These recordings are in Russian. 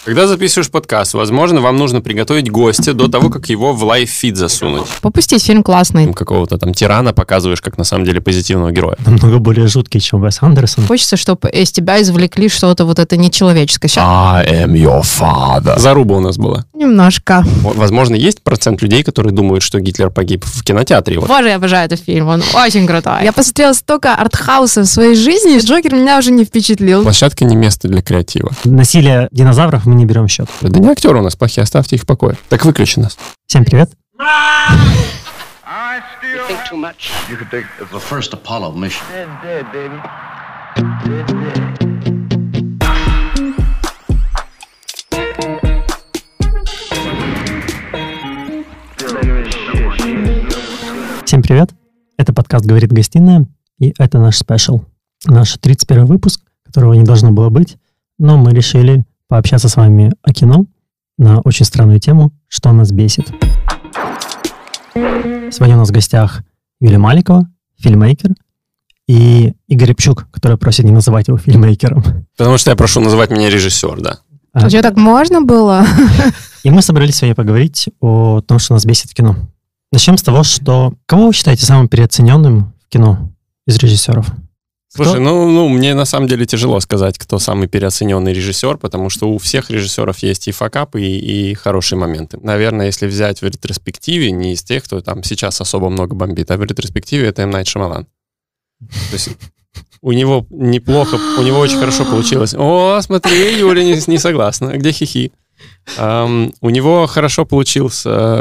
Когда записываешь подкаст, возможно, вам нужно приготовить гостя до того, как его в лайв-фид засунуть. Попустить, фильм классный. Какого-то там тирана показываешь, как на самом деле позитивного героя. Намного более жуткий, чем Уэс Андерсон. Хочется, чтобы из тебя извлекли что-то вот это нечеловеческое. Сейчас... I am your father. Заруба у нас была. Немножко. Возможно, есть процент людей, которые думают, что Гитлер погиб в кинотеатре. Боже, я обожаю этот фильм, он очень крутой. Я посмотрела столько артхауса в своей жизни, Джокер меня уже не впечатлил. Площадка не место для креатива. Насилие динозавров мы не берем в счет. Да не актеры у нас плохие, оставьте их в покое. Так выключи нас. Всем привет. Всем привет. Это подкаст «Говорит гостиная», и это наш спешл. Наш 31 выпуск, которого не должно было быть, но мы решили пообщаться с вами о кино на очень странную тему, что нас бесит. Сегодня у нас в гостях Юлия Маликова, фильммейкер, и Игорь Рябчук, который просит не называть его фильммейкером. Потому что я прошу называть меня режиссер, да. А что, так можно было? И мы собрались сегодня поговорить о том, что нас бесит в кино. Начнем с того, что... Кого вы считаете самым переоцененным в кино из режиссеров? Слушай, ну, мне на самом деле тяжело сказать, кто самый переоцененный режиссер, потому что у всех режиссеров есть и факапы, и хорошие моменты. Наверное, если взять в ретроспективе, не из тех, кто там сейчас особо много бомбит, а в ретроспективе это М. Найт Шьямалан. То есть у него неплохо, у него очень хорошо получилось. О, смотри, Юля не согласна. Где хихи? У него хорошо получилось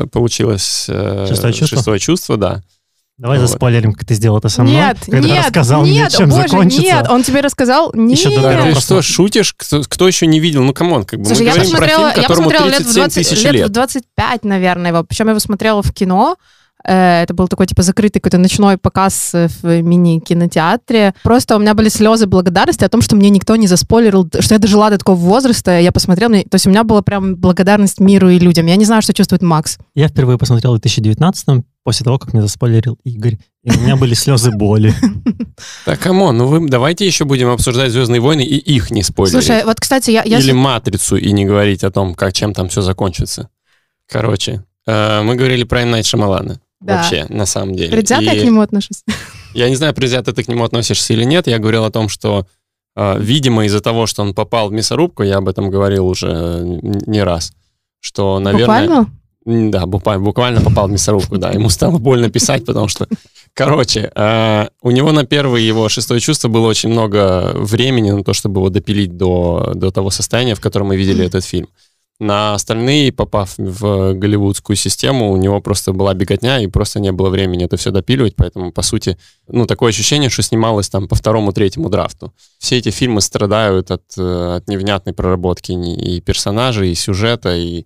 «Шестое чувство», да. Давай заспойлерим, как ты сделал это со мной. Нет, рассказал мне, чем боже, закончится. нет, он тебе рассказал? Нет. Еще Ты что, шутишь? Кто еще не видел? Ну, камон, как бы мы говорим про фильм, которому 37 тысяч лет. Лет в 25, наверное, его. Причем я его смотрела в кино. Это был такой, типа, закрытый какой-то ночной показ в мини-кинотеатре. Просто у меня были слезы благодарности о том, что мне никто не заспойлерил, что я дожила до такого возраста. Я посмотрела, то есть у меня была прям благодарность миру и людям. Я не знаю, что чувствует Макс. Я впервые посмотрел в 2019-м, после того, как мне заспойлерил Игорь. И у меня были слезы боли. Так, камон, ну давайте еще будем обсуждать «Звездные войны» и их не спойлерить. Слушай, вот, кстати, Или «Матрицу» и не говорить о том, чем там все закончится. Короче, мы говорили про М. Найт Шьямалана. Да. Вообще, на самом деле. Предвзято я к нему отношусь. Я не знаю, предвзято ты к нему относишься или нет. Я говорил о том, что, видимо, из-за того, что он попал в мясорубку, я об этом говорил уже не раз, что, наверное... Буквально? Да, буквально попал в мясорубку, да. Ему стало больно писать, потому что... Короче, у него на первое его «Шестое чувство» было очень много времени на то, чтобы его допилить до того состояния, в котором мы видели этот фильм. На остальные, попав в голливудскую систему, у него просто была беготня, и просто не было времени это все допиливать, поэтому, по сути, такое ощущение, что снималось там по 2-3 драфту. Все эти фильмы страдают от невнятной проработки и персонажей, и сюжета, и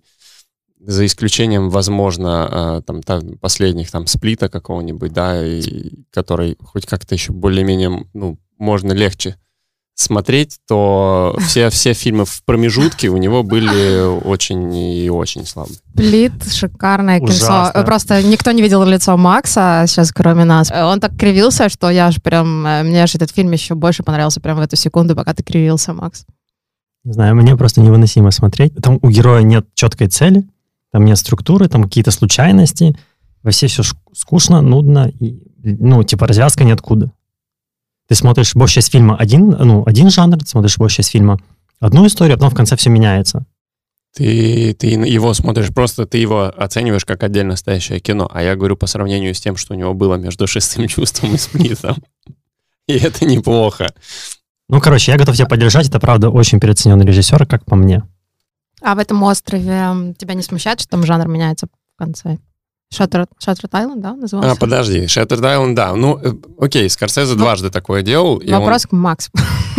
за исключением, возможно, последних сплита какого-нибудь, да, и который хоть как-то еще более-менее, можно легче смотреть, то все фильмы в промежутке у него были очень и очень слабые. Сплит, шикарное Ужасно. кинцо. Просто никто не видел лицо Макса сейчас, кроме нас. Он так кривился, что мне аж этот фильм еще больше понравился прямо в эту секунду, пока ты кривился, Макс. Не знаю, мне просто невыносимо смотреть. Там у героя нет четкой цели, там нет структуры, там какие-то случайности. Во все скучно, нудно, и, развязка ниоткуда. Ты смотришь большую часть фильма один жанр, ты смотришь большую часть фильма одну историю, а потом в конце все меняется. Ты его смотришь просто, ты его оцениваешь как отдельно стоящее кино, а я говорю по сравнению с тем, что у него было между «Шестым чувством» и «Сплитом». И это неплохо. Я готов тебя поддержать, это правда очень переоцененный режиссер, как по мне. А в этом острове тебя не смущает, что там жанр меняется в конце? Shattered Island, да, назывался? Подожди, Shattered Island, да. Окей, Скорсезе дважды такое делал. Вопрос к Максу.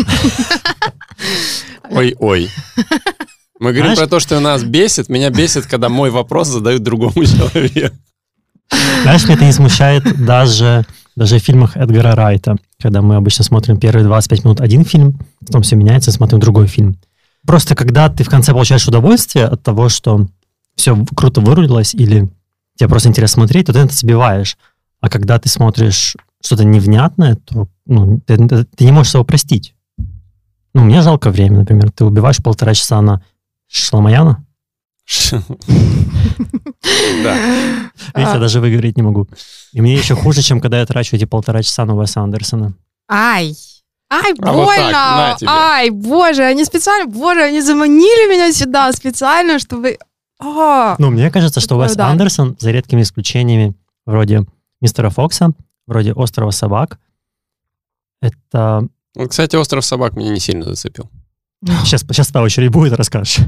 Ой. Мы говорим про то, что нас бесит. Меня бесит, когда мой вопрос задают другому человеку. Знаешь, меня это не смущает даже в фильмах Эдгара Райта, когда мы обычно смотрим первые 25 минут один фильм, потом все меняется, и смотрим другой фильм. Просто когда ты в конце получаешь удовольствие от того, что все круто вырулилось, или тебе просто интересно смотреть, то ты это забиваешь. А когда ты смотришь что-то невнятное, то ты не можешь его простить. Мне жалко время, например. Ты убиваешь 1,5 часа на Шаламаяна? Да. Видите, я даже выговорить не могу. И мне еще хуже, чем когда я трачу эти 1,5 часа на Уэса Андерсона. Ай, А больно! вот так, на тебе. Ай, боже, они заманили меня сюда специально, чтобы... Ну, мне кажется, что Такой Уэс удар. Андерсон, за редкими исключениями, вроде «Мистера Фокса», вроде «Острова собак», это... Ну, кстати, «Остров собак» меня не сильно зацепил. Сейчас твоя очередь будет, расскажешь.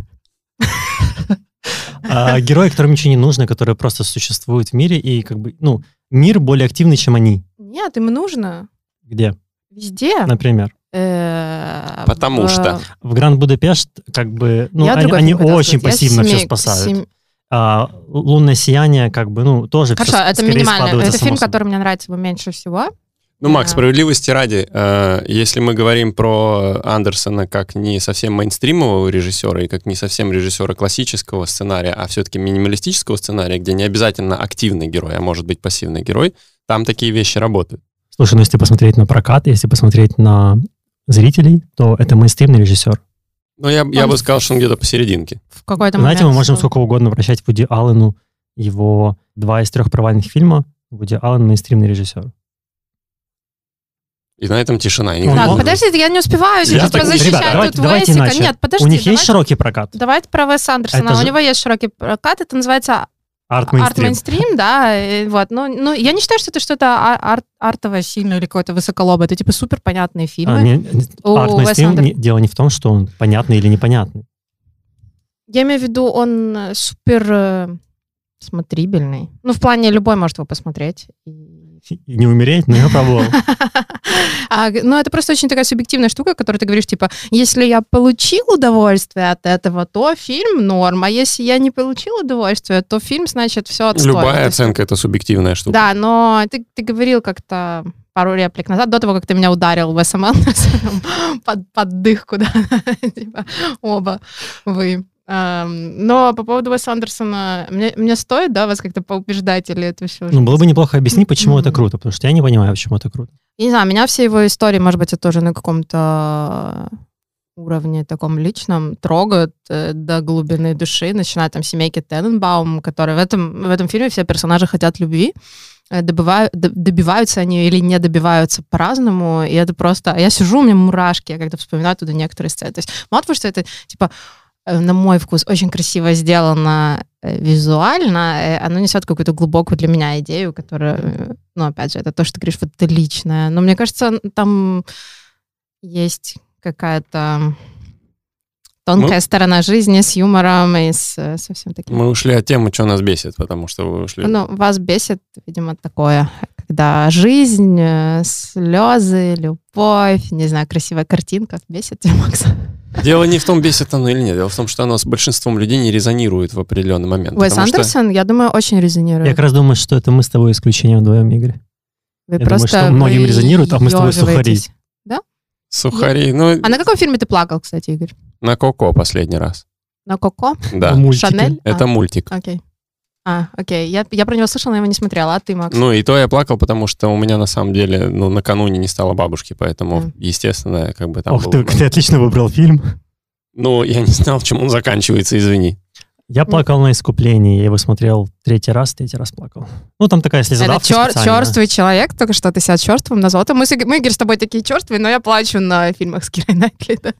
Герои, которым ничего не нужно, которые просто существуют в мире, и как бы, ну, мир более активный, чем они. Нет, им нужно. Где? Везде. Например. Потому что. В Гранд Будапешт, как бы, ну, Я другой они фильм хотела очень сказать. пассивно все спасают. «Лунное сияние», как бы, ну, тоже Хорошо, все это скорее минимально. складывается Это само фильм, собой. который мне нравится меньше всего. Ну, Макс, Да. справедливости ради, если мы говорим про Андерсона как не совсем мейнстримового режиссера и как не совсем режиссера классического сценария, а все-таки минималистического сценария, где не обязательно активный герой, а может быть пассивный герой, там такие вещи работают. Слушай, ну если посмотреть на прокат, если посмотреть на зрителей, то это мейнстримный режиссер. Но я бы сказал, что он где-то посерединке. В какой-то Знаете, мы момент можем всё. сколько угодно вращать Вуди Аллену, его 2 из 3 провальных фильма. Вуди Аллен мейнстримный режиссер. И на этом тишина. Я не Он- Так, знаю. подождите, я не успеваю сейчас так- защищать Ребята, тут давайте Уэсика. иначе. Нет, подожди. У них есть давайте- широкий прокат? Давайте про Уэса Андерсона. Это У же- него есть широкий прокат, это называется Арт-мейнстрим. арт-мейнстрим, да. Вот. Ну, я не считаю, что это что-то артовое сильное или какое-то высоколобое. Это типа супер понятные фильмы. У Арт-мейнстрим Уэса дело не в том, что он понятный или непонятный. Я имею в виду, он супер смотрибельный. Ну, в плане любой может его посмотреть. И не умереть, но я пробовал. Ну, это просто очень такая субъективная штука, которую ты говоришь, типа, если я получил удовольствие от этого, то фильм норм, а если я не получил удовольствие, то фильм, значит, все отстой. Любая То есть- оценка — это субъективная штука. Да, но ты говорил как-то пару реплик назад, до того, как ты меня ударил Уэсом Андерсоном под дых, да, типа, оба вы. Но по поводу Уэса Андерсона, мне стоит, да, вас как-то поубеждать, или это все уже... Ну, было бы неплохо объяснить, почему это круто, потому что я не понимаю, почему это круто. Я не знаю, меня все его истории, может быть, это тоже на каком-то уровне таком личном трогают до глубины души, начиная там с семейки Тененбаум, которые в этом фильме все персонажи хотят любви, добиваются они или не добиваются по-разному, и это просто... Я сижу, у меня мурашки, я когда вспоминаю туда некоторые сцены. То есть мало того, что это, типа, на мой вкус, очень красиво сделано визуально, оно несет какую-то глубокую для меня идею, которая, ну, опять же, это то, что ты говоришь, вот это личное. Но мне кажется, там есть какая-то тонкая сторона жизни с юмором и со всем таким. Мы ушли от темы, что нас бесит, потому что вы ушли... Ну, вас бесит, видимо, такое, когда жизнь, слезы, любовь, не знаю, красивая картинка бесит тебя, Макс? Дело не в том, бесит оно или нет. Дело в том, что оно с большинством людей не резонирует в определенный момент. Уэс потому что- Андерсон, я думаю, очень резонирует. Я как раз думаю, что это мы с тобой исключение вдвоем, Игорь. Вы я думаю, что многим резонирует, а мы с тобой сухари. выёживаетесь. Сухари. Ну, А на каком фильме ты плакал, кстати, Игорь? на Коко последний раз. На Коко? Да. В мультике. Шанель? Это мультик. Окей. Окей. Я про него слышала, но его не смотрела. А ты, Макс? Ну, и то я плакал, потому что у меня, на самом деле, ну, накануне не стало бабушки, поэтому, естественно, как бы там Ох, было- ты отлично выбрал фильм. Ну, я не знал, чем он заканчивается, извини. Я плакал на «Искуплении», я его смотрел третий раз плакал. Ну, там такая Это слезодавка специальная. черствый человек, только что ты себя черствым назвал. Мы, Игорь, с тобой такие черствые, но я плачу на фильмах с Кирой Найтли, да.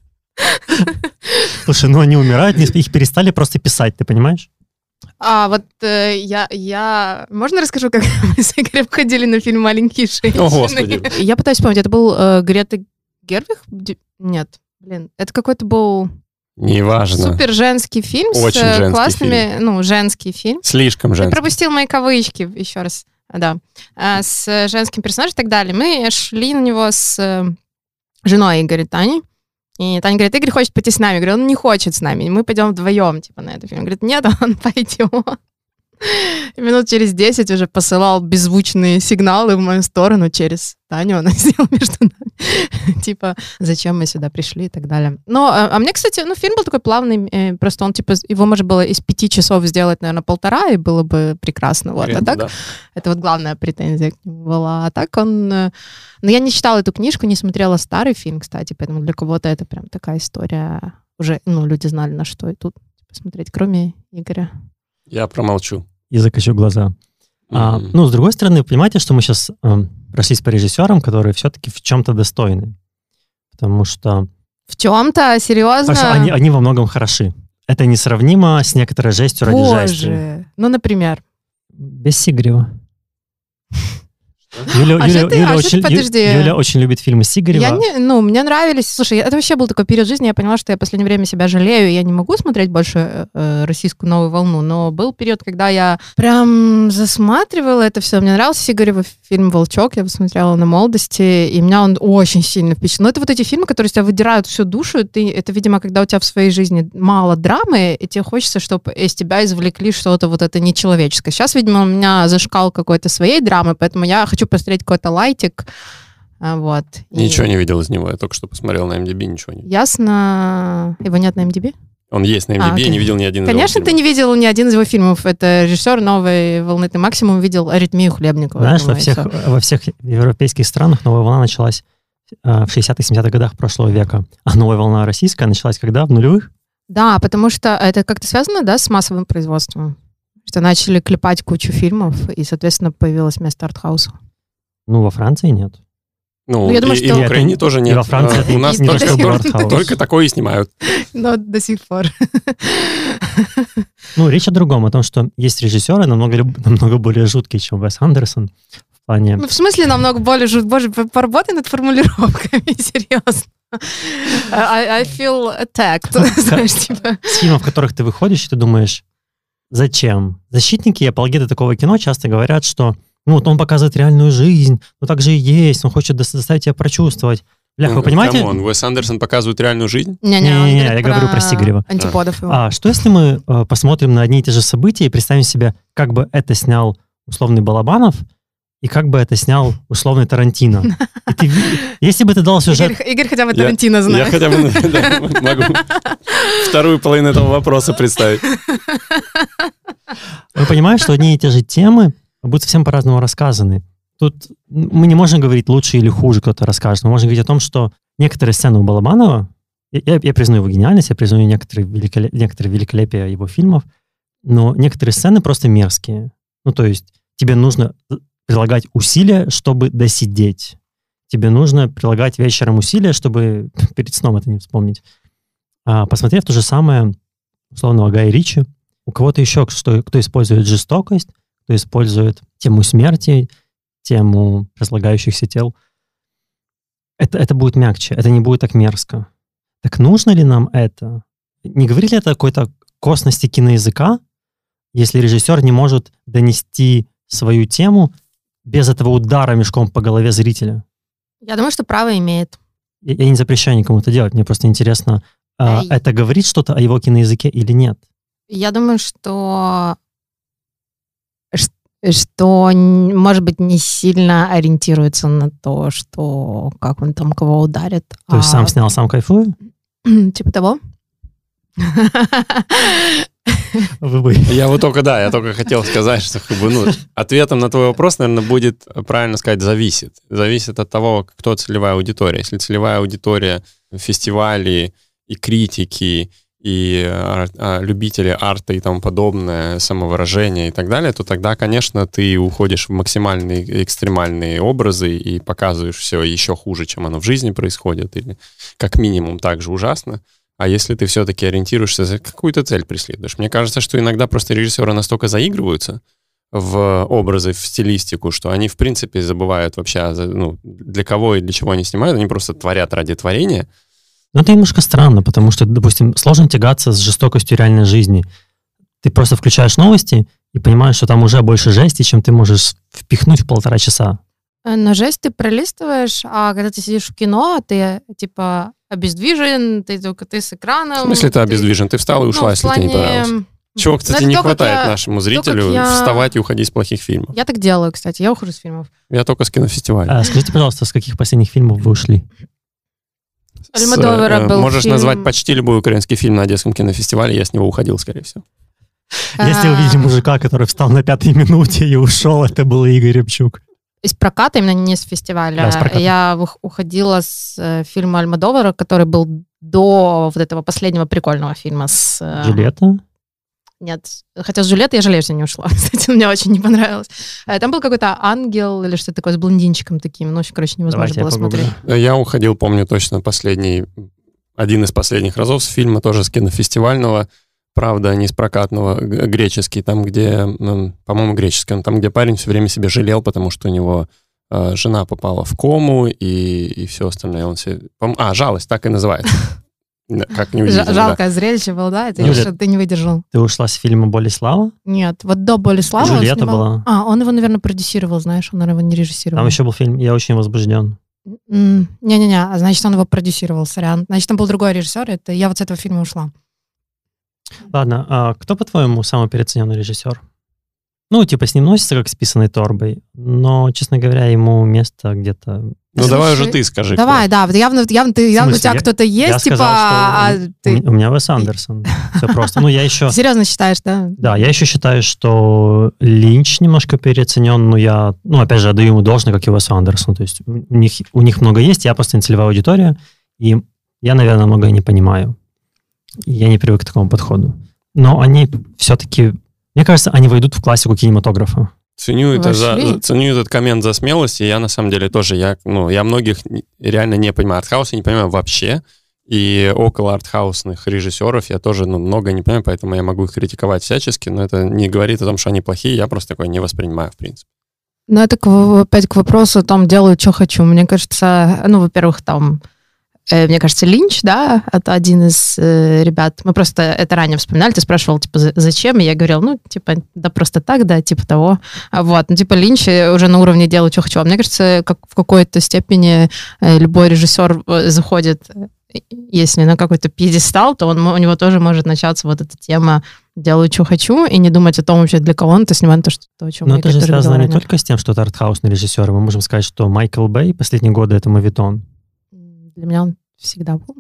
Слушай, ну они умирают, их перестали просто писать, ты понимаешь? Вот я... Можно расскажу, как мы с Игорем ходили на фильм «Маленькие женщины»? О, Господи. Я пытаюсь вспомнить, это был Грета Гервиг? Нет, блин, это какой-то был... Неважно. Супер женский фильм Очень с женский классными, ну, женский фильм. Слишком Ты женский. пропустил мои кавычки, еще раз, да, с женским персонажем и так далее. Мы шли на него с женой Игоря, Таней. И Таня говорит, Игорь хочет пойти с нами. Я говорю, он не хочет с нами. Мы пойдем вдвоем, типа, на этот фильм. Он говорит, нет, он пойдет. И минут через 10 уже посылал беззвучные сигналы в мою сторону через Таню. Она сидела между нами. Типа, зачем мы сюда пришли и так далее. Но, а мне, кстати, ну, фильм был такой плавный. Просто он, типа, его можно было из 5 часов сделать, наверное, 1,5, и было бы прекрасно. Вот. А так, Да. это вот главная претензия к нему была. А так он... Ну, я не читала эту книжку, не смотрела старый фильм, кстати, поэтому для кого-то это прям такая история. Уже, ну, люди знали, на что идут. посмотреть, кроме Игоря? Я промолчу. И закачу глаза. Ну, с другой стороны, понимаете, что мы сейчас прошлись по режиссерам, которые все-таки в чем-то достойны. Потому что... В чем-то? Серьезно? Потому что они во многом хороши. Это несравнимо с некоторой жестью ради жести. Ну, например? Без Сигарева. Юля очень любит фильмы Сигарева. Мне нравились. Слушай, это вообще был такой период жизни, я поняла, что я в последнее время себя жалею, и я не могу смотреть больше российскую новую волну, но был период, когда я прям засматривала это все. Мне нравился Сигарева фильм «Волчок», я посмотрела на молодости, и меня он очень сильно впечатлил. Но это вот эти фильмы, которые из тебя выдирают всю душу, это, видимо, когда у тебя в своей жизни мало драмы, и тебе хочется, чтобы из тебя извлекли что-то вот это нечеловеческое. Сейчас, видимо, у меня зашкал какой-то своей драмы, поэтому я хочу посмотреть какой-то лайтик. Вот. Ничего не видел из него. Я только что посмотрел на MDB, ничего не видел. Ясно. Его нет на MDB? Он есть на MDB, я не видел ни один из его Конечно, ты не видел ни один из его фильмов. Это режиссер «Новой волны». Ты максимум видел «Аритмию» Хлебникова. Знаешь, во всех европейских странах новая волна началась в 60-70-х годах прошлого века. А новая волна российская началась когда? В нулевых? Да, потому что это как-то связано, да, с массовым производством. Что начали клепать кучу фильмов, и, соответственно, появилось место артхауса. Ну, во Франции нет. Я думаю, что... И в Украине тоже нет. И во Франции у нас только такое и снимают. Но до сих пор. Ну, речь о другом, о том, что есть режиссеры намного более жуткие, чем Уэс Андерсон. В плане... Ну, в смысле намного более жуткие? Боже, поработай над формулировками, серьезно. I feel attacked. Знаешь, типа... С фильмов, в которых ты выходишь, и ты думаешь, зачем? Защитники и апологеты такого кино часто говорят, что вот он показывает реальную жизнь, но так же и есть, он хочет заставить тебя прочувствовать. Бля, вы понимаете? Уэс Андерсон показывает реальную жизнь? Не, я говорю про Сигарева. Антиподов его. А что если мы посмотрим на одни и те же события и представим себе, как бы это снял условный Балабанов, и как бы это снял условный Тарантино? Если бы ты дал сюжет... Игорь хотя бы Тарантино знает. Я хотя бы могу вторую половину этого вопроса представить. Вы понимаете, что одни и те же темы будут совсем по-разному рассказаны. Тут мы не можем говорить, лучше или хуже кто-то расскажет. Мы можем говорить о том, что некоторые сцены у Балабанова, я признаю его гениальность, я признаю некоторые великолепия его фильмов, но некоторые сцены просто мерзкие. Ну, то есть тебе нужно прилагать усилия, чтобы досидеть. Тебе нужно прилагать вечером усилия, чтобы перед сном это не вспомнить. Посмотрев то же самое условного Гая Ричи, у кого-то еще, кто использует жестокость, кто использует тему смерти, тему разлагающихся тел, это будет мягче, это не будет так мерзко. Так нужно ли нам это? Не говорили это о какой-то косности киноязыка, если режиссер не может донести свою тему без этого удара мешком по голове зрителя? Я думаю, что право имеет. Я не запрещаю никому это делать, мне просто интересно, это говорит что-то о его киноязыке или нет? Я думаю, что, может быть, не сильно ориентируется на то, что как он там кого ударит. То есть сам снял, сам кайфует? Типа того. Я только хотел сказать, что ответом на твой вопрос, наверное, будет, правильно сказать, зависит. Зависит от того, кто целевая аудитория. Если целевая аудитория фестивалей и критики, и любители арта и тому подобное, самовыражение и так далее, то тогда, конечно, ты уходишь в максимальные экстремальные образы и показываешь все еще хуже, чем оно в жизни происходит, или как минимум так же ужасно. А если ты все-таки ориентируешься, за какую-то цель преследуешь? Мне кажется, что иногда просто режиссеры настолько заигрываются в образы, в стилистику, что они, в принципе, забывают вообще, для кого и для чего они снимают. Они просто творят ради творения. Но это немножко странно, потому что, допустим, сложно тягаться с жестокостью реальной жизни. Ты просто включаешь новости и понимаешь, что там уже больше жести, чем ты можешь впихнуть в 1,5 часа. Но жесть ты пролистываешь, а когда ты сидишь в кино, ты, типа, обездвижен, ты с экраном. В смысле ты обездвижен? Ты встал и ушла, если тебе не понравилось. Чего, кстати, не хватает нашему зрителю вставать и уходить с плохих фильмов. Я так делаю, кстати, я ухожу с фильмов. Я только с кинофестиваля. Скажите, пожалуйста, с каких последних фильмов вы ушли? Альмодовара был Можешь фильм... назвать почти любой украинский фильм на Одесском кинофестивале, я с него уходил, скорее всего. Если увидели мужика, который встал на 5-й минуте и ушел, это был Игорь Рябчук. из проката, именно не с фестиваля. Да, из проката. Я уходила с фильма Альмодовара, который был до вот этого последнего прикольного фильма с... Джульетта? Нет, хотя с Джульеттой я жалею, что не ушла. Кстати, мне очень не понравилось. Там был какой-то ангел или что-то такое с блондинчиком таким. Ну, в общем, короче, невозможно было смотреть. Я уходил, помню точно, один из последних разов с фильма, тоже с кинофестивального, правда, не с прокатного, греческий, там, где, по-моему, греческий, там, где парень все время себе жалел, потому что у него жена попала в кому и все остальное. Он себе... «Жалость», так и называется. Как неудивительно. Жалкое зрелище было, да? Это что ты не выдержал. Ты ушла с фильма «Боли и слава»? Нет, вот до «Боли и славы» Джульетта была. Он его, наверное, продюсировал, знаешь, он, наверное, его не режиссировал. Там еще был фильм «Я очень возбужден». Не-не-не, значит, он его продюсировал, сорян. Значит, там был другой режиссер, это я вот с этого фильма ушла. Ладно, а кто, по-твоему, самый переоцененный режиссер? Ну, типа, с ним носится как с писаной торбой, но, честно говоря, ему место где-то... Ну, давай уже ты скажи. Давай, да, вот явно у тебя кто-то есть, я типа... Сказал, что у меня Уэс Андерсон. Все просто. Ну, я еще... Серьезно считаешь, да? Да, я еще считаю, что Линч немножко переоценен, но я, опять же, отдаю ему должное, как и Уэсу Андерсону. То есть у них много есть, я просто не целевая аудитория, и я, наверное, многое не понимаю. Я не привык к такому подходу. Но они все-таки... Мне кажется, они войдут в классику кинематографа. Ценю этот коммент за смелость, и я на самом деле тоже, я многих реально не понимаю. Артхауса не понимаю вообще, и около артхаусных режиссеров я тоже много не понимаю, поэтому я могу их критиковать всячески, но это не говорит о том, что они плохие, я просто такое не воспринимаю, в принципе. Ну, это опять к вопросу, там, делаю, что хочу. Мне кажется, во-первых, там... Мне кажется, Линч, да, это один из ребят. Мы просто это ранее вспоминали. Ты спрашивал, типа, зачем? И я говорил, да просто так, да, типа того. Вот, Линч уже на уровне «делаю, что хочу». А мне кажется, как в какой-то степени любой режиссер заходит, если на какой-то пьедестал, то у него тоже может начаться вот эта тема «делаю, что хочу», и не думать о том вообще, для кого он это снимает, то, о чем Но это же связано не только с тем, что это артхаусный режиссер. Мы можем сказать, что Майкл Бэй последние годы — это моветон. Для меня он всегда был.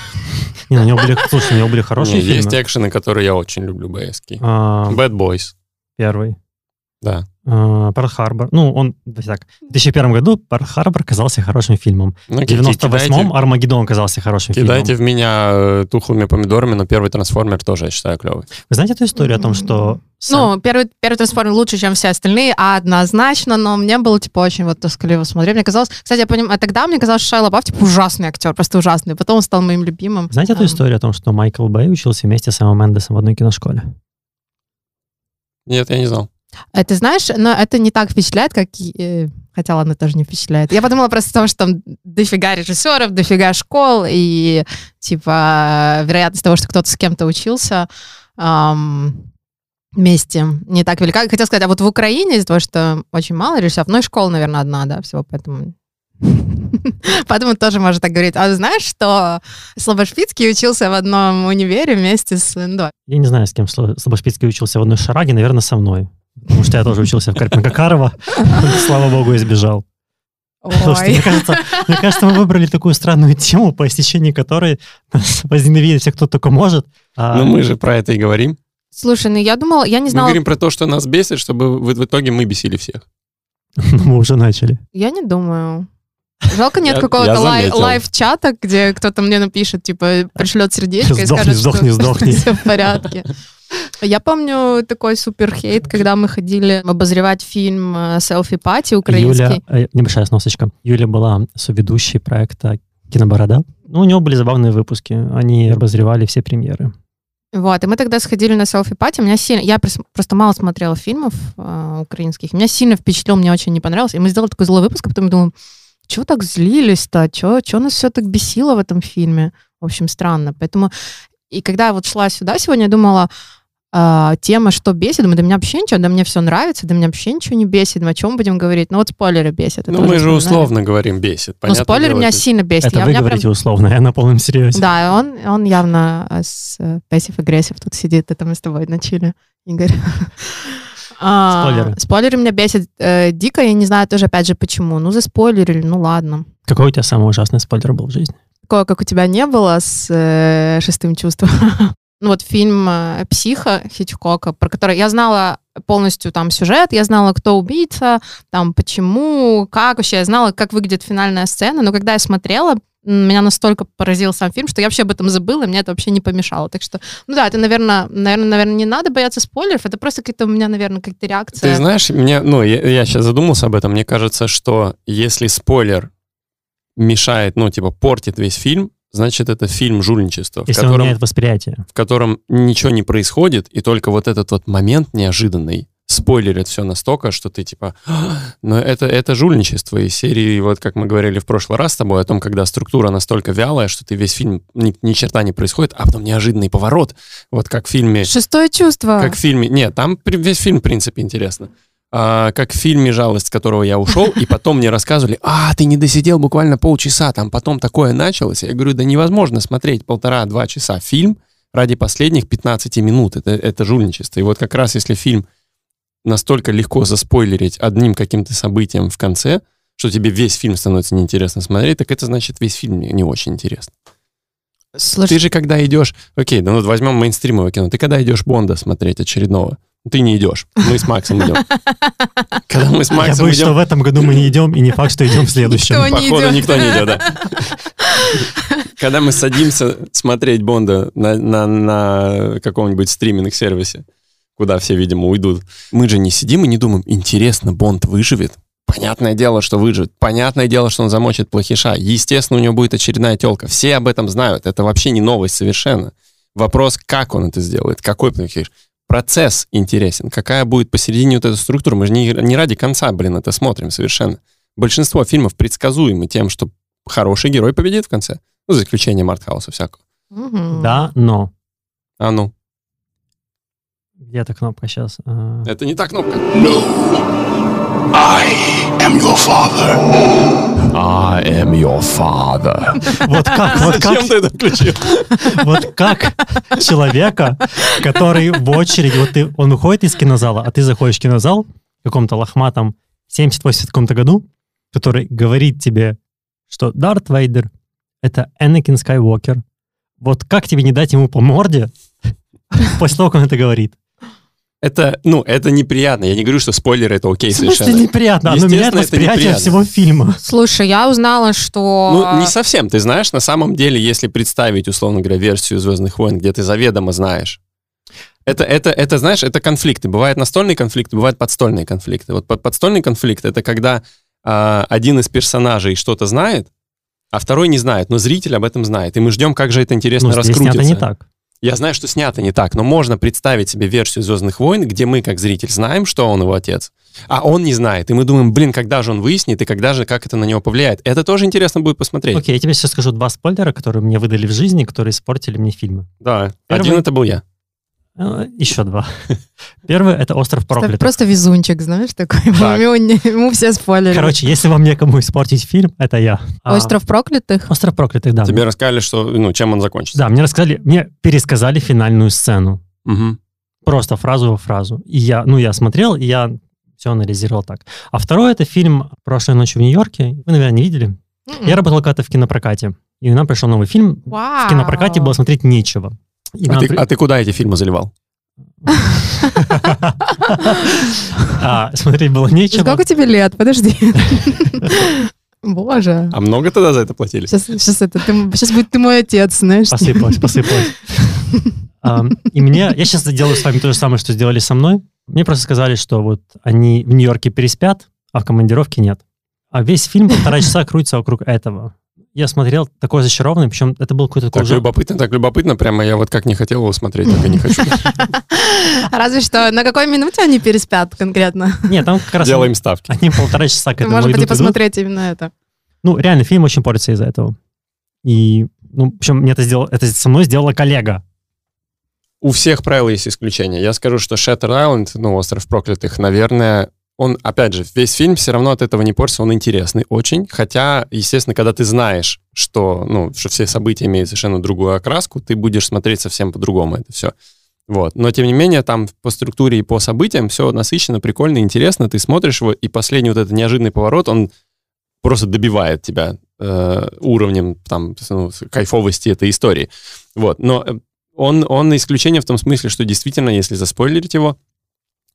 У него были хорошие фильмы. Есть экшены, которые я очень люблю, бэйские. Bad Boys. Первый. Да. Перл-Харбор. Он, так, в 2001 году Перл-Харбор казался хорошим фильмом. В 98-м Армагеддон казался хорошим фильмом. Кидайте в меня тухлыми помидорами, но первый Трансформер тоже, я считаю, клевый. Вы знаете эту историю о том, что... Первый Трансформер лучше, чем все остальные, однозначно, но мне было, очень тоскливо смотреть. Мне казалось... Кстати, я понимаю, тогда мне казалось, что Шайа ЛаБаф, ужасный актер, просто ужасный. Потом он стал моим любимым. Знаете эту историю о том, что Майкл Бэй учился вместе с Сэмом Мендесом в одной киношколе? Нет, я не знал. Ты знаешь, но это не так впечатляет, как... Хотя, ладно, тоже не впечатляет. Я подумала просто о том, что там дофига режиссеров, дофига школ, и, вероятность того, что кто-то с кем-то учился вместе, не так велика. Хотела сказать, а вот в Украине из-за того, что очень мало режиссеров, и школа, наверное, одна, да, всего, поэтому... Поэтому тоже можно так говорить. А знаешь, что Слобошпицкий учился в одном универе вместе с Индой? Я не знаю, с кем Слобошпицкий учился в одной шараге, наверное, со мной. Потому что я тоже учился в Карпенко-Карова. Слава богу, избежал. Слушайте, мне кажется, мы выбрали такую странную тему, по истечении которой нас возненавидят все, кто только может. Ну, мы же про это и говорим. Слушай, я думала, я не знала... Мы говорим про то, что нас бесит, чтобы в итоге мы бесили всех. Мы уже начали. Я не думаю. Жалко, нет какого-то лайв-чата, где кто-то мне напишет, пришлет сердечко и скажет, что все в порядке. Я помню такой супер-хейт, когда мы ходили обозревать фильм «Селфи-пати» украинский. Юля, небольшая сносочка. Юля была соведущей проекта «Киноборода». У него были забавные выпуски. Они обозревали все премьеры. Вот, и мы тогда сходили на селфи-пати. Я просто мало смотрела фильмов украинских. Меня сильно впечатлил, мне очень не понравилось. И мы сделали такой злой выпуск, а потом думаем, чего так злились-то? Чего нас все так бесило в этом фильме? В общем, странно. Поэтому... И когда я шла сюда сегодня, я думала, тема «Что бесит?» Думаю, да меня вообще ничего, да мне все нравится, да меня вообще ничего не бесит. О чем будем говорить? Спойлеры бесят. Мы же условно говорим «бесит». Спойлеры меня сильно бесит. Это вы говорите условно, я на полном серьезе. Да, он явно с пассив-агрессив тут сидит, это мы с тобой начали, Игорь. Спойлеры меня бесят дико, я не знаю тоже, опять же, почему. Заспойлерили, ладно. Какой у тебя самый ужасный спойлер был в жизни? Такого, как у тебя не было с «Шестым чувством». Фильм «Психо» Хичкока, про который я знала полностью там сюжет, я знала, кто убийца, там, почему, как вообще, я знала, как выглядит финальная сцена, но когда я смотрела, меня настолько поразил сам фильм, что я вообще об этом забыла, и мне это вообще не помешало. Так что, ну да, это, наверное, не надо бояться спойлеров, это просто какая-то у меня, наверное, какая-то реакция. Ты знаешь, я сейчас задумался об этом, мне кажется, что если спойлер мешает, портит весь фильм, значит, это фильм жульничества. Если он меняет восприятие. В котором ничего не происходит, и только вот этот вот момент неожиданный спойлерит все настолько, что ты но это жульничество. И серии, вот как мы говорили в прошлый раз с тобой, о том, когда структура настолько вялая, что ты весь фильм ни черта не происходит, а потом неожиданный поворот. Вот как в фильме... «Шестое чувство». Как в фильме... Нет, там весь фильм, в принципе, интересно. Как в фильме «Жалость», с которого я ушел, и потом мне рассказывали, ты не досидел буквально полчаса, там потом такое началось. Я говорю, да невозможно смотреть 1,5-2 часа фильм ради последних 15 минут. Это жульничество. И вот как раз если фильм настолько легко заспойлерить одним каким-то событием в конце, что тебе весь фильм становится неинтересно смотреть, так это значит, весь фильм не очень интересно. Слушай, ты же когда идешь... Окей, возьмем мейнстримовое кино. Ты когда идешь Бонда смотреть очередного, ты не идешь. Мы с Максом идем. Когда мы с Максом Я боюсь, идем... что в этом году мы не идем, и не факт, что идем в следующем. Походу, никто не идет, да. Когда мы садимся смотреть Бонда на каком-нибудь стриминг-сервисе, куда все, видимо, уйдут, мы же не сидим и не думаем, интересно, Бонд выживет? Понятное дело, что выживет. Понятное дело, что он замочит плохиша. Естественно, у него будет очередная тёлка. Все об этом знают. Это вообще не новость совершенно. Вопрос, как он это сделает, какой плохиш. Процесс интересен. Какая будет посередине вот эта структура. Мы же не ради конца, это смотрим совершенно. Большинство фильмов предсказуемы тем, что хороший герой победит в конце. За исключением артхауса всякого. Да, но... А ну. Где эта кнопка сейчас? Это не та кнопка. No. I am your father. I am your father. Вот как? Зачем ты это включил? Вот как человека, который в очереди, он выходит из кинозала, а ты заходишь в кинозал в каком-то лохматом 70-80 каком-то году, который говорит тебе, что Дарт Вейдер — это Энакин Скайуокер. Вот как тебе не дать ему по морде после того, как он это говорит? Это неприятно. Я не говорю, что спойлеры — это окей совершенно. В смысле неприятно? Оно меняет восприятие всего фильма. Слушай, я узнала, что... не совсем. Ты знаешь, на самом деле, если представить, условно говоря, версию «Звездных войн», где ты заведомо знаешь, это знаешь, это конфликты. Бывают настольные конфликты, бывают подстольные конфликты. Вот подстольный конфликт — это когда один из персонажей что-то знает, а второй не знает, но зритель об этом знает. И мы ждем, как же это интересно раскрутится. Снято не так. Я знаю, что снято не так, но можно представить себе версию «Звездных войн», где мы, как зритель, знаем, что он его отец, а он не знает. И мы думаем, когда же он выяснит, и как это на него повлияет. Это тоже интересно будет посмотреть. Окей, я тебе сейчас скажу 2 спойлера, которые мне выдали в жизни, которые испортили мне фильмы. Да, Первый... один это был я. Еще 2. Первый — это «Остров проклятых». Просто везунчик, знаешь, такой. Ему все спойлеры. Короче, если вам некому испортить фильм, это я. «Остров проклятых»? «Остров проклятых», да. Тебе рассказали, что, чем он закончится. Да, мне пересказали финальную сцену. Угу. Просто фразу в фразу. И я смотрел, и я все анализировал так. А второй — это фильм «Прошлой ночью в Нью-Йорке». Вы, наверное, не видели? Я работал когда-то в кинопрокате. И нам пришел новый фильм. В кинопрокате было смотреть нечего. А ты куда эти фильмы заливал? Смотреть было нечего. Сколько тебе лет? Подожди. Боже. А много тогда за это платили? Сейчас будет ты мой отец, знаешь. Посыпалось. И я сейчас делаю с вами то же самое, что сделали со мной. Мне просто сказали, что вот они в Нью-Йорке переспят, а в командировке нет. А весь фильм 1,5 часа крутится вокруг этого. Я смотрел, такой зачарованный, причем это был какой-то... Так любопытно, прямо я вот как не хотел его смотреть, так и не хочу. Разве что, на какой минуте они переспят конкретно? Нет, там как раз... Делаем ставки. Они 1,5 часа к этому Может быть, и идут. посмотреть именно это. Реально, фильм очень портится из-за этого. И, причем мне это со мной сделала коллега. У всех правил есть исключения. Я скажу, что Shutter Island, «Остров проклятых», наверное... Он, опять же, весь фильм все равно от этого не портится, он интересный очень, хотя, естественно, когда ты знаешь, что все события имеют совершенно другую окраску, ты будешь смотреть совсем по-другому это все. Вот. Но, тем не менее, там по структуре и по событиям все насыщенно, прикольно, интересно, ты смотришь его, и последний вот этот неожиданный поворот, он просто добивает тебя уровнем кайфовости этой истории. Вот. Но он исключение в том смысле, что действительно, если заспойлерить его,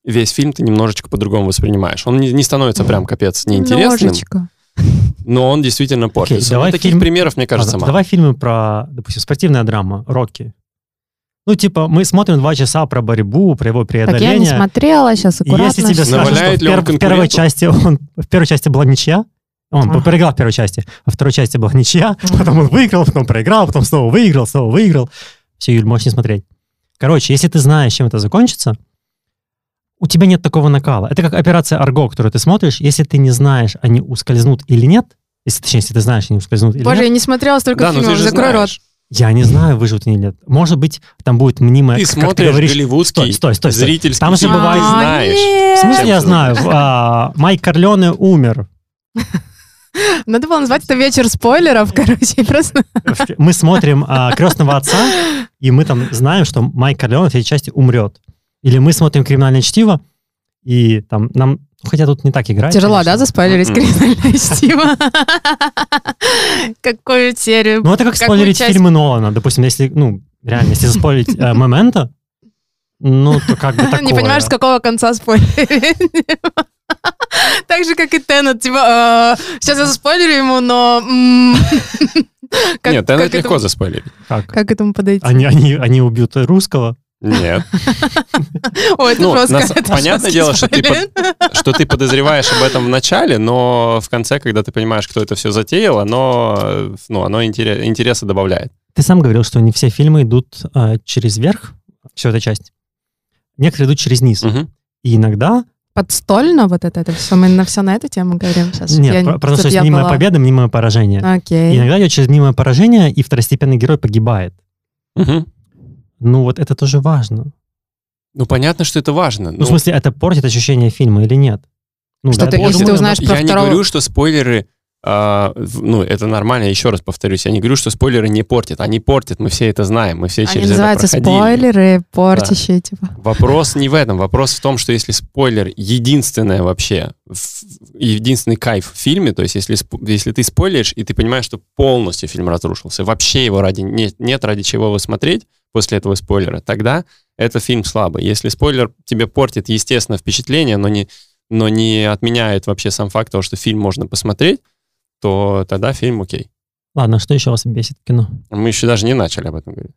весь фильм ты немножечко по-другому воспринимаешь. Он не становится прям капец неинтересным, Немножечко. но он действительно портится. давай Таких фильм- примеров, мне кажется, мало. Давай фильмы про, допустим, спортивная драма, Рокки. Ну, типа, мы смотрим 2 часа про борьбу, про его Так преодоление. я не смотрела, сейчас И аккуратно. если тебе скажут, что Наваляет ли он в первой конкуренту? части в первой части была ничья, он Ага. проиграл в первой части, а в второй части была ничья, потом он выиграл, потом проиграл, потом снова выиграл. Все, Юль, можешь не смотреть. Короче, если ты знаешь, чем это закончится, у тебя нет такого накала. Это как операция Арго, которую ты смотришь. Если ты не знаешь, они ускользнут или нет, точнее, если ты знаешь, они ускользнут или Боже, нет, я не смотрела столько Да, но ты фильмов, же закрой рот. знаешь. я не знаю, выживут или нет. Может быть, там будет мнимая... Ты как смотришь говоришь, голливудский, Стой. зрительский Там же фильм, бывает- ты знаешь. В смысле Чем я ты знаю? Майк Корлеоне умер. Надо было назвать это вечер спойлеров, короче, просто... Мы смотрим «Крестного отца», и мы там знаем, что Майк Корлеоне в этой части умрет. Или мы смотрим «Криминальное чтиво», и там нам... Хотя тут не так играть. Тяжело, конечно. да, заспойлерить криминальное чтиво? Какую серию? Ну, это как Какую спойлерить часть? фильмы Нолана. Допустим, если, реально, если заспойлерить «Моменто», ну, то как бы такое. Не понимаешь, с какого конца спойлерить. Так же, как и Теннет. Типа, сейчас я заспойлерю ему, но... как- Нет, как это легко этому- заспойлерить. Как? Как к этому подойти? Они убьют русского? Нет. Ой, это Ну, просто какая-то понятное дело, что спойлер. что ты подозреваешь об этом в начале, но в конце, когда ты понимаешь, кто это все затеял, оно интереса добавляет. Ты сам говорил, что не все фильмы идут через верх, всю эту часть. Некоторые идут через низ. Мгм. И иногда... Подстольно вот это все? Мы на все на эту тему говорим сейчас? Нет, потому что есть мнимая победа, мнимое поражение. И Окей. иногда идет через мнимое поражение, и второстепенный герой погибает. Мгм. Ну, вот это тоже важно. Ну, понятно, что это важно. Ну, в смысле, это портит ощущение фильма или нет? Ну, Что ты- я если ты думаю, узнаешь про я не второго- говорю, что спойлеры... это нормально, я еще раз повторюсь. Я не говорю, что спойлеры не портят. Они портят, мы все это знаем, мы все Они через это называются проходили. спойлеры, портящие, типа. Вопрос не в этом. Вопрос в том, что если спойлер единственное вообще, единственный кайф в фильме, то есть если ты спойлеришь, и ты понимаешь, что полностью фильм разрушился, вообще его нет ради чего его смотреть после этого спойлера, тогда это фильм слабый. Если спойлер тебе портит, естественно, впечатление, но не отменяет вообще сам факт того, что фильм можно посмотреть, то тогда фильм окей. Ладно, что еще вас бесит в кино? Мы еще даже не начали об этом говорить.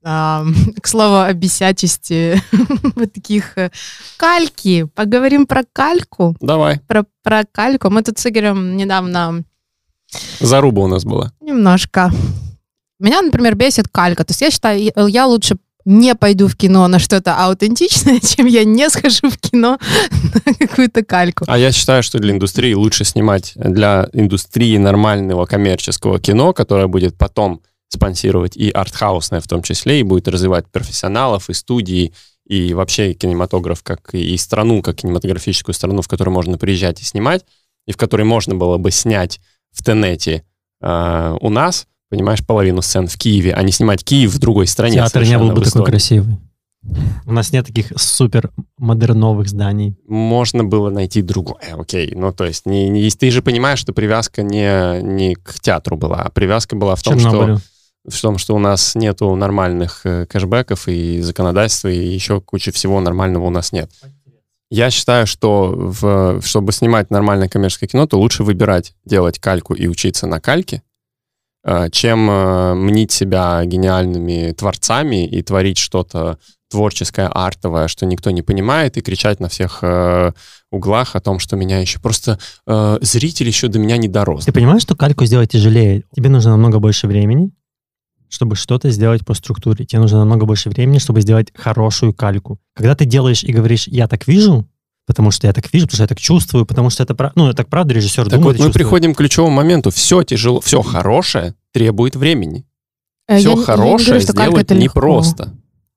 К слову о бесячести вот таких кальки. Поговорим про кальку. Давай. Про кальку. Мы тут с Игорем недавно Заруба у нас была. немножко... Меня, например, бесит калька. То есть я считаю, я лучше не пойду в кино на что-то аутентичное, чем я не схожу в кино на какую-то кальку. А я считаю, что для индустрии лучше снимать для индустрии нормального коммерческого кино, которое будет потом спонсировать и артхаусное в том числе, и будет развивать профессионалов, и студии, и вообще кинематограф, как и страну, как кинематографическую страну, в которую можно приезжать и снимать, и в которой можно было бы снять в Тенете у нас, понимаешь, половину сцен в Киеве, а не снимать Киев в другой стране. Театр не был совершенно бы в такой Эстонии. красивый. У нас нет таких супер модерновых зданий. Можно было найти другое, окей. Ну, то есть, ты же понимаешь, что привязка не к театру была, а привязка была в том, что у нас нету нормальных кэшбэков и законодательства, и еще куча всего нормального у нас нет. Я считаю, что чтобы снимать нормальное коммерческое кино, то лучше выбирать делать кальку и учиться на кальке, чем мнить себя гениальными творцами и творить что-то творческое, артовое, что никто не понимает, и кричать на всех углах о том, что меня еще просто зритель еще до меня не дорос. Ты понимаешь, что кальку сделать тяжелее? Тебе нужно намного больше времени, чтобы что-то сделать по структуре. Тебе нужно намного больше времени, чтобы сделать хорошую кальку. Когда ты делаешь и говоришь «я так вижу», потому что я так вижу, потому что я так чувствую, потому что это так правда режиссер Так думает вот, и мы чувствует. приходим к ключевому моменту. Все тяжело, все хорошее требует времени. Все хорошее сделать непросто.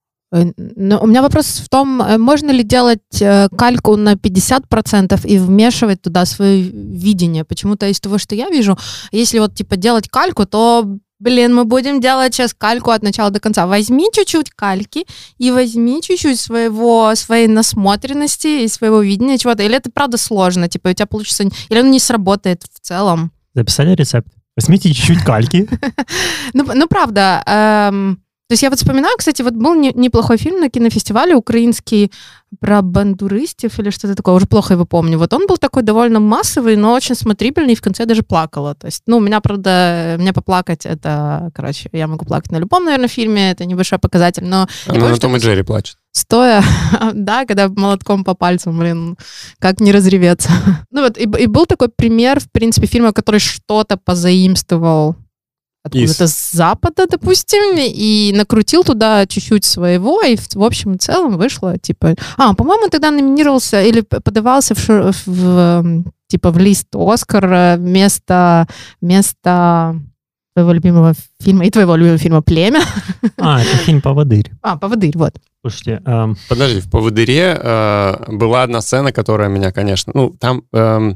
Но у меня вопрос в том, можно ли делать кальку на 50% и вмешивать туда свое видение? Почему-то из того, что я вижу, если вот типа делать кальку, то, мы будем делать сейчас кальку от начала до конца. Возьми чуть-чуть кальки и возьми чуть-чуть своей насмотренности и своего видения чего-то. Или это правда сложно? Типа у тебя получится... Или оно не сработает в целом? Записали рецепт? Возьмите чуть-чуть кальки. Ну, правда, То есть я вот вспоминаю, кстати, вот был неплохой фильм на кинофестивале украинский про бандуристов или что-то такое, уже плохо его помню. Вот он был такой довольно массовый, но очень смотрибельный, и в конце даже плакала. То есть, ну, у меня, правда, мне поплакать, это, короче, я могу плакать на любом, наверное, фильме, это небольшой показатель, но... Она на Том и Джерри плачет. Стоя, да, когда молотком по пальцам, блин, как не разреветься. Ну вот, и был такой пример, в принципе, фильма, который что-то позаимствовал откуда-то с Запада, допустим, и накрутил туда чуть-чуть своего, и в общем и целом вышло, типа... по-моему, тогда номинировался или подавался в лист «Оскар» вместо твоего любимого фильма, и твоего любимого фильма «Племя». Это фильм «Поводырь». «Поводырь», вот. Слушайте... Подожди, в «Поводыре» была одна сцена, которая меня, конечно... Ну, там...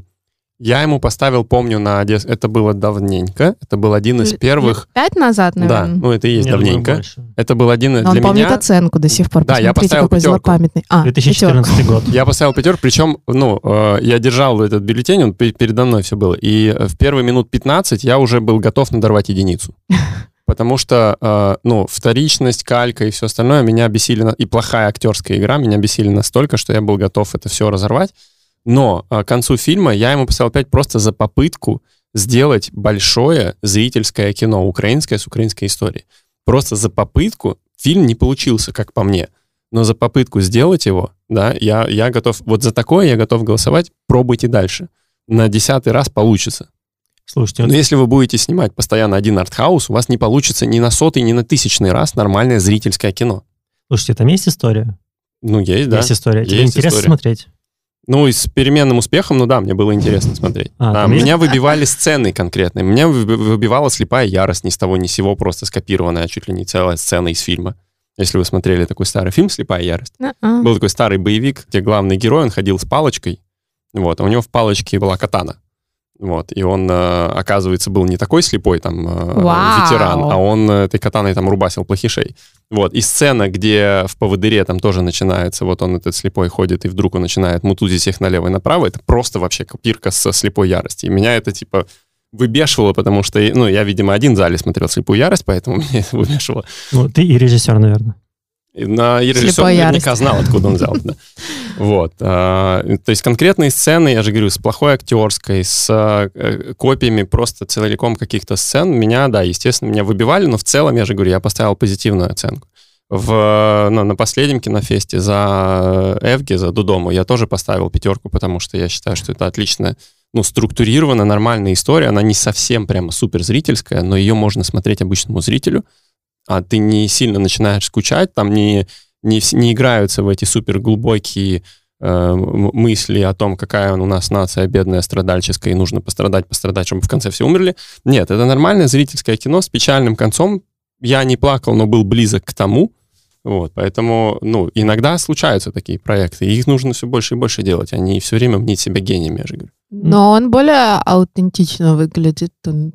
Я ему поставил, помню, это было давненько. Это был один из первых... 5 назад, наверное. Да, ну это и есть давненько. Это был один для меня... Он помнит оценку до сих пор. Да, я поставил какой злопамятный. 2014 год. Я поставил 5, причем, я держал этот бюллетень, он передо мной все было. И в первые минут 15 я уже был готов надорвать единицу. Потому что, вторичность, калька и все остальное меня бесили, и плохая актерская игра меня бесили настолько, что я был готов это все разорвать. Но к концу фильма я ему поставил 5 просто за попытку сделать большое зрительское кино, украинское с украинской историей. Просто за попытку. Фильм не получился, как по мне. Но за попытку сделать его, да, я готов... Вот за такое я готов голосовать. Пробуйте дальше. На 10-й раз получится. Слушайте, но если вы будете снимать постоянно один артхаус, у вас не получится ни на 100-й, ни на 1000-й раз нормальное зрительское кино. Слушайте, там есть история? Ну, есть, да. Есть история. Тебе есть интересно история. Смотреть? Ну, и с переменным успехом, да, мне было интересно смотреть. Меня выбивали сцены конкретные. Меня выбивала «Слепая ярость» ни с того ни с сего, просто скопированная, чуть ли не целая сцена из фильма. Если вы смотрели такой старый фильм «Слепая ярость». Был такой старый боевик, где главный герой, он ходил с палочкой, вот, а у него в палочке была катана. Вот, и он, оказывается, был не такой слепой там ветеран, а он этой катаной там рубасил плохишей. Вот, и сцена, где в «Поводыре» там тоже начинается, вот он этот слепой ходит, и вдруг он начинает мутузить их налево и направо, это просто вообще копирка со «Слепой ярости». И меня это, типа, выбешивало, потому что, я, видимо, один в зале смотрел «Слепую ярость», поэтому меня это выбешивало. Ну, ты и режиссер, наверное. И режиссер наверняка знал, откуда он взял. Да. Вот. То есть конкретные сцены, я же говорю, с плохой актерской, с копиями просто целиком каких-то сцен, естественно, меня выбивали, но в целом, я же говорю, я поставил позитивную оценку. На последнем кинофесте за Эвги, за Додому, я тоже поставил 5, потому что я считаю, что это отлично, структурированная, нормальная история. Она не совсем прямо суперзрительская, но ее можно смотреть обычному зрителю, а ты не сильно начинаешь скучать, там не играются в эти суперглубокие мысли о том, какая у нас нация бедная, страдальческая, и нужно пострадать, чтобы в конце все умерли. Нет, это нормальное зрительское кино с печальным концом. Я не плакал, но был близок к тому. Вот, поэтому, иногда случаются такие проекты, и их нужно все больше и больше делать. Они все время мнить себя гениями, я же говорю. Но он более аутентично выглядит,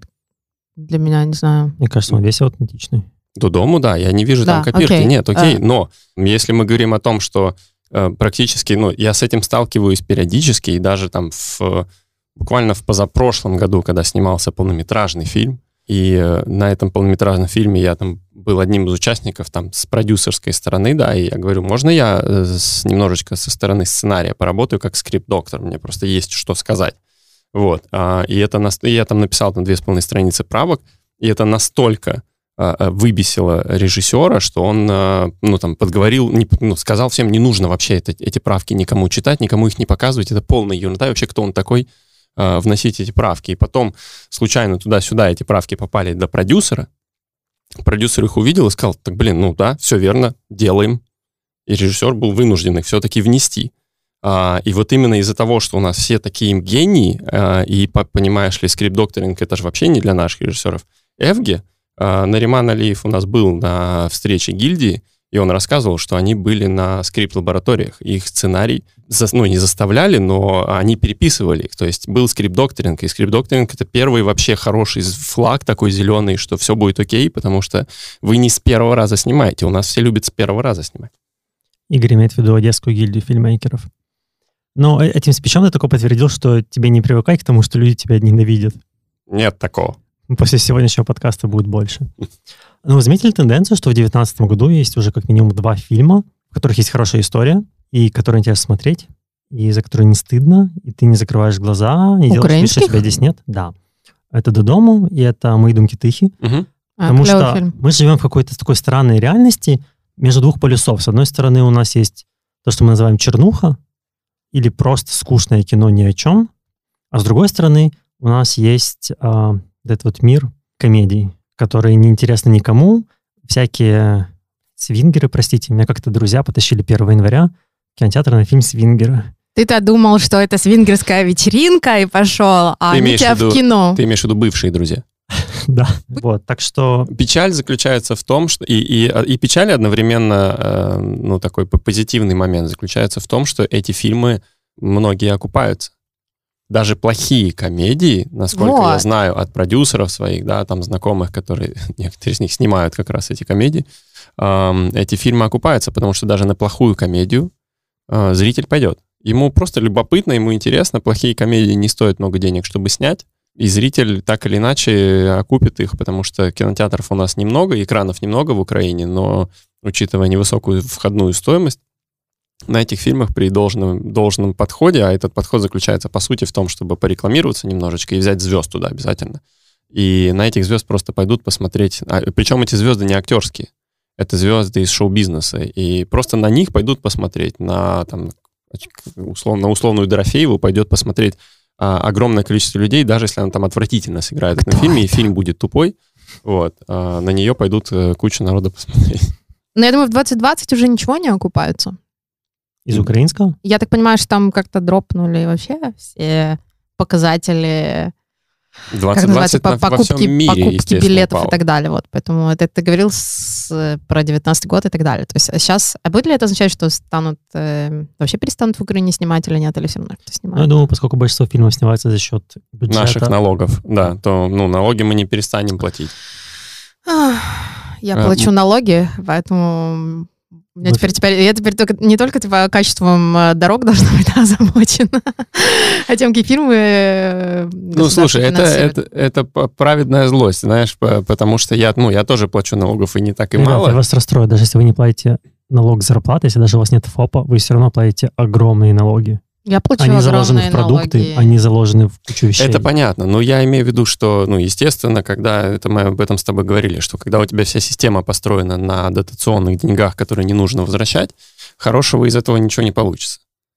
для меня, не знаю. Мне кажется, он весь аутентичный. Додому, да, я не вижу там копирки. Окей. Нет, окей, но если мы говорим о том, что практически, я с этим сталкиваюсь периодически, и даже там буквально в позапрошлом году, когда снимался полнометражный фильм, и на этом полнометражном фильме я там был одним из участников там с продюсерской стороны, да, и я говорю, можно я немножечко со стороны сценария поработаю как скрипт-доктор, мне просто есть что сказать. Вот, и я там написал там 2,5 страницы правок, и это настолько выбесило режиссера, что он, подговорил, сказал всем, не нужно вообще эти правки никому читать, никому их не показывать, это полная ерунда, и вообще кто он такой, вносить эти правки. И потом случайно туда-сюда эти правки попали до продюсера, продюсер их увидел и сказал, так, все верно, делаем. И режиссер был вынужден их все-таки внести. И вот именно из-за того, что у нас все такие гении, и, понимаешь ли, скрипт-докторинг, это же вообще не для наших режиссеров, Эвги, Нариман Алиев у нас был на встрече гильдии, и он рассказывал, что они были на скрипт-лабораториях. Их сценарий не заставляли, но они переписывали их. То есть был скрипт-докторинг, и скрипт-докторинг — это первый вообще хороший флаг такой зеленый, что все будет окей, потому что вы не с первого раза снимаете. У нас все любят с первого раза снимать. Игорь имеет в виду Одесскую гильдию фильммейкеров. Но этим спичом ты только подтвердил, что тебе не привыкай к тому, что люди тебя ненавидят. Нет такого. После сегодняшнего подкаста будет больше. Ну, вы заметили тенденцию, что в 2019 году есть уже как минимум 2 фильма, в которых есть хорошая история, и которые интересно смотреть, и за которые не стыдно, и ты не закрываешь глаза, не делаешь вид, что тебя здесь нет. Да. Это «Додому», и это «Мои думки тихи». Угу. Потому что мы живем в какой-то такой странной реальности между двух полюсов. С одной стороны, у нас есть то, что мы называем чернуха, или просто скучное кино ни о чем. А с другой стороны, у нас есть этот вот мир комедий, которые не интересны никому. Всякие свингеры, простите, меня как-то друзья потащили 1 января в кинотеатр на фильм «Свингеры». Ты-то думал, что это свингерская вечеринка, и пошел, а они тебя в кино. Ты имеешь в виду бывшие друзья? Да, вот, так что... Печаль заключается в том, что... И печаль одновременно, ну, такой позитивный момент заключается в том, что эти фильмы многие окупаются. Даже плохие комедии, насколько я знаю от продюсеров своих, да, там знакомых, которые, некоторые из них снимают как раз эти комедии, эти фильмы окупаются, потому что даже на плохую комедию зритель пойдет. Ему просто любопытно, ему интересно, плохие комедии не стоят много денег, чтобы снять, и зритель так или иначе окупит их, потому что кинотеатров у нас немного, экранов немного в Украине, но, учитывая невысокую входную стоимость, на этих фильмах при должном подходе, а этот подход заключается, по сути, в том, чтобы порекламироваться немножечко и взять звезд туда обязательно. И на этих звезд просто пойдут посмотреть. Причем эти звезды не актерские, это звезды из шоу-бизнеса. И просто на них пойдут посмотреть, на условную Дорофееву пойдет посмотреть огромное количество людей, даже если она там отвратительно сыграет в этом фильме, и фильм будет тупой, вот, на нее пойдут куча народа посмотреть. Но я думаю, в 2020 уже ничего не окупаются. Из украинского? Я так понимаю, что там как-то дропнули вообще все показатели 2020 во всем мире, покупки билетов и так далее. Вот. Поэтому это ты говорил про 19 год и так далее. То есть сейчас... А будет ли это означать, что вообще перестанут в Украине снимать или нет, или все равно кто снимает? Ну, я думаю, поскольку большинство фильмов снимается за счет бюджета... Наших налогов, да. То налоги мы не перестанем платить. Я плачу налоги, поэтому... Я теперь только, не только качеством дорог должна быть озабочена, а тем, какие фильмы... Ну, слушай, это праведная злость, знаешь, потому что я тоже плачу налогов, и не так и мало. Я вас расстрою, даже если вы не платите налог с зарплаты, если даже у вас нет ФОПа, вы все равно платите огромные налоги. Я плачу они огромные заложены в продукты, налоги. Они заложены в кучу вещей. Это понятно, но я имею в виду, что, естественно, когда, мы об этом с тобой говорили, что когда у тебя вся система построена на дотационных деньгах, которые не нужно возвращать, хорошего из этого ничего не получится.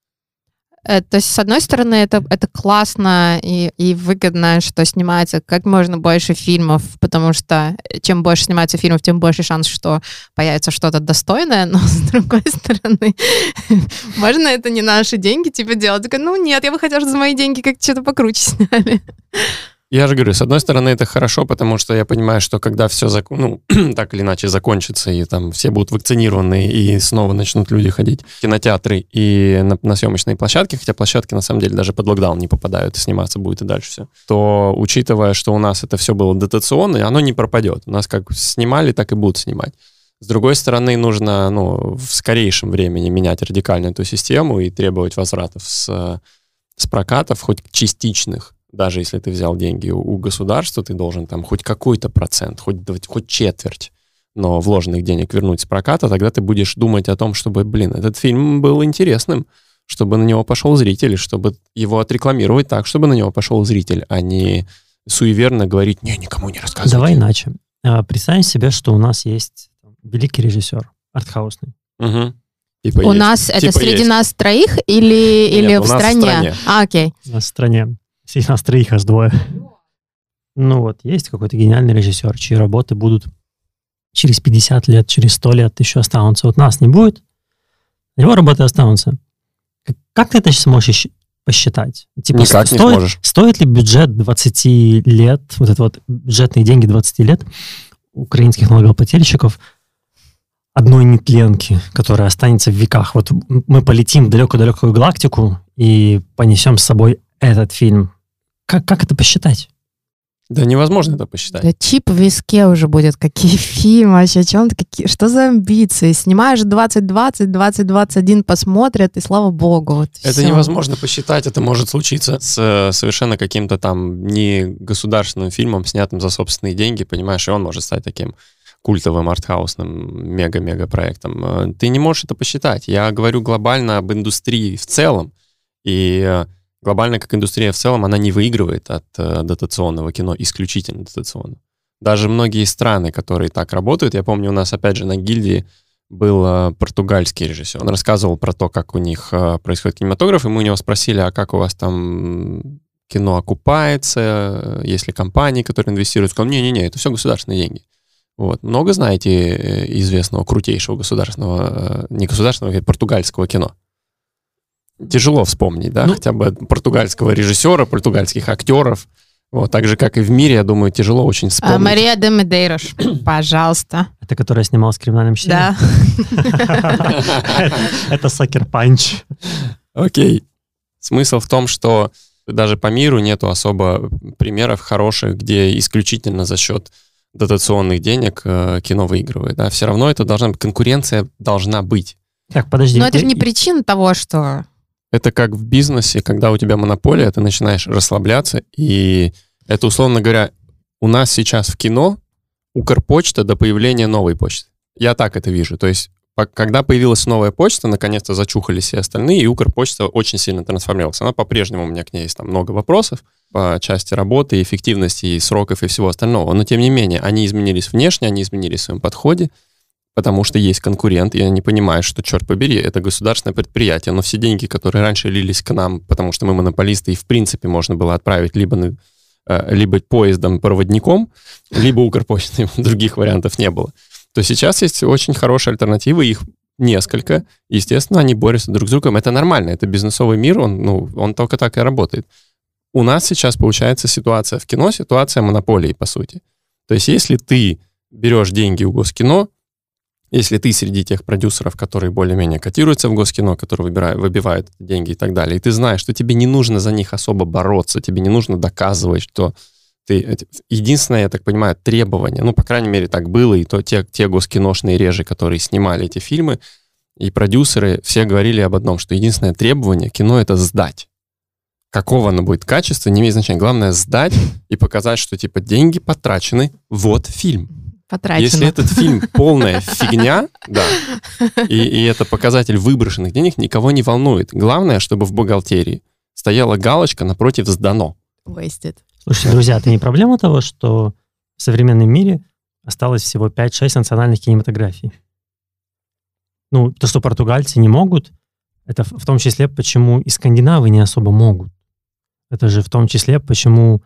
То есть, с одной стороны, это классно и выгодно, что снимается как можно больше фильмов, потому что чем больше снимается фильмов, тем больше шанс, что появится что-то достойное, но с другой стороны, можно это не наши деньги делать? Такая, нет, я бы хотела, чтобы за мои деньги как-то что-то покруче сняли. Я же говорю, с одной стороны, это хорошо, потому что я понимаю, что когда все так или иначе закончится, и там все будут вакцинированы, и снова начнут люди ходить в кинотеатры и на съемочные площадки, хотя площадки, на самом деле, даже под локдаун не попадают, и сниматься будет и дальше все, то, учитывая, что у нас это все было дотационное, оно не пропадет. У нас как снимали, так и будут снимать. С другой стороны, нужно в скорейшем времени менять радикально эту систему и требовать возвратов с прокатов, хоть частичных. Даже если ты взял деньги у государства, ты должен там хоть какой-то процент, хоть четверть, но вложенных денег вернуть с проката, тогда ты будешь думать о том, чтобы, этот фильм был интересным, чтобы на него пошел зритель, чтобы его отрекламировать так, чтобы на него пошел зритель, а не суеверно говорить, никому не рассказывай. Давай иначе. Представим себе, что у нас есть великий режиссер, артхаусный. Угу. У нас это среди нас троих или в стране? Окей. У нас в стране. Среди нас троих аж двое. Есть какой-то гениальный режиссер, чьи работы будут через 50 лет, через 100 лет еще останутся. Вот нас не будет, его работы останутся. Как ты это сейчас можешь посчитать? Никак не сможешь. Стоит ли бюджет 20 лет, бюджетные деньги 20 лет украинских налогоплательщиков одной нетленки, которая останется в веках? Вот мы полетим в далекую-далекую галактику и понесем с собой этот фильм. Как это посчитать? Да невозможно это посчитать. Да чип в виске уже будет. Какие фильмы вообще? Что за амбиции? Снимаешь 2020, 2021 посмотрят, и слава богу. Это все. невозможно посчитать. Это может случиться с совершенно каким-то там не государственным фильмом, снятым за собственные деньги, понимаешь, и он может стать таким культовым артхаусным мега-мега проектом. Ты не можешь это посчитать. Я говорю глобально об индустрии в целом. И глобально как индустрия в целом, она не выигрывает от дотационного кино, исключительно дотационного. Даже многие страны, которые так работают, я помню, у нас опять же на гильдии был португальский режиссер. Он рассказывал про то, как у них происходит кинематограф, и мы у него спросили, а как у вас там кино окупается, есть ли компании, которые инвестируют? Он сказал, не-не-не, это все государственные деньги. Вот. Много знаете известного, крутейшего государственного, не государственного, а португальского кино? Тяжело вспомнить, да, хотя бы португальского режиссера, португальских актеров. Вот, так же, как и в мире, я думаю, тяжело очень вспомнить. Мария де Медейрош, пожалуйста. Это которая снималась в «Криминальном чтиве»? Да. Это Сакер Панч. Окей. Смысл в том, что даже по миру нету особо примеров хороших, где исключительно за счет дотационных денег кино выигрывает. Да? Все равно это должна быть, конкуренция должна быть. Так, подожди. Но это же не причина того, что... Это как в бизнесе, когда у тебя монополия, ты начинаешь расслабляться, и это, условно говоря, у нас сейчас в кино Укрпочта до появления новой почты. Я так это вижу. То есть, когда появилась новая почта, наконец-то зачухались все остальные, и Укрпочта очень сильно трансформировалась. Она по-прежнему, у меня к ней есть там много вопросов по части работы, эффективности, и сроков и всего остального. Но, тем не менее, они изменились внешне, они изменились в своем подходе, потому что есть конкурент, и они понимают, что, черт побери, это государственное предприятие, но все деньги, которые раньше лились к нам, потому что мы монополисты, и в принципе можно было отправить либо поездом-проводником, либо Укрпочтой, других вариантов не было, то сейчас есть очень хорошие альтернативы, их несколько, естественно, они борются друг с другом, это нормально, это бизнесовый мир, он только так и работает. У нас сейчас получается ситуация в кино, ситуация монополии, по сути. То есть если ты берешь деньги у Госкино, если ты среди тех продюсеров, которые более-менее котируются в Госкино, которые выбивают деньги и так далее, и ты знаешь, что тебе не нужно за них особо бороться, тебе не нужно доказывать, что ты... Единственное, я так понимаю, требование, по крайней мере, так было, и то те госкиношные режи, которые снимали эти фильмы, и продюсеры все говорили об одном, что единственное требование кино — это сдать. Какого оно будет качества, не имеет значения. Главное — сдать и показать, что, деньги потрачены, вот фильм. Потрачено. Если этот фильм полная фигня, да, и это показатель выброшенных денег, никого не волнует. Главное, чтобы в бухгалтерии стояла галочка напротив «сдано». Wasted. Слушайте, друзья, это не проблема того, что в современном мире осталось всего 5-6 национальных кинематографий? То, что португальцы не могут, это в том числе, почему и скандинавы не особо могут. Это же в том числе, почему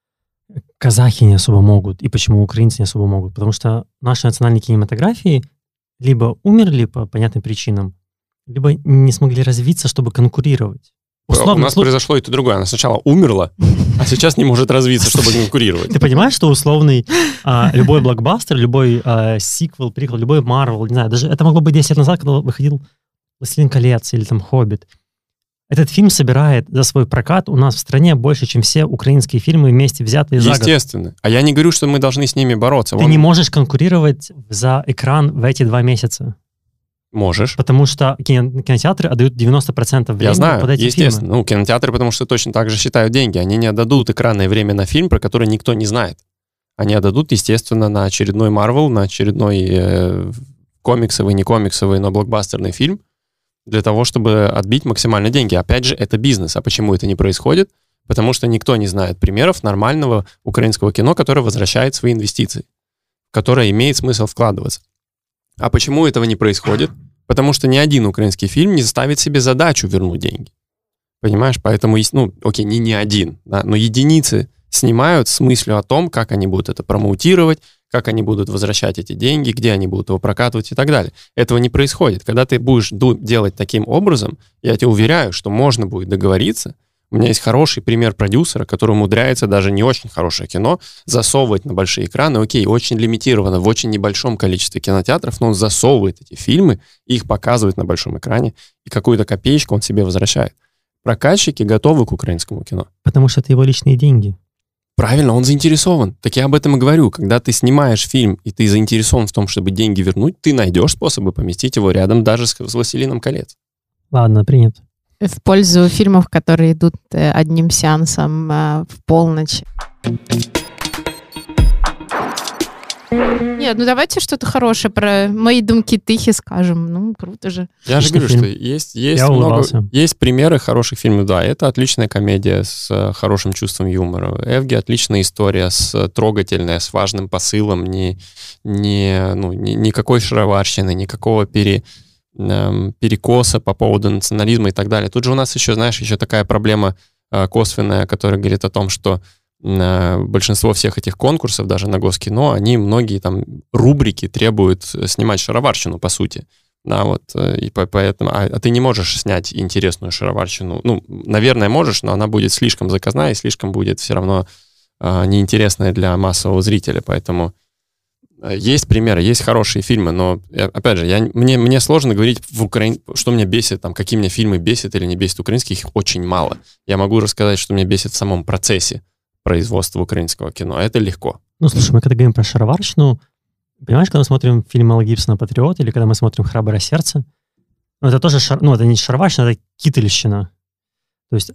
казахи не особо могут и почему украинцы не особо могут. Потому что наши национальные кинематографии либо умерли по понятным причинам, либо не смогли развиться, чтобы конкурировать. Условно, у нас произошло и то другое. Она сначала умерла, а сейчас не может развиться, чтобы конкурировать. Ты понимаешь, что условный любой блокбастер, любой сиквел, приквел, любой Марвел, не знаю, даже это могло быть 10 лет назад, когда выходил «Властелин колец» или там «Хоббит». Этот фильм собирает за свой прокат у нас в стране больше, чем все украинские фильмы вместе взятые за год. Естественно. А я не говорю, что мы должны с ними бороться. Ты не можешь конкурировать за экран в эти 2 месяца. Можешь. Потому что кинотеатры отдают 90% времени я знаю, под эти естественно. фильмы. Кинотеатры, потому что точно так же считают деньги. Они не отдадут экранное время на фильм, про который никто не знает. Они отдадут, естественно, на очередной Marvel, на очередной комиксовый, не комиксовый, но блокбастерный фильм, для того, чтобы отбить максимально деньги. Опять же, это бизнес. А почему это не происходит? Потому что никто не знает примеров нормального украинского кино, которое возвращает свои инвестиции, которое имеет смысл вкладываться. А почему этого не происходит? Потому что ни один украинский фильм не ставит себе задачу вернуть деньги. Понимаешь? Поэтому, не один, да, но единицы снимают с мыслью о том, как они будут это промоутировать, как они будут возвращать эти деньги, где они будут его прокатывать и так далее. Этого не происходит. Когда ты будешь делать таким образом, я тебе уверяю, что можно будет договориться. У меня есть хороший пример продюсера, который умудряется даже не очень хорошее кино засовывать на большие экраны. Окей, очень лимитированно, в очень небольшом количестве кинотеатров, но он засовывает эти фильмы, их показывает на большом экране, и какую-то копеечку он себе возвращает. Прокатчики готовы к украинскому кино. Потому что это его личные деньги. Правильно, он заинтересован. Так я об этом и говорю. Когда ты снимаешь фильм, и ты заинтересован в том, чтобы деньги вернуть, ты найдешь способы поместить его рядом даже с «Властелином колец». Ладно, принято. В пользу фильмов, которые идут одним сеансом в полночь. Нет, ну давайте что-то хорошее про «Мои думки тихи» скажем. Ну, круто же. Я же говорю, фильм. что есть примеры хороших фильмов. Да, это отличная комедия с хорошим чувством юмора. «Эвги» — отличная история, трогательная, с важным посылом, никакой шароварщины, никакого перекоса по поводу национализма и так далее. Тут же у нас еще, знаешь, еще такая проблема косвенная, которая говорит о том, что большинство всех этих конкурсов, даже на Госкино, они многие там рубрики требуют снимать шароварщину, по сути. Да, вот, и поэтому... А ты не можешь снять интересную шароварщину. Ну, наверное, можешь, но она будет слишком заказная и слишком будет все равно неинтересная для массового зрителя. Поэтому есть примеры, есть хорошие фильмы, но, опять же, мне сложно говорить что меня бесит, там, какие меня фильмы бесят или не бесят украинских, их очень мало. Я могу рассказать, что меня бесит в самом процессе производства украинского кино. Это легко. Ну, слушай, мы когда говорим про шароварщину, понимаешь, когда мы смотрим фильм Мела Гибсона «Патриот» или когда мы смотрим «Храброе сердце», ну, это тоже, это не шароварщина, это кительщина. То есть...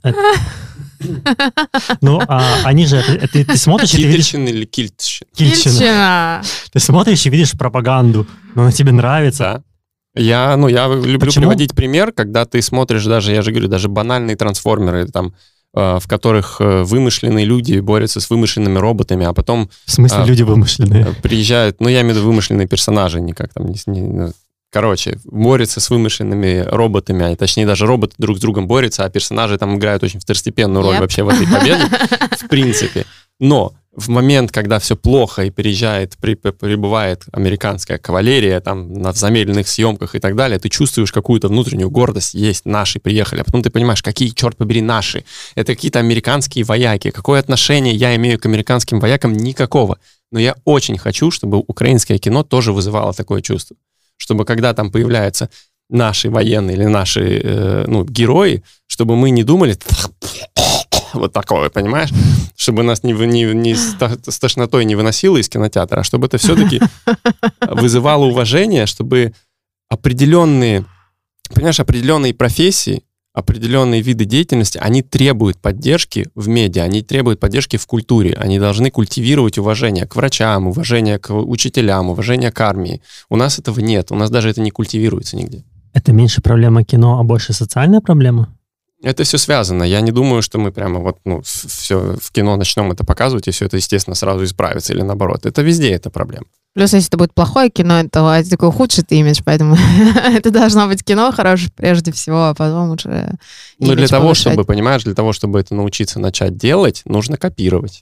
Ну, они же... Ты смотришь и ты видишь... Кительщина или кильтщина? Кильчина. Ты смотришь и видишь пропаганду, но она тебе нравится. Да. Я люблю приводить пример, когда ты смотришь даже, я же говорю, даже банальные трансформеры, там, в которых вымышленные люди борются с вымышленными роботами, а потом... В смысле, люди вымышленные? Приезжают, я имею в виду вымышленные персонажи, никак там... Короче, борются с вымышленными роботами, точнее, даже роботы друг с другом борются, а персонажи там играют очень второстепенную роль вообще в этой победе, в принципе. Но в момент, когда все плохо и прибывает американская кавалерия там в замедленных съемках и так далее, ты чувствуешь какую-то внутреннюю гордость, есть, наши приехали, а потом ты понимаешь, какие, черт побери, наши. Это какие-то американские вояки. Какое отношение я имею к американским воякам? Никакого. Но я очень хочу, чтобы украинское кино тоже вызывало такое чувство. Чтобы когда там появляются наши военные или наши герои, чтобы мы не думали вот такое, понимаешь? Чтобы нас с тошнотой не выносило из кинотеатра, а чтобы это все-таки вызывало уважение, чтобы определенные профессии, определенные виды деятельности, они требуют поддержки в медиа, они требуют поддержки в культуре, они должны культивировать уважение к врачам, уважение к учителям, уважение к армии. У нас этого нет, у нас даже это не культивируется нигде. Это меньше проблема кино, а больше социальная проблема? Это все связано. Я не думаю, что мы прямо все в кино начнем это показывать, и все это, естественно, сразу исправится, или наоборот. Это везде эта проблема. Плюс, если это будет плохое кино, то это такой ухудшит имидж, поэтому это должно быть кино хорошее прежде всего, а потом уже для того, чтобы, понимаешь, для того, чтобы это научиться начать делать, нужно копировать.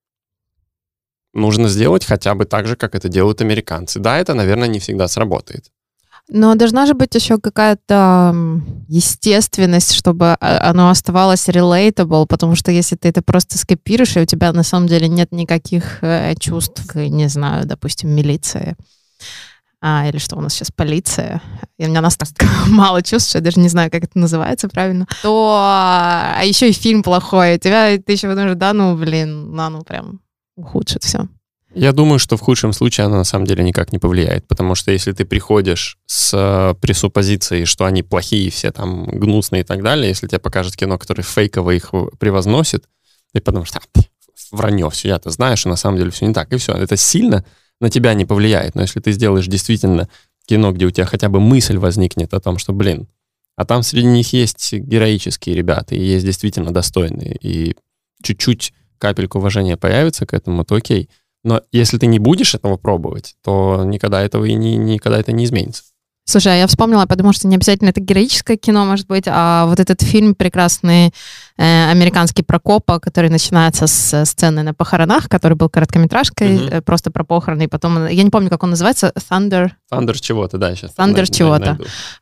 Нужно сделать хотя бы так же, как это делают американцы. Да, это, наверное, не всегда сработает. Но должна же быть еще какая-то естественность, чтобы оно оставалось relatable, потому что если ты это просто скопируешь, и у тебя на самом деле нет никаких чувств, не знаю, допустим, милиция, или что у нас сейчас, полиция, и у меня настолько мало чувств, что я даже не знаю, как это называется правильно, то еще и фильм плохой, ты еще думаешь, прям ухудшит все. Я думаю, что в худшем случае она на самом деле никак не повлияет, потому что если ты приходишь с пресуппозицией, что они плохие, все там гнусные и так далее, если тебе покажет кино, которое фейково их превозносит, ты подумаешь, вранье, все, я-то знаю, что на самом деле все не так, и все. Это сильно на тебя не повлияет, но если ты сделаешь действительно кино, где у тебя хотя бы мысль возникнет о том, что, а там среди них есть героические ребята, и есть действительно достойные, и чуть-чуть капельку уважения появится к этому, то окей. Но если ты не будешь этого пробовать, то никогда это не изменится. Слушай, я вспомнила, потому что не обязательно это героическое кино, может быть, а вот этот фильм прекрасный американский про копа, который начинается с сцены на похоронах, который был короткометражкой, просто про похороны, и потом, я не помню, как он называется, Thunder чего-то, да, сейчас. Thunder чего-то.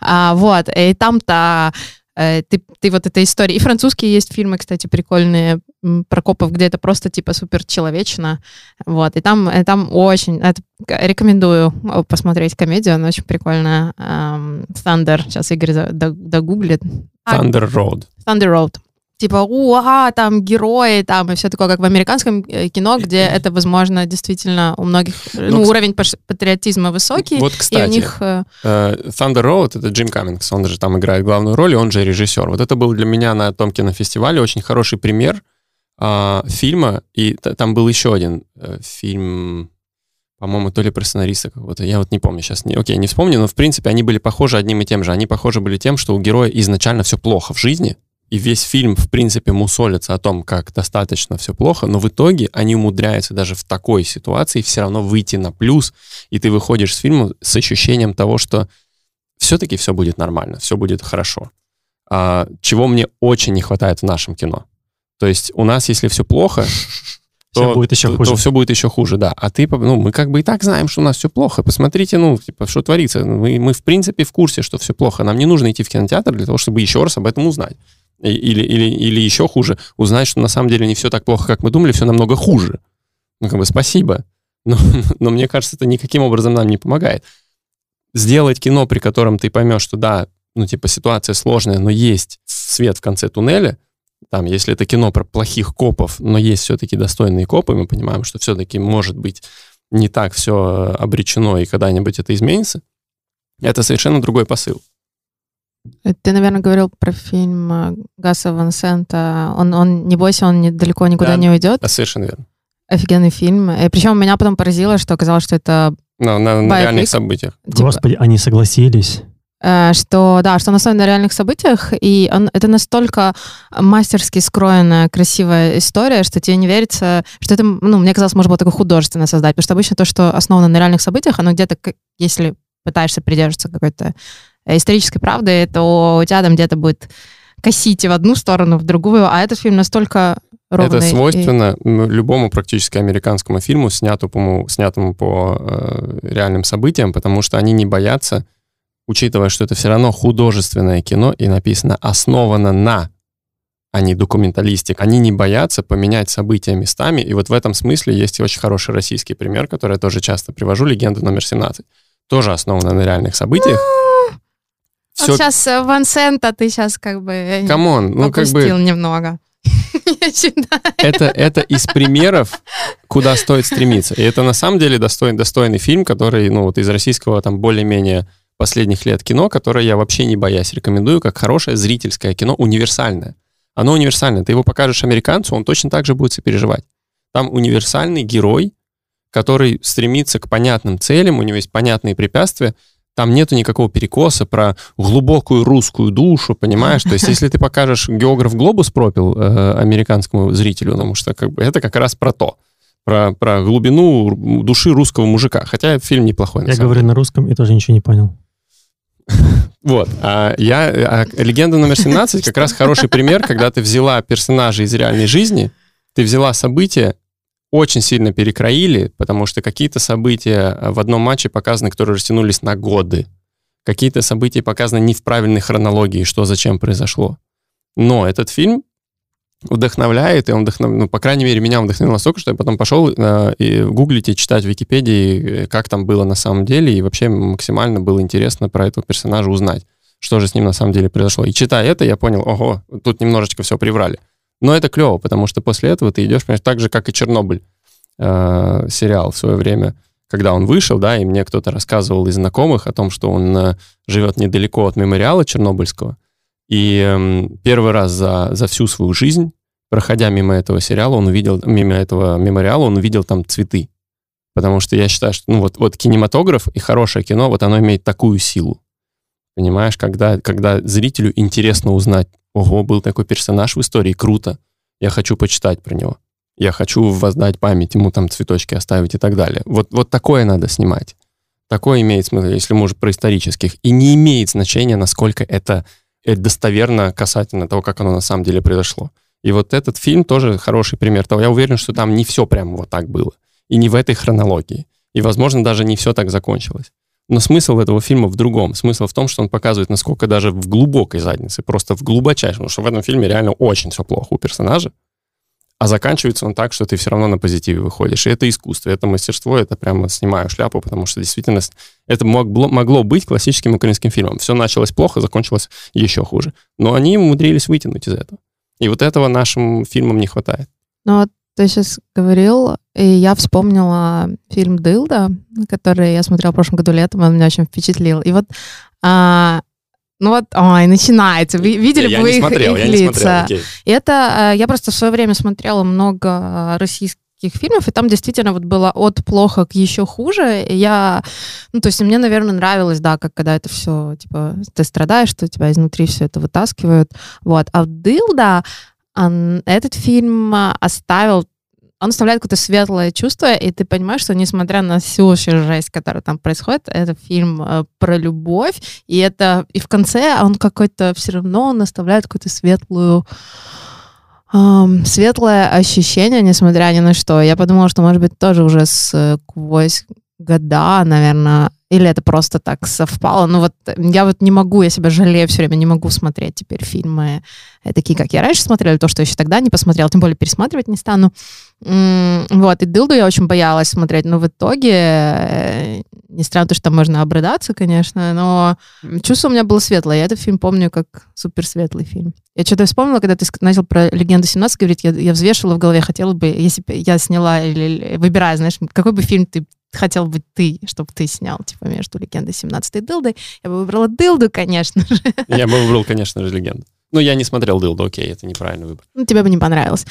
И там-то ты вот эта история. И французские есть фильмы, кстати, прикольные про копов, где это просто типа супер человечно. Вот. И там очень... рекомендую посмотреть комедию, она очень прикольная. Thunder. Сейчас Игорь догуглит. Thunder Road. Thunder Road. Типа, там герои, там, и все такое, как в американском кино, где это, возможно, действительно у многих, уровень патриотизма высокий. Вот, кстати, и у них... Thunder Road — это Джим Каммингс, он же там играет главную роль, и он же режиссер. Вот это был для меня на том кинофестивале очень хороший пример фильма, и там был еще один фильм, по-моему, то ли про сценариста какого-то, я вот не помню сейчас, не вспомню, но в принципе они были похожи одним и тем же. Они похожи были тем, что у героя изначально все плохо в жизни, и весь фильм, в принципе, мусолится о том, как достаточно все плохо, но в итоге они умудряются даже в такой ситуации все равно выйти на плюс, и ты выходишь с фильма с ощущением того, что все-таки все будет нормально, все будет хорошо. Чего мне очень не хватает в нашем кино. То есть у нас, если все плохо, все будет еще хуже. То все будет еще хуже, да. А мы как бы и так знаем, что у нас все плохо. Посмотрите, что творится. Мы в принципе в курсе, что все плохо. Нам не нужно идти в кинотеатр для того, чтобы еще раз об этом узнать. Или еще хуже, узнать, что на самом деле не все так плохо, как мы думали, все намного хуже. Спасибо. Но мне кажется, это никаким образом нам не помогает. Сделать кино, при котором ты поймешь, что да, ситуация сложная, но есть свет в конце туннеля. Там, если это кино про плохих копов, но есть все-таки достойные копы, мы понимаем, что все-таки, может быть, не так все обречено, и когда-нибудь это изменится, это совершенно другой посыл. Ты, наверное, говорил про фильм Гаса Ван Сента. Он не бойся, он далеко никуда не уйдет. Совершенно верно. Офигенный фильм. И причем меня потом поразило, что оказалось, что это на реальных событиях. Господи, они согласились. Что он основан на реальных событиях, и это настолько мастерски скроенная, красивая история, что тебе не верится, что это, мне казалось, можно было такое художественно создать, потому что обычно то, что основано на реальных событиях, оно где-то, если пытаешься придерживаться какой-то исторической правды, то у тебя там где-то будет косить в одну сторону, в другую, а этот фильм настолько ровный. Это свойственно любому практически американскому фильму, снятому по реальным событиям, потому что они не боятся, учитывая, что это все равно художественное кино и написано «основано на», а не документалистик. Они не боятся поменять события местами, и вот в этом смысле есть очень хороший российский пример, который я тоже часто привожу, «Легенда номер 17». Тоже основана на реальных событиях. Вот сейчас Ван Сента ты сейчас Камон, опустил немного. Это из примеров, куда стоит стремиться. И это на самом деле достойный фильм, который, из российского более-менее последних лет кино, которое я вообще не боясь рекомендую, как хорошее зрительское кино, универсальное. Оно универсальное. Ты его покажешь американцу, он точно так же будет сопереживать. Там универсальный герой, который стремится к понятным целям, у него есть понятные препятствия, там нету никакого перекоса про глубокую русскую душу, понимаешь? То есть если ты покажешь «Географ глобус пропил» американскому зрителю, потому что это как раз про то. Про глубину души русского мужика. Хотя фильм неплохой. Я говорю на русском и тоже ничего не понял. Вот. «Легенда номер 17» как раз хороший пример, когда ты взяла персонажа из реальной жизни, ты взяла события, очень сильно перекроили, потому что какие-то события в одном матче показаны, которые растянулись на годы. Какие-то события показаны не в правильной хронологии, что зачем произошло. Но этот фильм вдохновляет, и он по крайней мере, меня вдохновил настолько, что я потом пошел и гуглить и читать в Википедии, как там было на самом деле, и вообще максимально было интересно про этого персонажа узнать, что же с ним на самом деле произошло. И читая это, я понял, ого, тут немножечко все приврали. Но это клево, потому что после этого ты идешь, понимаешь, так же, как и «Чернобыль» сериал в свое время, когда он вышел, да, и мне кто-то рассказывал из знакомых о том, что он живет недалеко от мемориала Чернобыльского, и первый раз за всю свою жизнь, проходя мимо этого сериала, мимо этого мемориала, он увидел там цветы. Потому что я считаю, что вот кинематограф и хорошее кино, вот оно имеет такую силу. Понимаешь, когда зрителю интересно узнать, ого, был такой персонаж в истории, круто, я хочу почитать про него, я хочу воздать память, ему там цветочки оставить и так далее. Вот такое надо снимать. Такое имеет смысл, если мы уже про исторических. И не имеет значения, насколько это достоверно касательно того, как оно на самом деле произошло. И вот этот фильм тоже хороший пример того. Я уверен, что там не все прямо вот так было. И не в этой хронологии. И, возможно, даже не все так закончилось. Но смысл этого фильма в другом. Смысл в том, что он показывает, насколько даже в глубокой заднице, просто в глубочайшем, потому что в этом фильме реально очень все плохо у персонажа, а заканчивается он так, что ты все равно на позитиве выходишь. И это искусство, это мастерство, это прямо снимаю шляпу, потому что действительно это могло быть классическим украинским фильмом. Все началось плохо, закончилось еще хуже. Но они умудрились вытянуть из этого. И вот этого нашим фильмам не хватает. Ну вот ты сейчас говорил, и я вспомнила фильм «Дылда», который я смотрела в прошлом году летом, он меня очень впечатлил. И вот, начинается. Видели бы их лица? Окей. И это, я просто в свое время смотрела много российских таких фильмов, и там действительно вот было от плохо к еще хуже. И я, то есть мне, наверное, нравилось, да, как когда это все, типа, ты страдаешь, что тебя изнутри все это вытаскивают. Вот. А «Дылда», этот фильм он оставляет какое-то светлое чувство, и ты понимаешь, что несмотря на всю вообще жесть, которая там происходит, это фильм про любовь, и в конце он какой-то все равно он оставляет какую-то светлое ощущение, несмотря ни на что. Я подумала, что, может быть, тоже уже сквозь года, наверное, или это просто так совпало. Я не могу, я себя жалею все время, не могу смотреть теперь фильмы такие, как я раньше смотрела, то, что я еще тогда не посмотрела, тем более пересматривать не стану. Вот, и «Дылду» я очень боялась смотреть, но в итоге, несмотря на то, что там можно обрыдаться, конечно, но чувство у меня было светлое. Я этот фильм помню как суперсветлый фильм. Я что-то вспомнила, когда ты начал про «Легенду 17» говорить, я взвешивала в голове, хотела бы, если бы я сняла, или выбирая, знаешь, какой бы фильм ты хотел бы чтобы ты снял, типа, между «Легендой 17» и «Дылдой», я бы выбрала «Дылду», конечно же. Я бы выбрал, конечно же, «Легенду». Ну, я не смотрел «Дылду», окей, это неправильный выбор. Тебе бы не понравилось.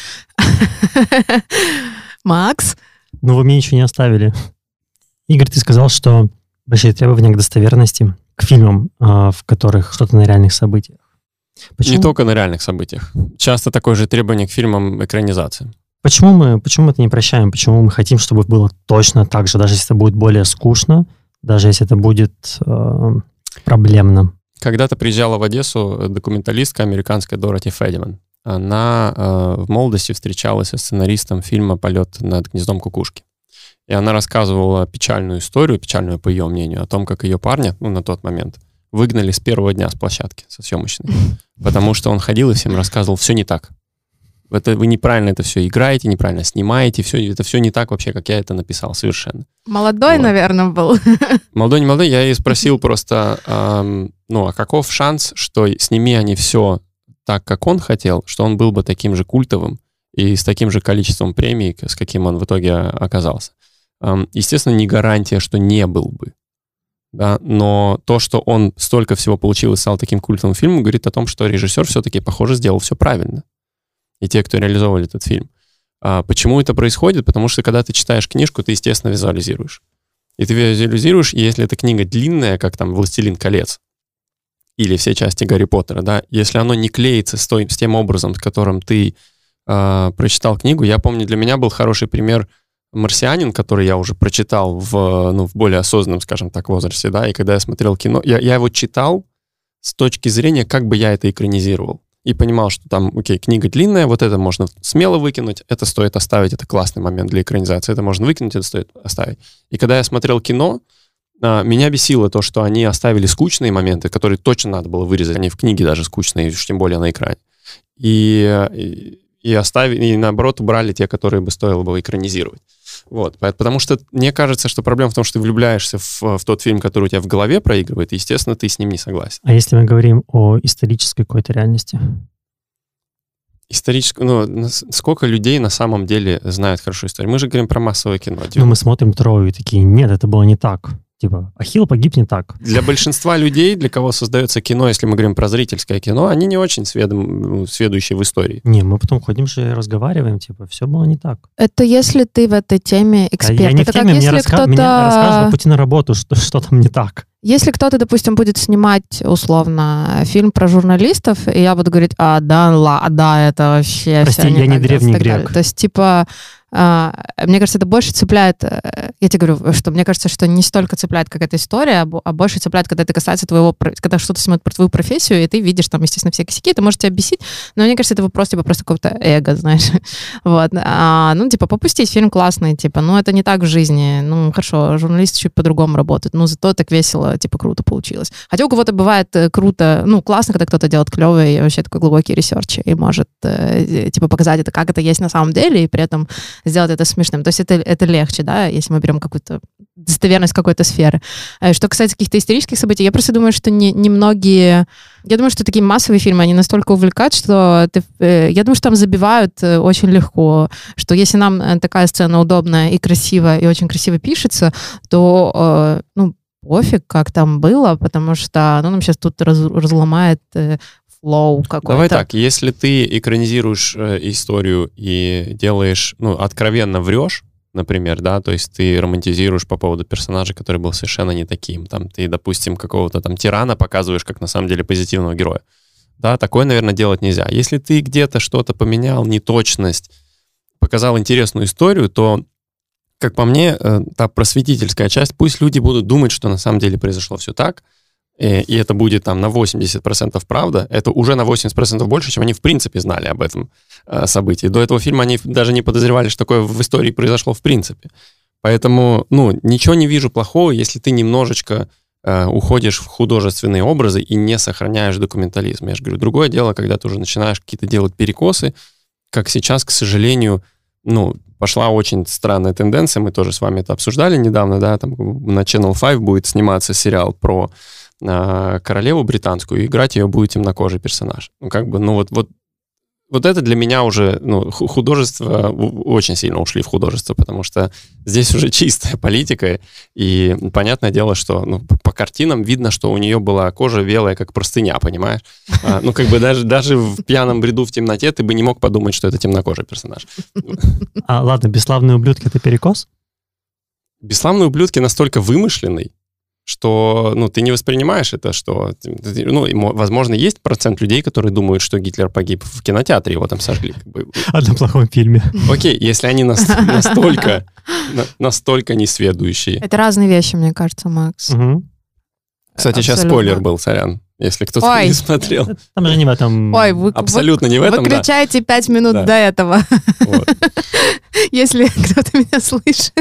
Макс? Вы мне ничего не оставили. Игорь, ты сказал, что большие требования к достоверности, к фильмам, в которых что-то на реальных событиях. Почему? Не только на реальных событиях. Часто такое же требование к фильмам экранизации. Почему мы это не прощаем? Почему мы хотим, чтобы было точно так же, даже если это будет более скучно, даже если это будет проблемно? Когда-то приезжала в Одессу документалистка американская Дороти Федиман. Она в молодости встречалась со сценаристом фильма «Полет над гнездом кукушки». И она рассказывала печальную историю, печальную по ее мнению, о том, как ее парня, на тот момент, выгнали с первого дня с площадки, со съемочной. Потому что он ходил и всем рассказывал, все не так. Вы неправильно это все играете, неправильно снимаете, это все не так вообще, как я это написал, совершенно. Молодой, вот. Наверное, был. Молодой, не молодой, я ей спросил просто, а каков шанс, что сними они все так, как он хотел, что он был бы таким же культовым и с таким же количеством премий, с каким он в итоге оказался. Естественно, не гарантия, что не был бы. Да? Но то, что он столько всего получил и стал таким культовым фильмом, говорит о том, что режиссер все-таки, похоже, сделал все правильно. И те, кто реализовывали этот фильм. Почему это происходит? Потому что, когда ты читаешь книжку, ты, естественно, визуализируешь. И ты визуализируешь, и если эта книга длинная, как там «Властелин колец», или все части Гарри Поттера, да, если оно не клеится с тем образом, с которым ты прочитал книгу. Я помню, для меня был хороший пример «Марсианин», который я уже прочитал в более осознанном, скажем так, возрасте, да, и когда я смотрел кино, я его читал с точки зрения, как бы я это экранизировал. И понимал, что там, окей, книга длинная, вот это можно смело выкинуть, это стоит оставить, это классный момент для экранизации, это можно выкинуть, это стоит оставить. И когда я смотрел кино, меня бесило то, что они оставили скучные моменты, которые точно надо было вырезать, они в книге даже скучные, уж тем более на экране. И оставили, и наоборот убрали те, которые бы стоило бы экранизировать. Вот. Потому что мне кажется, что проблема в том, что ты влюбляешься в тот фильм, который у тебя в голове проигрывает, и, естественно, ты с ним не согласен. А если мы говорим о исторической какой-то реальности? Сколько людей на самом деле знают хорошо историю? Мы же говорим про массовое кино. Мы смотрим Трою и такие, нет, это было не так. Типа, Ахилл погиб не так. Для большинства людей, для кого создается кино, если мы говорим про зрительское кино, они не очень сведущие в истории. Не, мы потом ходим же и разговариваем, типа, все было не так. Это если ты в этой теме эксперт. Я не это в теме, мне рассказывают по пути на работу, что там не так. Если кто-то, допустим, будет снимать, условно, фильм про журналистов, и я буду говорить, да, это вообще... Прости, я не древний грек. То есть, типа... Мне кажется, это больше цепляет, я тебе говорю, что мне кажется, что не столько цепляет какая-то история, а больше цепляет, когда это касается когда что-то снимают про твою профессию, и ты видишь там, естественно, все косяки, это может тебя бесить, но мне кажется, это просто какого-то эго, знаешь, вот, попустить фильм классный, это не так в жизни, хорошо, журналисты чуть по-другому работают, зато так весело, круто получилось. Хотя у кого-то бывает круто, классно, когда кто-то делает клевый и вообще такой глубокий ресерч, и может, показать это, как это есть на самом деле, и при этом сделать это смешным. То есть это легче, да, если мы берем какую-то достоверность какой-то сферы. Что касается каких-то исторических событий, я просто думаю, что немногие... Я думаю, что такие массовые фильмы, они настолько увлекают, что я думаю, что там забивают очень легко, что если нам такая сцена удобная и красивая, и очень красиво пишется, то, пофиг, как там было, потому что нам сейчас тут разломает флоу какой-то. Давай так, если ты экранизируешь историю и делаешь, откровенно врешь, например, да, то есть ты романтизируешь по поводу персонажа, который был совершенно не таким, там, ты, допустим, какого-то там тирана показываешь как на самом деле позитивного героя, да, такое, наверное, делать нельзя. Если ты где-то что-то поменял, неточность, показал интересную историю, то, как по мне, та просветительская часть, пусть люди будут думать, что на самом деле произошло все так, и это будет там на 80% правда, это уже на 80% больше, чем они в принципе знали об этом событии. До этого фильма они даже не подозревали, что такое в истории произошло в принципе. Поэтому, ничего не вижу плохого, если ты немножечко уходишь в художественные образы и не сохраняешь документализм. Я же говорю, другое дело, когда ты уже начинаешь какие-то делать перекосы, как сейчас, к сожалению, пошла очень странная тенденция, мы тоже с вами это обсуждали недавно, да, там на Channel 5 будет сниматься сериал про королеву британскую, и играть ее будет темнокожий персонаж. Вот это для меня уже, художество, очень сильно ушли в художество, потому что здесь уже чистая политика, и понятное дело, что по картинам видно, что у нее была кожа белая, как простыня, понимаешь? Даже в пьяном бреду в темноте ты бы не мог подумать, что это темнокожий персонаж. Ладно, «Бесславные ублюдки» — это перекос? «Бесславные ублюдки» настолько вымышленный, что, ты не воспринимаешь это, что, возможно, есть процент людей, которые думают, что Гитлер погиб в кинотеатре, его там сожгли. На плохом фильме. Окей, если они настолько несведущие. Это разные вещи, мне кажется, Макс. Угу. Кстати, сейчас спойлер был, сорян, если кто-то не смотрел. Там же не в этом... Абсолютно не в этом, да. Выключайте 5 минут до этого, если кто-то меня слышит.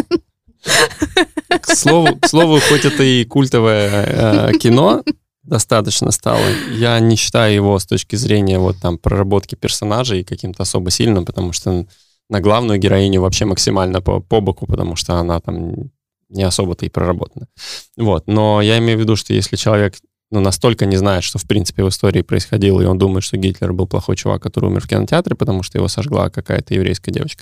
К слову, хоть это и культовое кино достаточно стало, я не считаю его с точки зрения проработки персонажей каким-то особо сильным, потому что на главную героиню вообще максимально по боку, потому что она там не особо-то и проработана. Но я имею в виду, что если человек настолько не знает, что в принципе в истории происходило, и он думает, что Гитлер был плохой чувак, который умер в кинотеатре, потому что его сожгла какая-то еврейская девочка,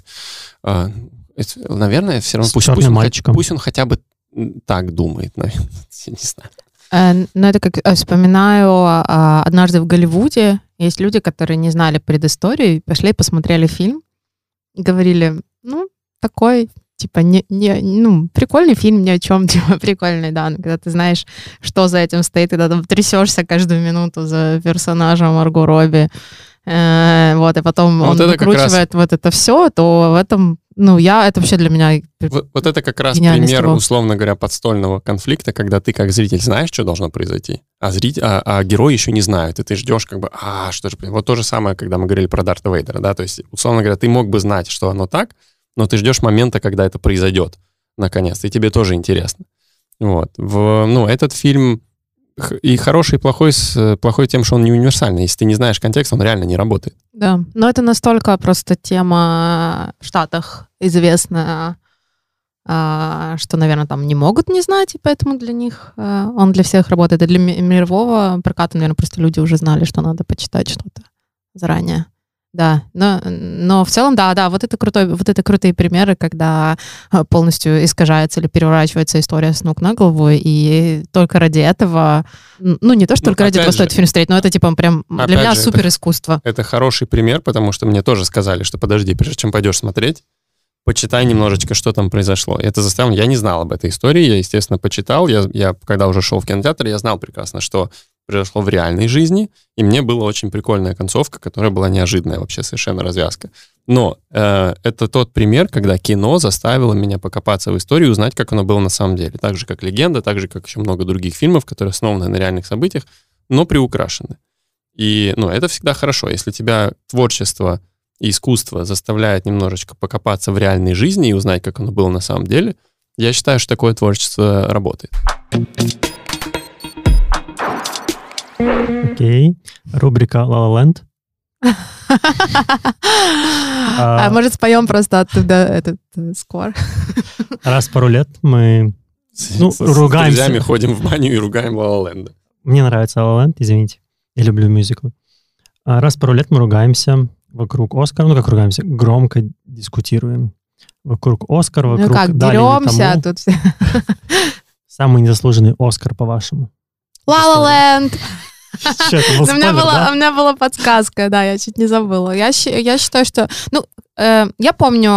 наверное, все равно пусть он хотя бы так думает, наверное, я не знаю. Это как вспоминаю, однажды в Голливуде есть люди, которые не знали предысторию, пошли и посмотрели фильм и говорили, такой, прикольный фильм, ни о чем, прикольный, да, но когда ты знаешь, что за этим стоит, когда ты трясешься каждую минуту за персонажем Марго Робби, и потом он выкручивает это все, то в этом, это вообще для меня... Вот это как раз пример, условно говоря, подстольного конфликта, когда ты как зритель знаешь, что должно произойти, а герои еще не знают, и ты ждешь что же... Вот то же самое, когда мы говорили про Дарта Вейдера, да, то есть, условно говоря, ты мог бы знать, что оно так, но ты ждешь момента, когда это произойдет, наконец, и тебе тоже интересно. Этот фильм и хороший, и плохой тем, что он не универсальный. Если ты не знаешь контекст, он реально не работает. Да, но это настолько просто тема в Штатах известная, что, наверное, там не могут не знать, и поэтому для них он для всех работает. И для мирового проката, наверное, просто люди уже знали, что надо почитать что-то заранее. Да, но в целом, да, вот это крутые примеры, когда полностью искажается или переворачивается история с ног на голову, и только ради этого, не то, что только ради этого стоит фильм смотреть, но это прям для меня супер искусство. Это хороший пример, потому что мне тоже сказали, что подожди, прежде чем пойдешь смотреть, почитай немножечко, что там произошло. И это заставило, я не знал об этой истории, я, естественно, почитал, я когда уже шел в кинотеатр, я знал прекрасно, что произошло в реальной жизни, и мне была очень прикольная концовка, которая была неожиданная вообще, совершенно развязка. Но это тот пример, когда кино заставило меня покопаться в историю и узнать, как оно было на самом деле. Так же, как «Легенда», так же, как еще много других фильмов, которые основаны на реальных событиях, но приукрашены. И это всегда хорошо. Если тебя творчество и искусство заставляет немножечко покопаться в реальной жизни и узнать, как оно было на самом деле, я считаю, что такое творчество работает. Окей. Рубрика «La La Land». Может, споем просто оттуда этот скор? Раз в пару лет мы ругаемся. С друзьями ходим в баню и ругаем «La La Land». Мне нравится «La La Land», извините. Я люблю мюзиклы. Раз в пару лет мы ругаемся вокруг «Оскара». Как ругаемся? Громко дискутируем. Вокруг «Оскара», вокруг... деремся тут все. Самый незаслуженный «Оскар», по-вашему? «La La Land». Что, это был У меня спойлер, да? была подсказка, да, я чуть не забыла. Я считаю, что... Я помню,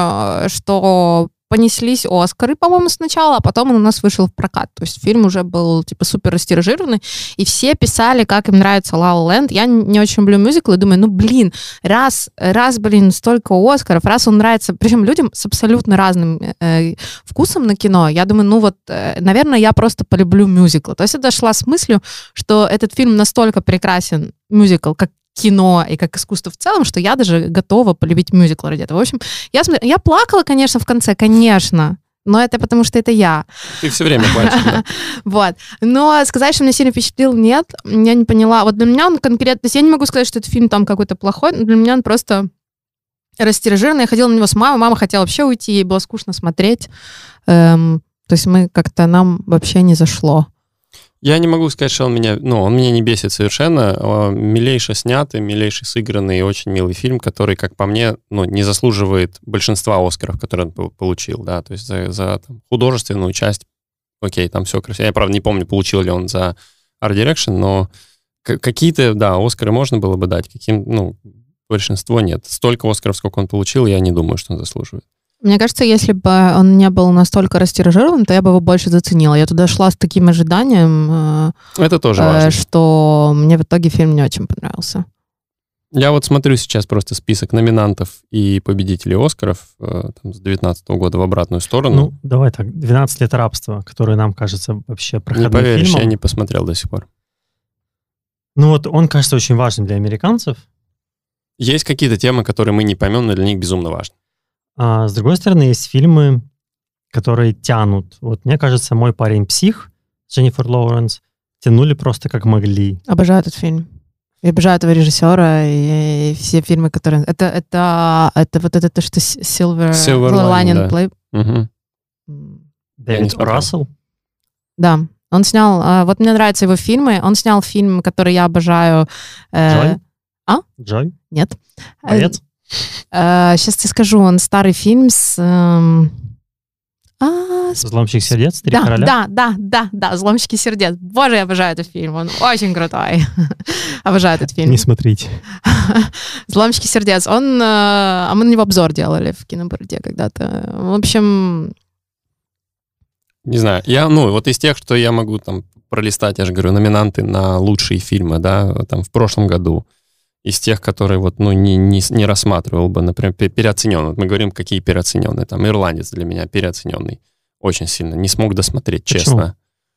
что понеслись Оскары, по-моему, сначала, а потом он у нас вышел в прокат. То есть фильм уже был, типа, супер растиражированный, и все писали, как им нравится La La Land. Я не очень люблю мюзиклы, думаю, раз, столько Оскаров, раз он нравится, причем людям с абсолютно разным вкусом на кино, я думаю, наверное, я просто полюблю мюзиклы. То есть я дошла с мыслью, что этот фильм настолько прекрасен, мюзикл, как кино и как искусство в целом, что я даже готова полюбить мюзикл ради этого. В общем, я плакала, конечно, в конце, конечно, но это потому, что это я. Ты все время плачешь, да? Вот. Но сказать, что меня сильно впечатлил, нет, я не поняла. Вот для меня он конкретно... То есть я не могу сказать, что этот фильм там какой-то плохой, но для меня он просто растиражированный. Я ходила на него с мамой, мама хотела вообще уйти, ей было скучно смотреть. То есть нам вообще не зашло. Я не могу сказать, что он меня не бесит совершенно. Милейше снятый, милейше сыгранный и очень милый фильм, который, как по мне, не заслуживает большинства Оскаров, которые он получил, да, то есть за художественную часть, окей, там все красиво. Я, правда, не помню, получил ли он за Art Direction, но какие-то, да, Оскары можно было бы дать, большинство нет. Столько Оскаров, сколько он получил, я не думаю, что он заслуживает. Мне кажется, если бы он не был настолько растиражирован, то я бы его больше заценила. Я туда шла с таким ожиданием, это тоже важно, что мне в итоге фильм не очень понравился. Я вот смотрю сейчас просто список номинантов и победителей Оскаров с 2019 года в обратную сторону. Ну, давай так, 12 лет рабства, которые нам кажется вообще проходным фильмом. Не поверишь, я не посмотрел до сих пор. Ну вот он кажется очень важным для американцев. Есть какие-то темы, которые мы не поймем, но для них безумно важны. А с другой стороны, есть фильмы, которые тянут. Вот мне кажется, «Мой парень псих» Дженнифер Лоуренс тянули просто как могли. Обожаю этот фильм. Я обожаю этого режиссера и все фильмы, которые... Это вот это что Silver Lining Play. Угу. Дэвид Рассел? Да. Он снял... Вот мне нравятся его фильмы. Он снял фильм, который я обожаю. Джой? Джой? Нет. Боец? Сейчас тебе скажу. Он старый фильм с... «Взломщик сердец», «Три короля»? Да, «Взломщики сердец». Боже, я обожаю этот фильм, он очень крутой. Обожаю этот фильм. Не смотрите. «Взломщики сердец», мы на него обзор делали в Кинобороде когда-то. В общем... Не знаю, я, вот из тех, что я могу там пролистать, я же говорю, номинанты на лучшие фильмы, да, там в прошлом году, из тех, которые не рассматривал бы, например, переоцененный. Вот мы говорим, какие переоцененные. Там «Ирландец» для меня переоцененный. Очень сильно. Не смог досмотреть, честно.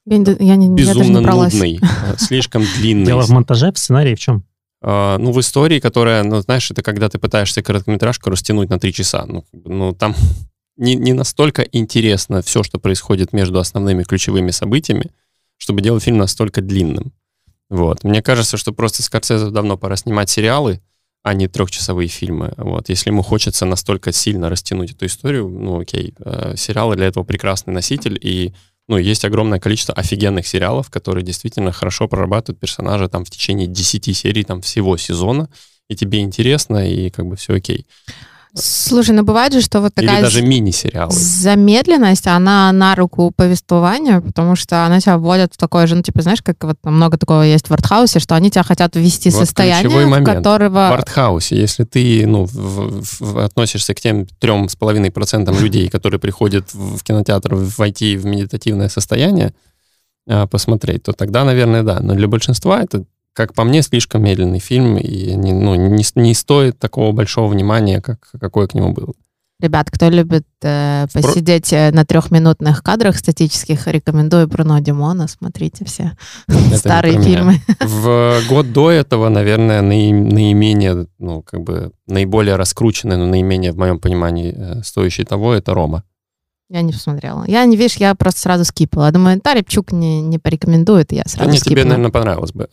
Безумно нудный, слишком длинный. Дело в монтаже, в сценарии, в чем? В истории, которая, знаешь, это когда ты пытаешься короткометражку растянуть на 3 часа. Там не настолько интересно все, что происходит между основными ключевыми событиями, чтобы делать фильм настолько длинным. Вот. Мне кажется, что просто Скорсезе давно пора снимать сериалы, а не 3-часовые фильмы. Вот. Если ему хочется настолько сильно растянуть эту историю, окей. Сериалы для этого прекрасный носитель, и есть огромное количество офигенных сериалов, которые действительно хорошо прорабатывают персонажа там в течение 10 серий там всего сезона, и тебе интересно, и как бы все окей. Слушай, бывает же, что вот такая... Или даже мини-сериалы. Замедленность, она на руку повествованию, потому что она тебя вводит в такое же, знаешь, как вот много такого есть в артхаусе, что они тебя хотят ввести в состояние, в которого... В артхаусе, если ты, относишься к тем 3,5% людей, которые приходят в кинотеатр войти в медитативное состояние, посмотреть, то тогда, наверное, да. Но для большинства это, как по мне, слишком медленный фильм, и не стоит такого большого внимания, какое к нему было. Ребят, кто любит посидеть на 3-минутных кадрах статических, рекомендую Бруно Дюмона, смотрите все старые фильмы. В год до этого, наверное, наименее, наиболее раскрученный, но наименее, в моем понимании, стоящий того, это «Рома». Я не посмотрела. Я просто сразу скипала. Думаю, Рябчук не порекомендует, я сразу скипнула. Тебе, наверное, понравилось бы.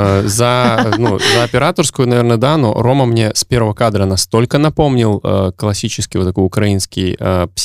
За операторскую, наверное, да, но Рома мне с первого кадра настолько напомнил классический вот такой украинский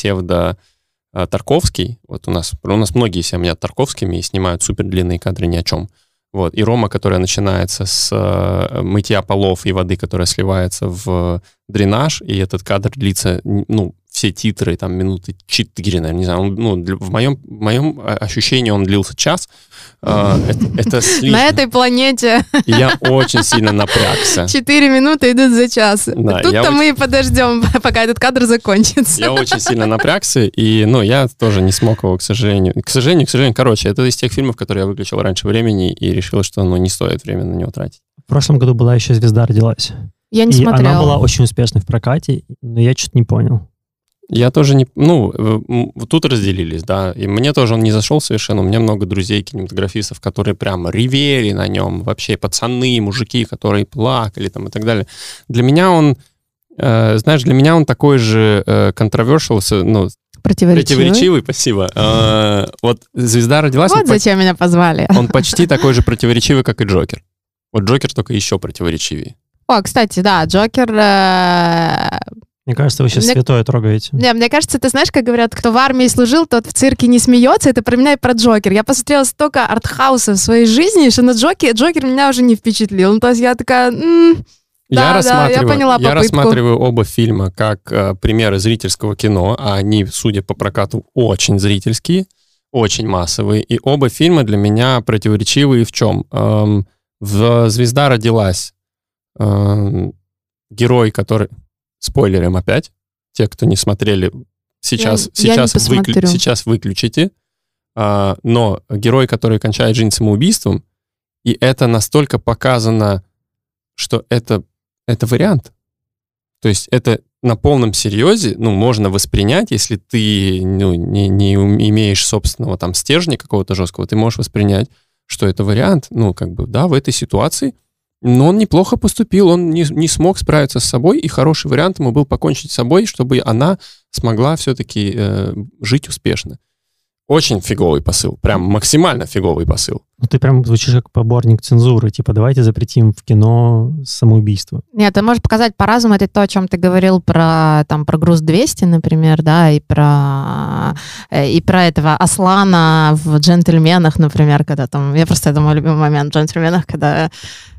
псевдо-Тарковский. Вот у нас многие себя мнят Тарковскими и снимают супер длинные кадры ни о чем. Вот. И Рома, которая начинается с мытья полов и воды, которая сливается в дренаж, и этот кадр длится, все титры, там, минуты 4, наверное, не знаю. В моем ощущении он длился час. Это слишком. На этой планете Я очень сильно напрягся. 4 минуты идут за час. Да, Тут-то мы и подождем, пока этот кадр закончится. Я очень сильно напрягся, и, я тоже не смог его, к сожалению. К сожалению, короче, это из тех фильмов, которые я выключил раньше времени и решил, что, не стоит время на него тратить. В прошлом году была еще «Звезда родилась». Я не смотрела. Она была очень успешной в прокате, но я что-то не понял. Я тоже не... тут разделились, да. И мне тоже он не зашел совершенно. У меня много друзей-кинематографистов, которые прям ревели на нем. Вообще пацаны, мужики, которые плакали там и так далее. Для меня он... для меня он такой же controversial, противоречивый, спасибо. Вот «Звезда родилась». Вот зачем меня позвали. Он почти такой же противоречивый, как и «Джокер». Вот «Джокер» только еще противоречивее. О, кстати, да, «Джокер». Мне кажется, вы сейчас святое трогаете. Не, мне кажется, ты знаешь, как говорят, кто в армии служил, тот в цирке не смеется. Это про меня и про «Джокер». Я посмотрела столько артхауса в своей жизни, что на «Джокер» меня уже не впечатлил. То есть я такая... я поняла попытку. Я рассматриваю оба фильма как примеры зрительского кино, а они, судя по прокату, очень зрительские, очень массовые. И оба фильма для меня противоречивые в чем? В «Звезда родилась» герой, который... Спойлером опять. Те, кто не смотрели, сейчас выключите. Но герой, который кончает жизнь самоубийством, и это настолько показано, что это вариант. То есть это на полном серьезе, можно воспринять, если ты не имеешь собственного там стержня какого-то жесткого, ты можешь воспринять, что это вариант. В этой ситуации. Но он неплохо поступил, он не смог справиться с собой, и хороший вариант ему был покончить с собой, чтобы она смогла все-таки жить успешно. Очень фиговый посыл, прям максимально фиговый посыл. Ты прям звучишь как поборник цензуры, давайте запретим в кино самоубийство. Нет, ты можешь показать по-разному, это то, о чем ты говорил про «Груз-200», например, да, и про этого Аслана в «Джентльменах», например, когда там... Это мой любимый момент в «Джентльменах», когда...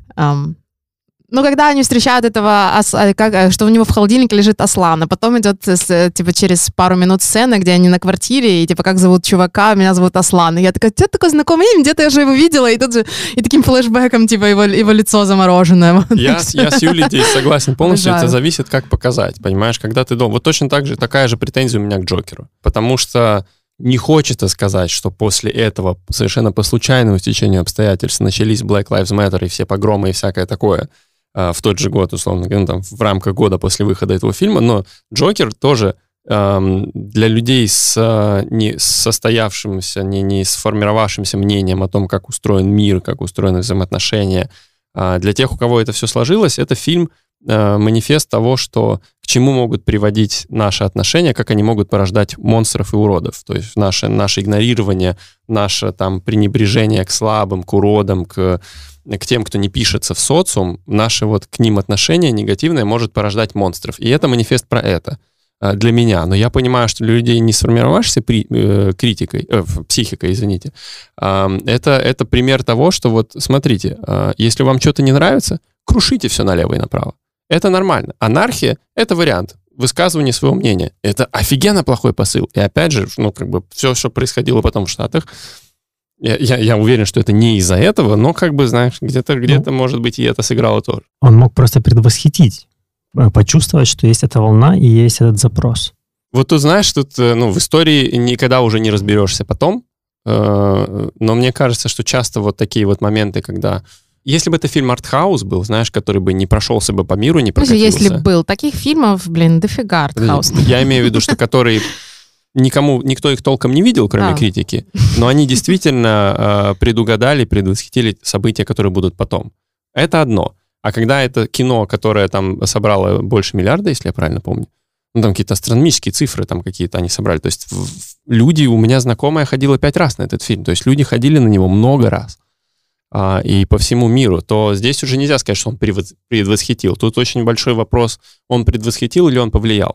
когда они встречают этого, что у него в холодильнике лежит Аслан, а потом идет, через пару минут сцена, где они на квартире, и, как зовут чувака, меня зовут Аслан. И я такая, это такое знакомое имя, где-то я же его видела, и тут же, и таким флешбеком, его лицо замороженное. Я с Юлей здесь согласен полностью, это зависит, как показать, понимаешь, когда ты дома. Вот точно так же, такая же претензия у меня к «Джокеру», потому что не хочется сказать, что после этого совершенно по случайному стечению обстоятельств начались Black Lives Matter и все погромы и всякое такое в тот же год, условно, в рамках года после выхода этого фильма, но «Джокер» тоже для людей с не состоявшимся, не сформировавшимся мнением о том, как устроен мир, как устроены взаимоотношения, для тех, у кого это все сложилось, это фильм манифест того, что к чему могут приводить наши отношения, как они могут порождать монстров и уродов. То есть наше игнорирование, наше пренебрежение к слабым, к уродам, к тем, кто не пишется в социум, наше к ним отношение негативное может порождать монстров. И это манифест про это для меня. Но я понимаю, что для людей, не сформировавшихся психикой, извините, это пример того, что смотрите, если вам что-то не нравится, крушите все налево и направо. Это нормально. Анархия — это вариант высказывания своего мнения. Это офигенно плохой посыл. И опять же, все, что происходило потом в Штатах, я уверен, что это не из-за этого, но знаешь, где-то, может быть, и это сыграло тоже. Он мог просто предвосхитить, почувствовать, что есть эта волна и есть этот запрос. Вот тут, знаешь, в истории никогда уже не разберешься потом, но мне кажется, что часто такие моменты, когда... Если бы это фильм артхаус был, знаешь, который бы не прошелся бы по миру, не прокатился... Если бы был. Таких фильмов, дофига артхаус. Я имею в виду, что которые... Никто их толком не видел, кроме критики, но они действительно предвосхитили события, которые будут потом. Это одно. А когда это кино, которое собрало больше миллиарда, если я правильно помню, какие-то астрономические цифры какие-то они собрали. То есть люди, у меня знакомая ходила 5 раз на этот фильм. То есть люди ходили на него много раз. И по всему миру, то здесь уже нельзя сказать, что он предвосхитил. Тут очень большой вопрос, он предвосхитил или он повлиял?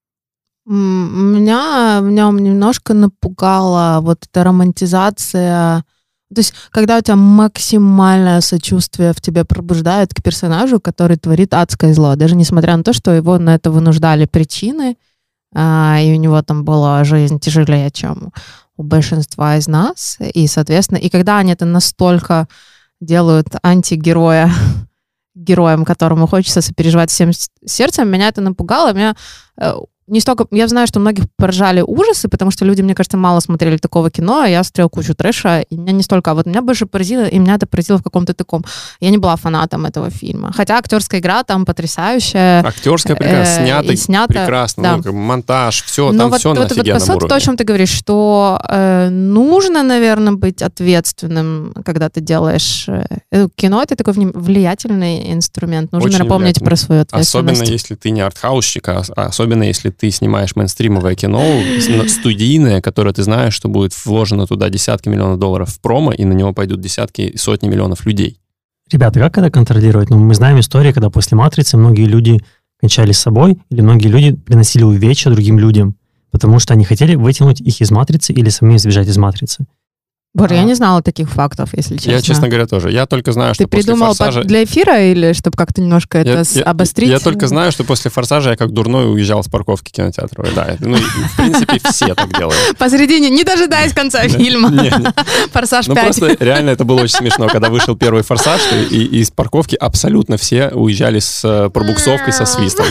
Меня немножко напугала эта романтизация. То есть, когда у тебя максимальное сочувствие в тебе пробуждает к персонажу, который творит адское зло, даже несмотря на то, что его на это вынуждали причины, и у него там была жизнь тяжелее, чем у большинства из нас. И, соответственно, и когда они это настолько делают антигероя героем, которому хочется сопереживать всем сердцем, меня это напугало. Меня не столько... Я знаю, что многих поражали ужасы, потому что люди, мне кажется, мало смотрели такого кино, а я смотрела кучу трэша, и меня не столько... А вот меня больше поразило, и меня это поразило в каком-то таком... Я не была фанатом этого фильма. Хотя актерская игра там потрясающая. Актерская прекрасно, снято прекрасно. Да. Ну, как бы монтаж, все, но там вот, все на офигенном вот, уровне. То, о чем ты говоришь, что нужно, наверное, быть ответственным, когда ты делаешь... кино — это такой влиятельный инструмент. Нужно, наверное, помнить про свою ответственность. Особенно, если ты не артхаусщик, а особенно, если ты снимаешь мейнстримовое кино, студийное, которое ты знаешь, что будет вложено туда десятки миллионов долларов в промо, и на него пойдут десятки и сотни миллионов людей. Ребята, как это контролировать? Ну, мы знаем истории, когда после «Матрицы» многие люди кончали с собой, или многие люди приносили увечья другим людям, потому что они хотели вытянуть их из «Матрицы» или самим сбежать из «Матрицы». Боря, я не знала таких фактов, если честно. Я, честно говоря, тоже. Я только знаю, что ты придумал после «Форсажа» для эфира или чтобы как-то немножко это обострить? Я только знаю, что после «Форсажа» я как дурной уезжал с парковки кинотеатра. Да, ну, в принципе, все так делают. Посередине, не дожидаясь конца фильма. «Форсаж 5». Ну, просто реально это было очень смешно. Когда вышел первый «Форсаж», и из парковки абсолютно все уезжали с пробуксовкой, со свистом.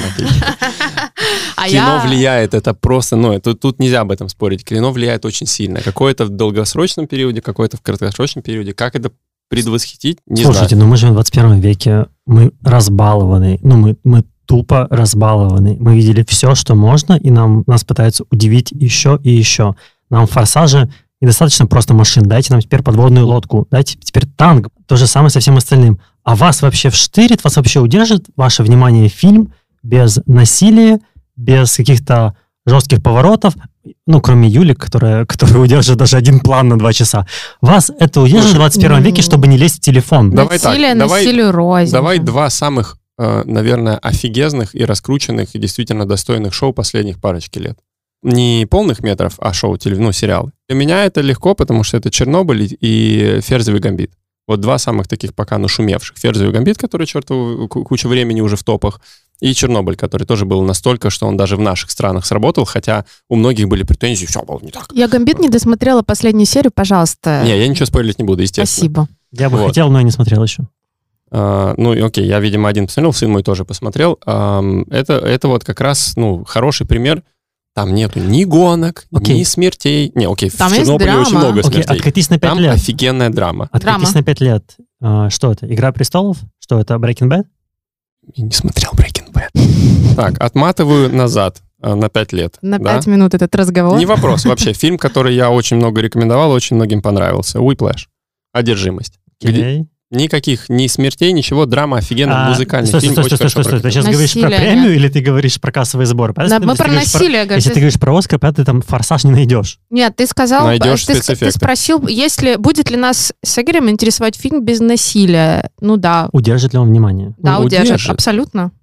Кино влияет, это просто, ну, тут нельзя об этом спорить. Кино влияет очень сильно. Какое-то в долгосрочном периоде, какое-то в краткосрочном периоде. Как это предвосхитить, не знаю. Слушайте, ну мы живем в 21 веке, мы разбалованы, ну мы тупо разбалованы. Мы видели все, что можно, и нас пытаются удивить еще и еще. Нам в «Форсаже» недостаточно просто машин. Дайте нам теперь подводную лодку, дайте теперь танк. То же самое со всем остальным. А вас вообще вштырит, вас вообще удержит ваше внимание фильм без насилия, без каких-то жестких поворотов, ну, кроме Юли, которая удержит даже один план на 2 часа. Вас это удержит в 21 веке, чтобы не лезть в телефон. Насилию рознь. Давай 2 самых, наверное, офигезных и раскрученных, и действительно достойных шоу последних парочки лет. Не полных метров, а шоу, сериалы. Для меня это легко, потому что это «Чернобыль» и «Ферзевый гамбит». Вот 2 самых таких пока нашумевших. «Ферзевый гамбит», который, чертову кучу времени уже в топах, и «Чернобыль», который тоже был настолько, что он даже в наших странах сработал, хотя у многих были претензии, все было не так. Я «Гамбит» не досмотрела последнюю серию, пожалуйста. Не, я ничего спойлерить не буду, естественно. Спасибо. Я бы хотел, но я не смотрел еще. Ну, окей, я, видимо, один посмотрел, сын мой тоже посмотрел. Это вот как раз, хороший пример. Там нету ни гонок, ни смертей. Не, окей, там в Чернобыле очень много смертей. Окей, откатись на 5 там лет. Офигенная драма. Откатись на 5 лет. Что это? «Игра престолов»? Что это? «Breaking Bad»? Я не смотрел Breaking Bad. Так, отматываю назад на 5 лет. На 5 минут этот разговор. Не вопрос. Вообще, фильм, который я очень много рекомендовал, очень многим понравился. «Whiplash». «Одержимость». Никаких ни смертей, ничего, драма, офигенно, музыкальный фильм. Стой. Ты сейчас говоришь про премию или ты говоришь про кассовые сборы? Мы про насилие говорим. Если ты говоришь про «Оскар», ты там «Форсаж» не найдешь. Нет, ты сказал... Найдешь ты спросил, будет ли нас с Игорем интересовать фильм без насилия. Ну да. Удержит ли он внимание? Да, удержит. Абсолютно.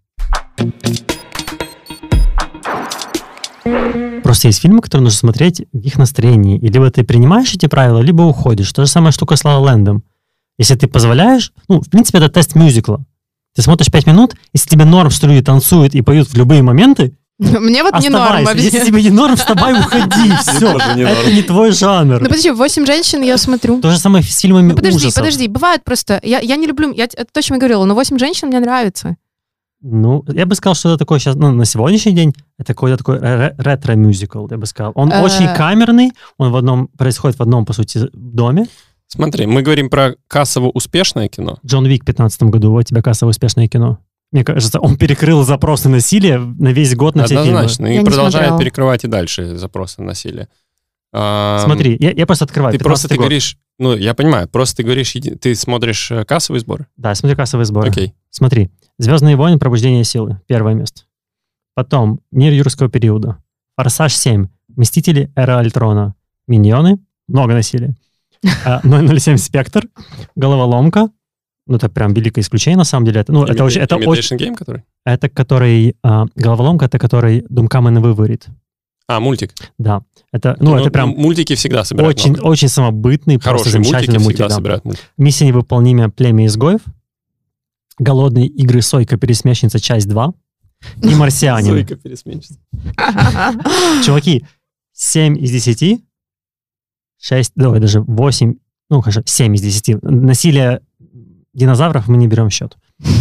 Просто есть фильмы, которые нужно смотреть в их настроении. И либо ты принимаешь эти правила, либо уходишь. То же самое штука с «Ла Ла Лэндом». Если ты позволяешь, в принципе, это тест мюзикла. Ты смотришь 5 минут, если тебе норм, что люди танцуют и поют в любые моменты, мне вот не норм вообще. Если тебе не норм, вставай, уходи, все. Это не твой жанр. Ну подожди, «8 женщин» я смотрю. То же самое с фильмами ужасов. Подожди, бывает просто, я не люблю, это то, чем я говорила, но «8 женщин» мне нравится. Ну, я бы сказал, что это такое сейчас, на сегодняшний день, это какой-то такой ретро-мюзикл, я бы сказал. Он очень камерный, он происходит в одном, по сути, доме. Смотри, мы говорим про кассово успешное кино. «Джон Уик» в 2015 году, вот тебе кассово успешное кино. Мне кажется, он перекрыл запросы насилия на весь год на все фильмы. Однозначно, и продолжает перекрывать и дальше запросы насилия. Смотри, я просто открываю. Ты просто говоришь, я понимаю, просто ты говоришь, ты смотришь кассовые сборы? Да, я смотрю кассовые сборы. Окей. Смотри, «Звездные войны. Пробуждение силы» — 1 место. Потом «Мир юрского периода», «Форсаж 7», «Мстители. Эра Альтрона», «Миньоны», много насилия. 007 «Спектр», «Головоломка». Ну, это прям великое исключение, на самом деле. Imitation Game, который? Это который... «Головоломка» — это который «Думкамен выварит». Мультик. Да. Это прям... Мультики всегда собирают очень, очень самобытный, просто замечательный мультик. Всегда собирают мультик. «Миссия невыполнимая. Племя изгоев», «Голодные игры. Сойка. Пересмешница. Часть 2», и «Марсианин». Зойка пересменщица. Чуваки, 7 из 10, 6, давай даже 8, ну, хорошо, 7 из 10. Насилие динозавров мы не берем в счет.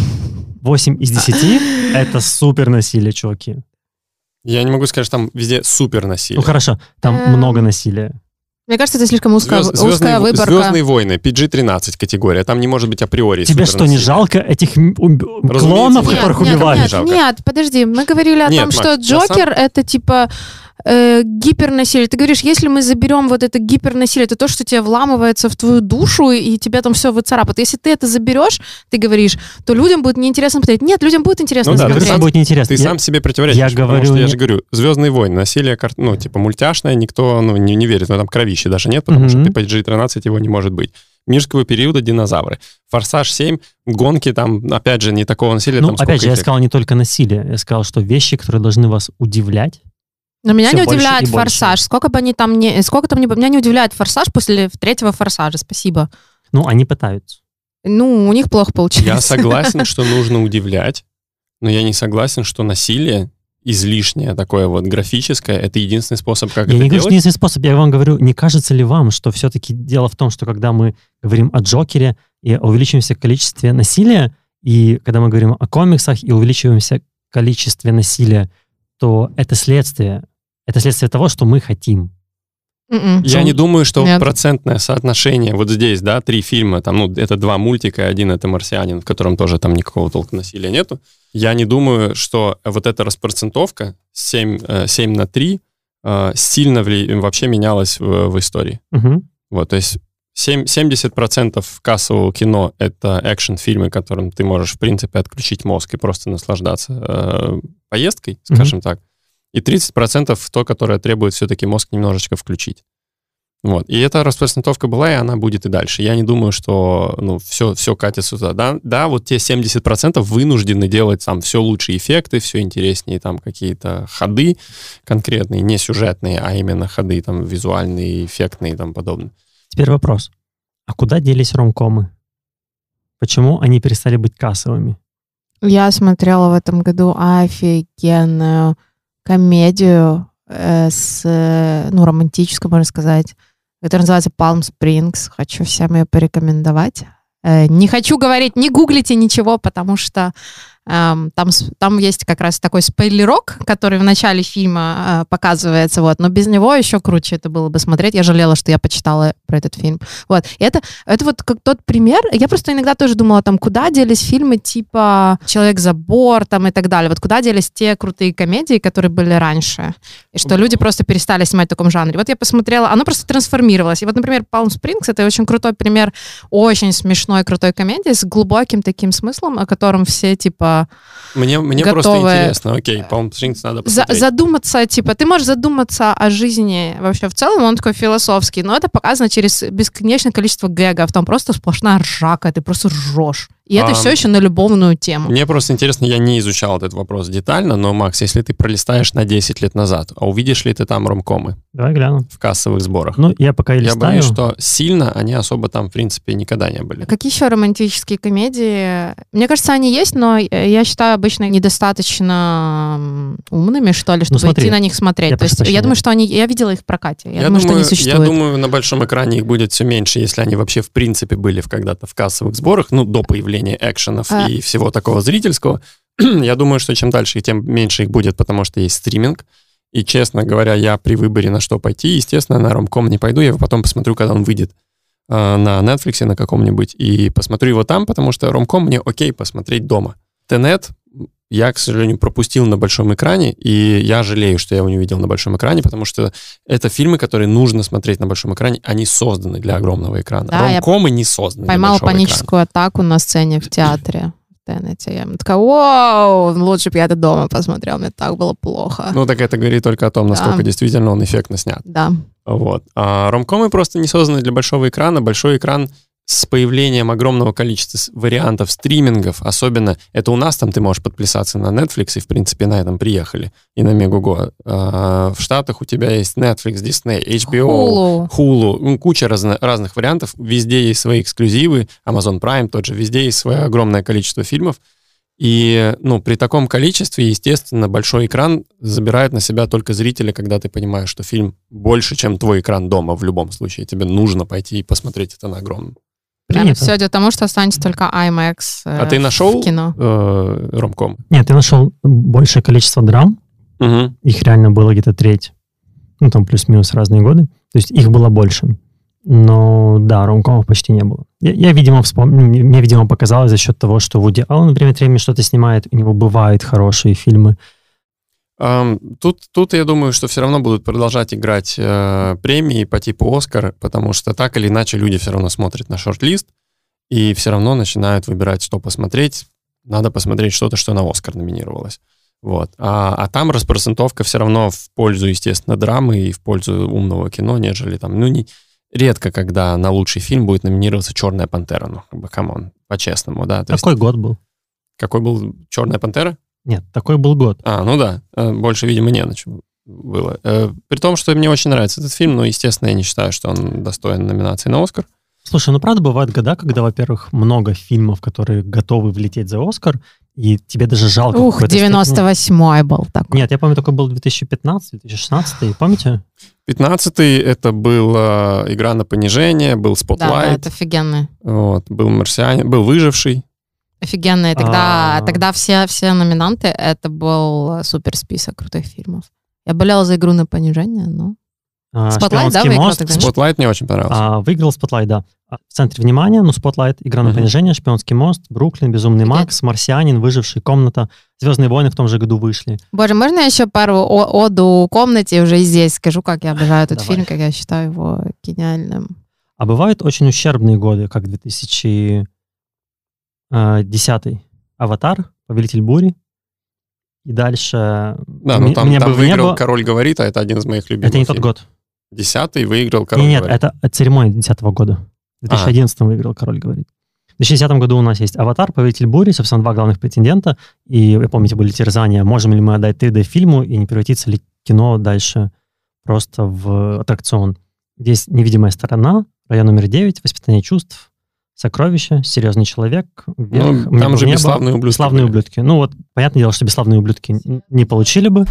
8 из 10 — это супер насилие, чуваки. Я не могу сказать, что там везде супер насилие. Ну, хорошо, там много насилия. Мне кажется, это слишком узкая выборка. «Звездные войны», PG-13 категория. Там не может быть априори Тебе что, не жалко этих клонов, нет, которых нет, убивали? Нет, подожди. Мы говорили о том, что Джокер — это типа гипернасилие. Ты говоришь, если мы заберем вот это гипернасилие, это то, что тебе вламывается в твою душу, и тебя там все выцарапает. Если ты это заберешь, ты говоришь, то людям будет неинтересно смотреть. Нет, людям будет интересно смотреть. Говорю, будет неинтересно. Ты сам себе противоречишь. Я же говорю, «Звездные войны», насилие, ну, типа, мультяшное, никто не верит, но там кровищи даже нет, потому что ты по PG-13 его не может быть. «Мирского периода» динозавры. «Форсаж 7», гонки там, опять же, не такого насилия. Ну, опять же, я сказал не только насилие, я сказал, что вещи, которые должны вас удивлять. Но меня не удивляет «Форсаж». Сколько бы они там ни... Меня не удивляет «Форсаж» после 3-го «Форсажа». Спасибо. Ну, они пытаются. Ну, у них плохо получается. Я согласен, что нужно удивлять, но я не согласен, что насилие излишнее, такое вот графическое, это единственный способ, как это делать. Я не говорю, что единственный способ, я вам говорю, не кажется ли вам, что все-таки дело в том, что когда мы говорим о Джокере и о увеличиваемся количестве насилия, и когда мы говорим о комиксах и увеличиваемся количестве насилия, то это следствие того, что мы хотим. Я не думаю, что процентное соотношение вот здесь, да, 3 фильма, там, ну, это 2 мультика, и 1 это «Марсианин», в котором тоже там никакого толка насилия нету. Я не думаю, что вот эта распроцентовка 7 на 3 сильно вообще менялась в истории. Вот, то есть 70% кассового кино — это экшн-фильмы, которым ты можешь, в принципе, отключить мозг и просто наслаждаться поездкой, скажем так. И 30% то, которое требует все-таки мозг немножечко включить. Вот. И эта распроцентовка была, и она будет и дальше. Я не думаю, что все катится туда. Да, вот те 70% вынуждены делать там все лучшие эффекты, все интереснее, там какие-то ходы конкретные, не сюжетные, а именно ходы там визуальные, эффектные и тому подобное. Теперь вопрос. А куда делись ромкомы? Почему они перестали быть кассовыми? Я смотрела в этом году офигенную комедию романтическую, можно сказать, которая называется Palm Springs. Хочу всем ее порекомендовать. Не хочу говорить, не гуглите ничего, потому что там есть как раз такой спойлерок, который в начале фильма показывается, вот, но без него еще круче это было бы смотреть. Я жалела, что я почитала про этот фильм. Вот. И это вот как тот пример. Я просто иногда тоже думала, там, куда делись фильмы типа «Человек за бортом» и так далее. Вот куда делись те крутые комедии, которые были раньше, и что люди просто перестали снимать в таком жанре. Вот я посмотрела, оно просто трансформировалось. И вот, например, Palm Springs — это очень крутой пример очень смешной, крутой комедии с глубоким таким смыслом, о котором все, типа, Мне просто интересно, окей, Palm Springs надо посмотреть. Задуматься, типа, ты можешь задуматься о жизни вообще в целом, он такой философский, но это показано через бесконечное количество гэгов, там просто сплошная ржака, ты просто ржешь. И это все еще на любовную тему. Мне просто интересно, я не изучал этот вопрос детально, но, Макс, если ты пролистаешь на 10 лет назад, а увидишь ли ты там ромкомы? Давай гляну. В кассовых сборах. Ну, я пока и листаю. Я боюсь, что сильно они особо там, в принципе, никогда не были. Какие еще романтические комедии? Мне кажется, они есть, но я считаю обычно недостаточно умными, что ли, чтобы идти на них смотреть. То есть я думаю, что я видела их в прокате. Я думаю, что они существуют. Я думаю, на большом экране их будет все меньше, если они вообще, в принципе, были когда-то в кассовых сборах, ну, до появления экшенов и всего такого зрительского. Я думаю, что чем дальше, тем меньше их будет, потому что есть стриминг. И, честно говоря, я при выборе на что пойти, естественно, на ромком не пойду, я его потом посмотрю, когда он выйдет на Netflix на каком-нибудь, и посмотрю его там, потому что ромком мне окей посмотреть дома. Тенет я, к сожалению, пропустил на большом экране, и я жалею, что я его не увидел на большом экране, потому что это фильмы, которые нужно смотреть на большом экране, они созданы для огромного экрана. Да, ромкомы не созданы для большого экрана. Поймала паническую атаку на сцене в театре. Я такая, вау, лучше бы я это дома посмотрел, мне так было плохо. Ну, так это говорит только о том, насколько действительно он эффектно снят. Да. Вот. А ромкомы просто не созданы для большого экрана. Большой экран с появлением огромного количества вариантов стримингов, особенно это у нас там ты можешь подписаться на Netflix, и, в принципе, на этом приехали, и на Мегуго. А в Штатах у тебя есть Netflix, Disney, HBO, Hulu, куча разных вариантов, везде есть свои эксклюзивы, Amazon Prime тот же, везде есть свое огромное количество фильмов, И, при таком количестве, естественно, большой экран забирает на себя только зрителя, когда ты понимаешь, что фильм больше, чем твой экран дома в любом случае. Тебе нужно пойти и посмотреть это на огромном. Все идет к тому, что останется только IMAX ты нашел в кино. ромком? Нет, я нашел большее количество драм. Угу. Их реально было где-то треть. Там плюс-минус разные годы. То есть их было больше. Но да, ромкомов почти не было. Я видимо, вспомнил, мне, видимо, показалось за счет того, что Вуди Аллен время от времени что-то снимает, у него бывают хорошие фильмы. Тут я думаю, что все равно будут продолжать играть премии по типу «Оскар», потому что так или иначе люди все равно смотрят на шорт-лист и все равно начинают выбирать, что посмотреть. Надо посмотреть что-то, что на «Оскар» номинировалось. Вот. А там распроцентовка все равно в пользу, естественно, драмы и в пользу умного кино, нежели там, редко, когда на лучший фильм будет номинироваться «Черная пантера». Камон, по-честному, да. Какой год был? Какой был «Черная пантера»? Нет, такой был год. Да. Больше, видимо, не на чем было. При том, что мне очень нравится этот фильм, но, естественно, я не считаю, что он достоин номинации на «Оскар». Слушай, правда бывают года, когда, во-первых, много фильмов, которые готовы влететь за «Оскар», и тебе даже жалко. 98-й был такой. Нет, я помню, такой был 2015-2016, помните? 15-й это была «Игра на понижение», был «Spotlight». Да, это офигенно. Был «Марсианин», был «Выживший». Офигенно. И тогда все номинанты, это был супер список крутых фильмов. Я болела за «Игру на понижение, но... Spotlight, да, выиграл тогда? Spotlight мне очень понравился. Выиграл Spotlight, да. В центре внимания, Spotlight, «Игра на понижение», «Шпионский мост», «Бруклин», «Безумный Макс», «Марсианин», «Выживший», «Комната», «Звездные войны» в том же году вышли. Боже, можно я еще пару оду «Комнате» уже и здесь скажу, как я обожаю этот фильм, как я считаю его гениальным. А бывают очень ущербные годы, как 2010-й. «Аватар», «Повелитель бури». И дальше... Да, там выиграл «Король говорит», а это один из моих любимых Это не тот год. 10-й выиграл «Король говорит». Нет, это церемония 10-го года. В 2011-м выиграл «Король говорит». В 2010 году у нас есть «Аватар», «Повелитель бури», собственно, два главных претендента. И, вы помните, были терзания, можем ли мы отдать 3D-фильму и не превратиться ли кино дальше просто в аттракцион. Здесь «Невидимая сторона», «Район номер 9», «Воспитание чувств», «Сокровища», «Серьезный человек», «Вверх», там же «Бесславные ублюдки». «Бесславные ублюдки». Понятное дело, что «Бесславные ублюдки» не получили бы.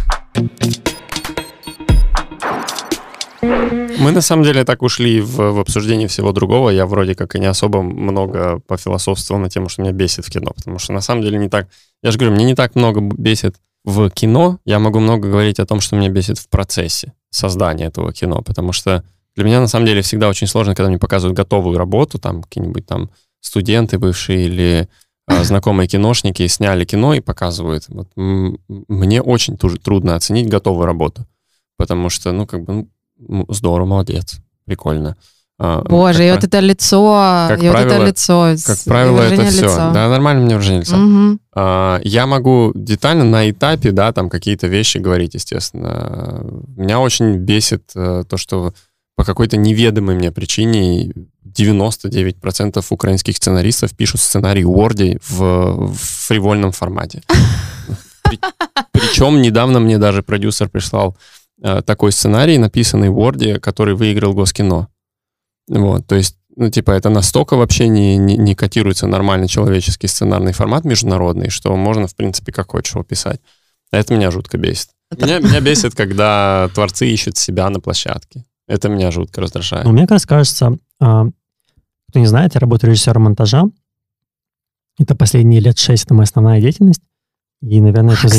Мы, на самом деле, так ушли в обсуждение всего другого. Я вроде как и не особо много пофилософствовал на тему, что меня бесит в кино. Потому что, на самом деле, не так... Я же говорю, мне не так много бесит в кино. Я могу много говорить о том, что меня бесит в процессе создания этого кино. Потому что для меня, на самом деле, всегда очень сложно, когда мне показывают готовую работу, там, какие-нибудь там студенты бывшие или знакомые киношники сняли кино и показывают. Мне очень трудно оценить готовую работу. Потому что, здорово, молодец, прикольно. Боже, и вот это лицо, как правило, это все. Лица. Да, нормально мне выражение лица. Угу. Я могу детально на этапе, да, там какие-то вещи говорить, естественно. Меня очень бесит то, что по какой-то неведомой мне причине 99% украинских сценаристов пишут сценарий в Word в фривольном формате. Причем недавно мне даже продюсер прислал такой сценарий, написанный в Word, который выиграл Госкино. То есть, это настолько вообще не котируется нормальный человеческий сценарный формат международный, что можно, в принципе, как хочешь его писать. Это меня жутко бесит. Меня бесит, когда творцы ищут себя на площадке. Это меня жутко раздражает. Мне кажется, кто не знает, я работаю режиссером монтажа. Это последние лет 6, это моя основная деятельность. И, наверное, этим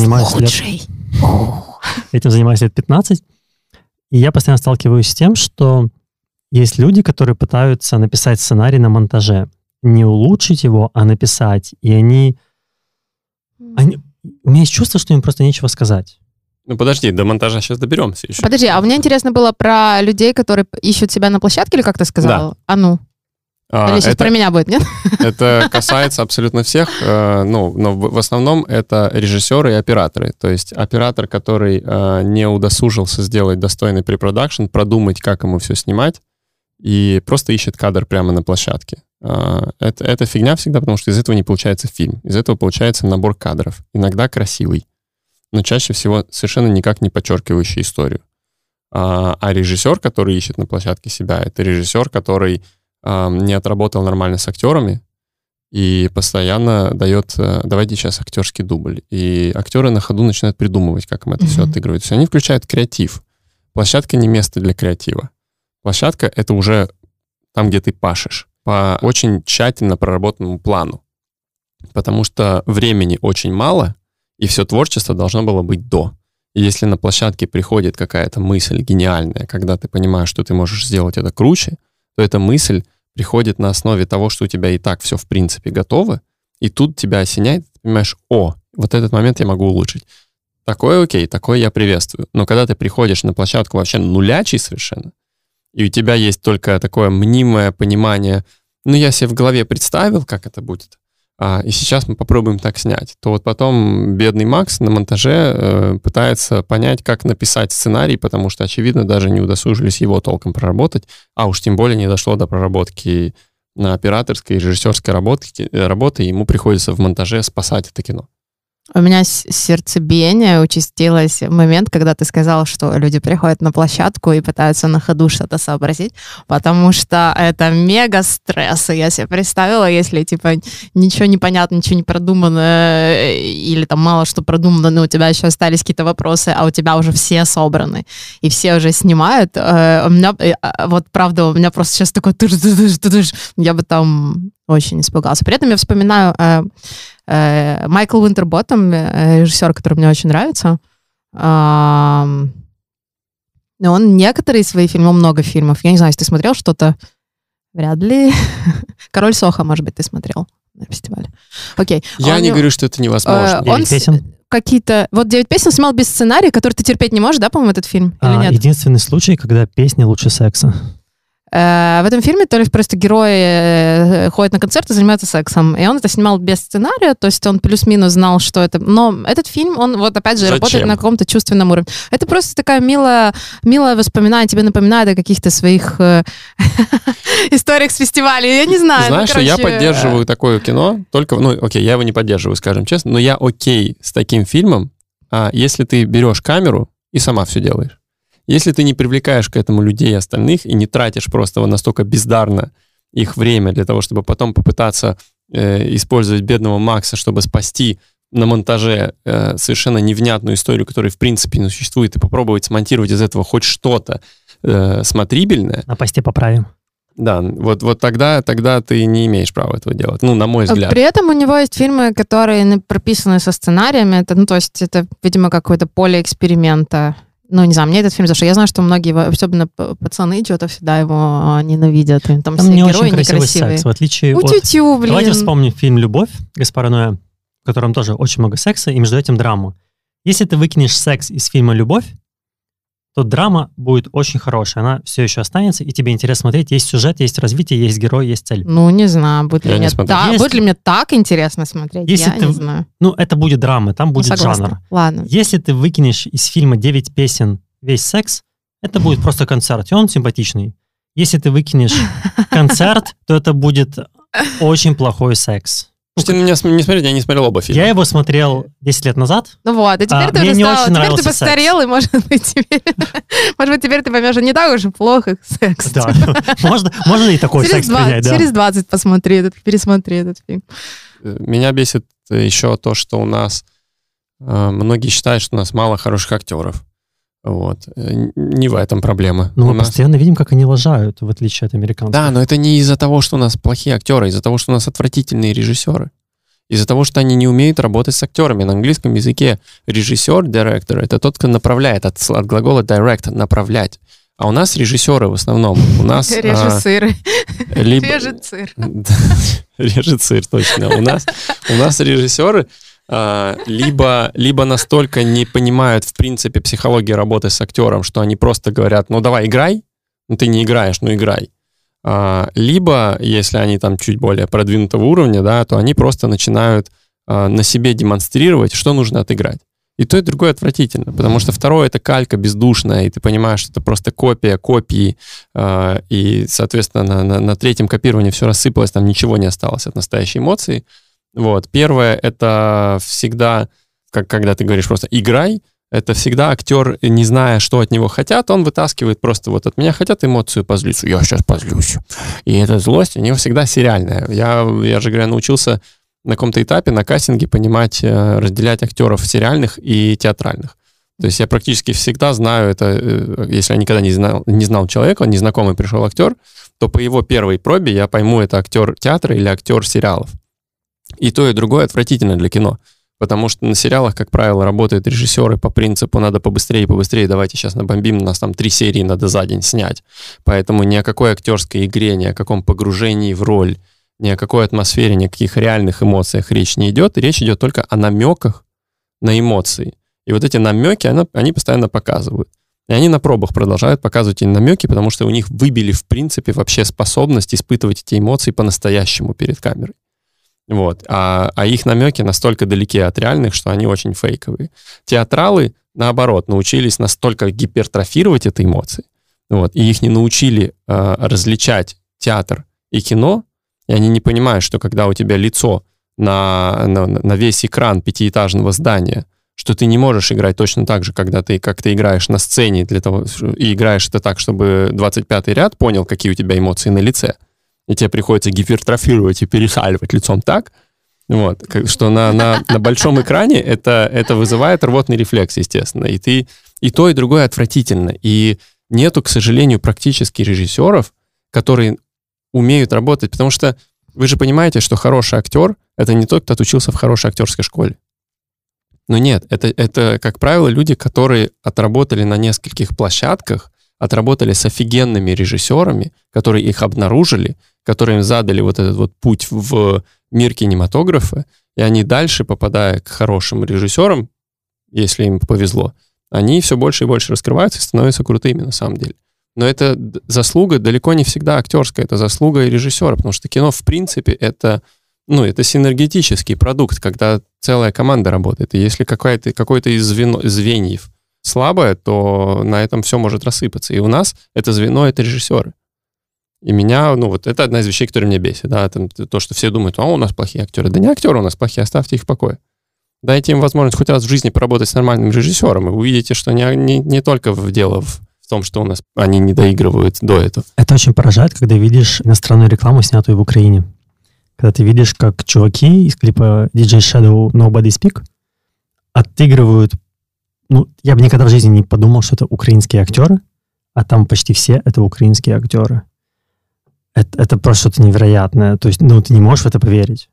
занимаюсь лет 15. И я постоянно сталкиваюсь с тем, что есть люди, которые пытаются написать сценарий на монтаже. Не улучшить его, а написать. И они... У меня есть чувство, что им просто нечего сказать. Подожди, до монтажа сейчас доберемся еще. Подожди, а мне интересно было про людей, которые ищут себя на площадке, или как ты сказал? Да. Или сейчас про меня будет, нет? Это касается абсолютно всех, но в основном это режиссеры и операторы. То есть оператор, который не удосужился сделать достойный препродакшн, продумать, как ему все снимать, и просто ищет кадр прямо на площадке. Это фигня всегда, потому что из этого не получается фильм. Из этого получается набор кадров. Иногда красивый, но чаще всего совершенно никак не подчеркивающий историю. А режиссер, который ищет на площадке себя, это режиссер, который не отработал нормально с актерами, и постоянно дает, давайте сейчас актерский дубль. И актеры на ходу начинают придумывать, как им это все отыгрывать. То есть они включают креатив. Площадка не место для креатива. Площадка — это уже там, где ты пашешь, по очень тщательно проработанному плану. Потому что времени очень мало, и все творчество должно было быть до. И если на площадке приходит какая-то мысль гениальная, когда ты понимаешь, что ты можешь сделать это круче, то эта мысль приходит на основе того, что у тебя и так все в принципе готово, и тут тебя осеняет, ты понимаешь, вот этот момент я могу улучшить. Такое окей, такое я приветствую. Но когда ты приходишь на площадку вообще нулячий совершенно, и у тебя есть только такое мнимое понимание, я себе в голове представил, как это будет, и сейчас мы попробуем так снять, то вот потом бедный Макс на монтаже пытается понять, как написать сценарий, потому что, очевидно, даже не удосужились его толком проработать, а уж тем более не дошло до проработки на операторской и режиссерской работы, и ему приходится в монтаже спасать это кино. У меня сердцебиение участилось в момент, когда ты сказал, что люди приходят на площадку и пытаются на ходу что-то сообразить, потому что это мега стресс. И я себе представила, если типа ничего не понятно, ничего не продумано, или там мало что продумано, но у тебя еще остались какие-то вопросы, а у тебя уже все собраны, и все уже снимают. У меня, вот правда, у меня просто сейчас такой я бы там очень испугался. При этом я вспоминаю Майкл Уинтерботтом, режиссер, который мне очень нравится. Он некоторые свои фильмы, много фильмов. Я не знаю, если ты смотрел что-то, вряд ли. «Король Соха», может быть, ты смотрел на фестивале. Окей. Я не говорю, что это невозможно. 9 песен? Какие-то... Вот 9 песен снимал без сценария, который ты терпеть не можешь, да, по-моему, этот фильм? Или нет? Единственный случай, когда песни лучше секса. В этом фильме то ли просто герой ходит на концерт и занимается сексом, и он это снимал без сценария, то есть он плюс-минус знал, что это... Но этот фильм, он вот опять же работает на каком-то чувственном уровне. Это просто такая милое воспоминание, тебе напоминает о каких-то своих историях с фестиваля, я не знаю. Знаешь, что я поддерживаю такое кино, только, окей, я его не поддерживаю, скажем честно, но я окей с таким фильмом, если ты берешь камеру и сама все делаешь. Если ты не привлекаешь к этому людей остальных и не тратишь просто настолько бездарно их время для того, чтобы потом попытаться использовать бедного Макса, чтобы спасти на монтаже совершенно невнятную историю, которая в принципе не существует, и попробовать смонтировать из этого хоть что-то смотрибельное. На посте поправим. Да, вот тогда ты не имеешь права этого делать, на мой взгляд. При этом у него есть фильмы, которые прописаны со сценариями, то есть это, видимо, какое-то поле эксперимента. Не знаю, мне этот фильм зашел. Я знаю, что многие, особенно пацаны идиоты, всегда его ненавидят. Там все не герои очень красивый некрасивые. секс, в отличие от... блин. Давайте вспомним фильм «Любовь» Гаспара Ноэ, в котором тоже очень много секса, и между этим драма. Если ты выкинешь секс из фильма «Любовь», то драма будет очень хорошая. Она все еще останется, и тебе интересно смотреть. Есть сюжет, есть развитие, есть герой, есть цель. Не знаю, будет ли мне так интересно смотреть, если не знаю. Это будет драма, там будет жанр. Ладно. Если ты выкинешь из фильма 9 песен весь секс, это будет просто концерт, и он симпатичный. Если ты выкинешь концерт, то это будет очень плохой секс. Можете на меня не смотреть, я не смотрел оба фильма. Я его смотрел 10 лет назад. И теперь ты уже теперь ты постарел, и может быть теперь ты поймешь, что не так уж и плохо секс. Да, можно и такой секс принять, да. Через 20 пересмотри этот фильм. Меня бесит еще то, что у нас многие считают, что у нас мало хороших актеров. Не в этом проблема. Мы постоянно видим, как они лажают, в отличие от американцев. Да, но это не из-за того, что у нас плохие актеры, из-за того, что у нас отвратительные режиссеры. Из-за того, что они не умеют работать с актерами. На английском языке режиссер, директор, это тот, кто направляет, от глагола direct, направлять. А у нас режиссеры в основном. У нас... Режиссеры. Режет сыр. Режет сыр, точно. У нас режиссеры либо настолько не понимают, в принципе, психологии работы с актером, что они просто говорят, давай, играй, ты не играешь, играй. Либо, если они там чуть более продвинутого уровня, да, то они просто начинают на себе демонстрировать, что нужно отыграть. И то, и другое отвратительно, потому что второе — это калька бездушная, и ты понимаешь, что это просто копия копии, и, соответственно, на третьем копировании все рассыпалось, там ничего не осталось от настоящей эмоции. Первое — это всегда, когда ты говоришь просто «играй», Это всегда актер, не зная, что от него хотят, он вытаскивает просто вот от меня хотят эмоцию позлиться. Я сейчас позлюсь. И эта злость у него всегда сериальная. Я же, говоря, научился на каком-то этапе на кастинге понимать, разделять актеров сериальных и театральных. То есть я практически всегда знаю это, если я никогда не знал человека, незнакомый пришел актер, то по его первой пробе я пойму, это актер театра или актер сериалов. И то, и другое отвратительно для кино. Потому что на сериалах, как правило, работают режиссеры по принципу «надо побыстрее, давайте сейчас набомбим, у нас там 3 серии надо за день снять». Поэтому ни о какой актерской игре, ни о каком погружении в роль, ни о какой атмосфере, ни о каких реальных эмоциях речь не идет. Речь идет только о намеках на эмоции. И вот эти намеки, они постоянно показывают. И они на пробах продолжают показывать эти намеки, потому что у них выбили, в принципе, вообще способность испытывать эти эмоции по-настоящему перед камерой. Вот. А их намеки настолько далеки от реальных, что они очень фейковые. Театралы, наоборот, научились настолько гипертрофировать эти эмоции, вот, и их не научили различать театр и кино, и они не понимают, что когда у тебя лицо на весь экран 5-этажного здания, что ты не можешь играть точно так же, как ты играешь на сцене, и играешь это так, чтобы 25-й ряд понял, какие у тебя эмоции на лице, и тебе приходится гипертрофировать и пересаливать лицом так, вот, что на большом экране это вызывает рвотный рефлекс, естественно. И то, и другое отвратительно. И нету, к сожалению, практически режиссеров, которые умеют работать, потому что вы же понимаете, что хороший актер — это не тот, кто отучился в хорошей актерской школе. Но нет, это, как правило, люди, которые отработали на нескольких площадках, отработали с офигенными режиссерами, которые их обнаружили, которые им задали вот этот вот путь в мир кинематографа, и они дальше, попадая к хорошим режиссерам, если им повезло, они все больше и больше раскрываются и становятся крутыми на самом деле. Но это заслуга далеко не всегда актерская, это заслуга и режиссера, потому что кино, в принципе, это синергетический продукт, когда целая команда работает. И если какое-то из звеньев слабое, то на этом все может рассыпаться. И у нас это звено — это режиссеры. И меня, это одна из вещей, которые меня бесит. Да? То, что все думают, у нас плохие актеры. Да не актеры у нас плохие, оставьте их в покое. Дайте им возможность хоть раз в жизни поработать с нормальным режиссером, и вы увидите, что не только дело в том, что у нас они не доигрывают до этого. Это очень поражает, когда видишь иностранную рекламу, снятую в Украине. Когда ты видишь, как чуваки из клипа DJ Shadow Nobody Speak отыгрывают. Я бы никогда в жизни не подумал, что это украинские актеры, а там почти все это украинские актеры. Это просто что-то невероятное. То есть, ты не можешь в это поверить.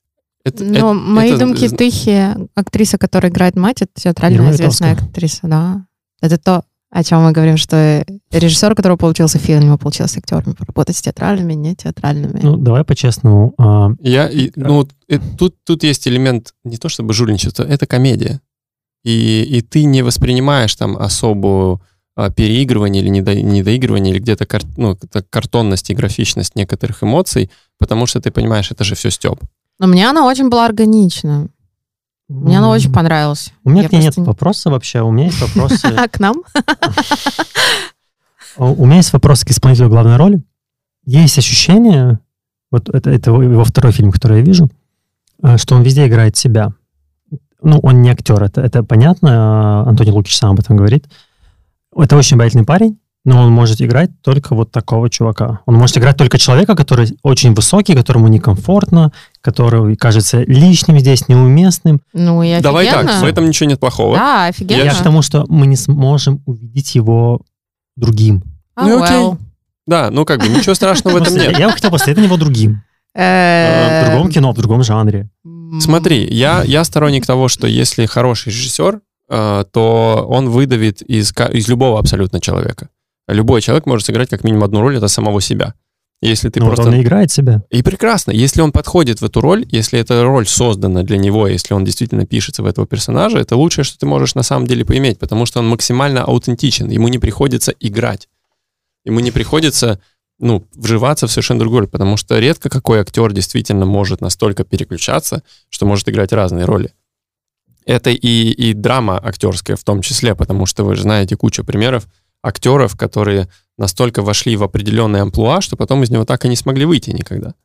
Мои думки Тихи, актриса, которая играет мать, это театральная известная актриса, да. Это то, о чем мы говорим, что режиссер, у которого получился фильм, у него получилось актерами поработать с театральными, не театральными. Давай по-честному. Тут есть элемент не то чтобы жульничество, это комедия. И ты не воспринимаешь там особую переигрывание или недоигрывание, или где-то картонность и графичность некоторых эмоций, потому что ты понимаешь, это же все стёб. Но мне она очень была органична. Мне она очень понравилась. У меня к ней нет вопроса вообще. У меня есть вопросы... К нам? У меня есть вопрос к исполнителю главной роли. Есть ощущение, вот это его второй фильм, который я вижу, что он везде играет себя. Он не актер, это понятно, Антоний Лукич сам об этом говорит. Это очень обаятельный парень, но он может играть только вот такого чувака. Он может играть только человека, который очень высокий, которому некомфортно, который кажется лишним здесь, неуместным. И офигенно. Давай так, в этом ничего нет плохого. Да, офигенно. Я к тому, что мы не сможем увидеть его другим. Окей. Да, ничего страшного в этом нет. Я бы хотел поставить его другим. В другом кино, в другом жанре. Смотри, я сторонник того, что если хороший режиссер, то он выдавит из любого абсолютно человека. Любой человек может сыграть как минимум одну роль, это самого себя. Если ты просто... он играет себя. И прекрасно. Если он подходит в эту роль, если эта роль создана для него, если он действительно пишется в этого персонажа, это лучшее, что ты можешь на самом деле поиметь, потому что он максимально аутентичен. Ему не приходится играть. Ему не приходится вживаться в совершенно другую роль, потому что редко какой актер действительно может настолько переключаться, что может играть разные роли. Это и драма актерская в том числе, потому что вы же знаете кучу примеров актеров, которые настолько вошли в определенное амплуа, что потом из него так и не смогли выйти никогда.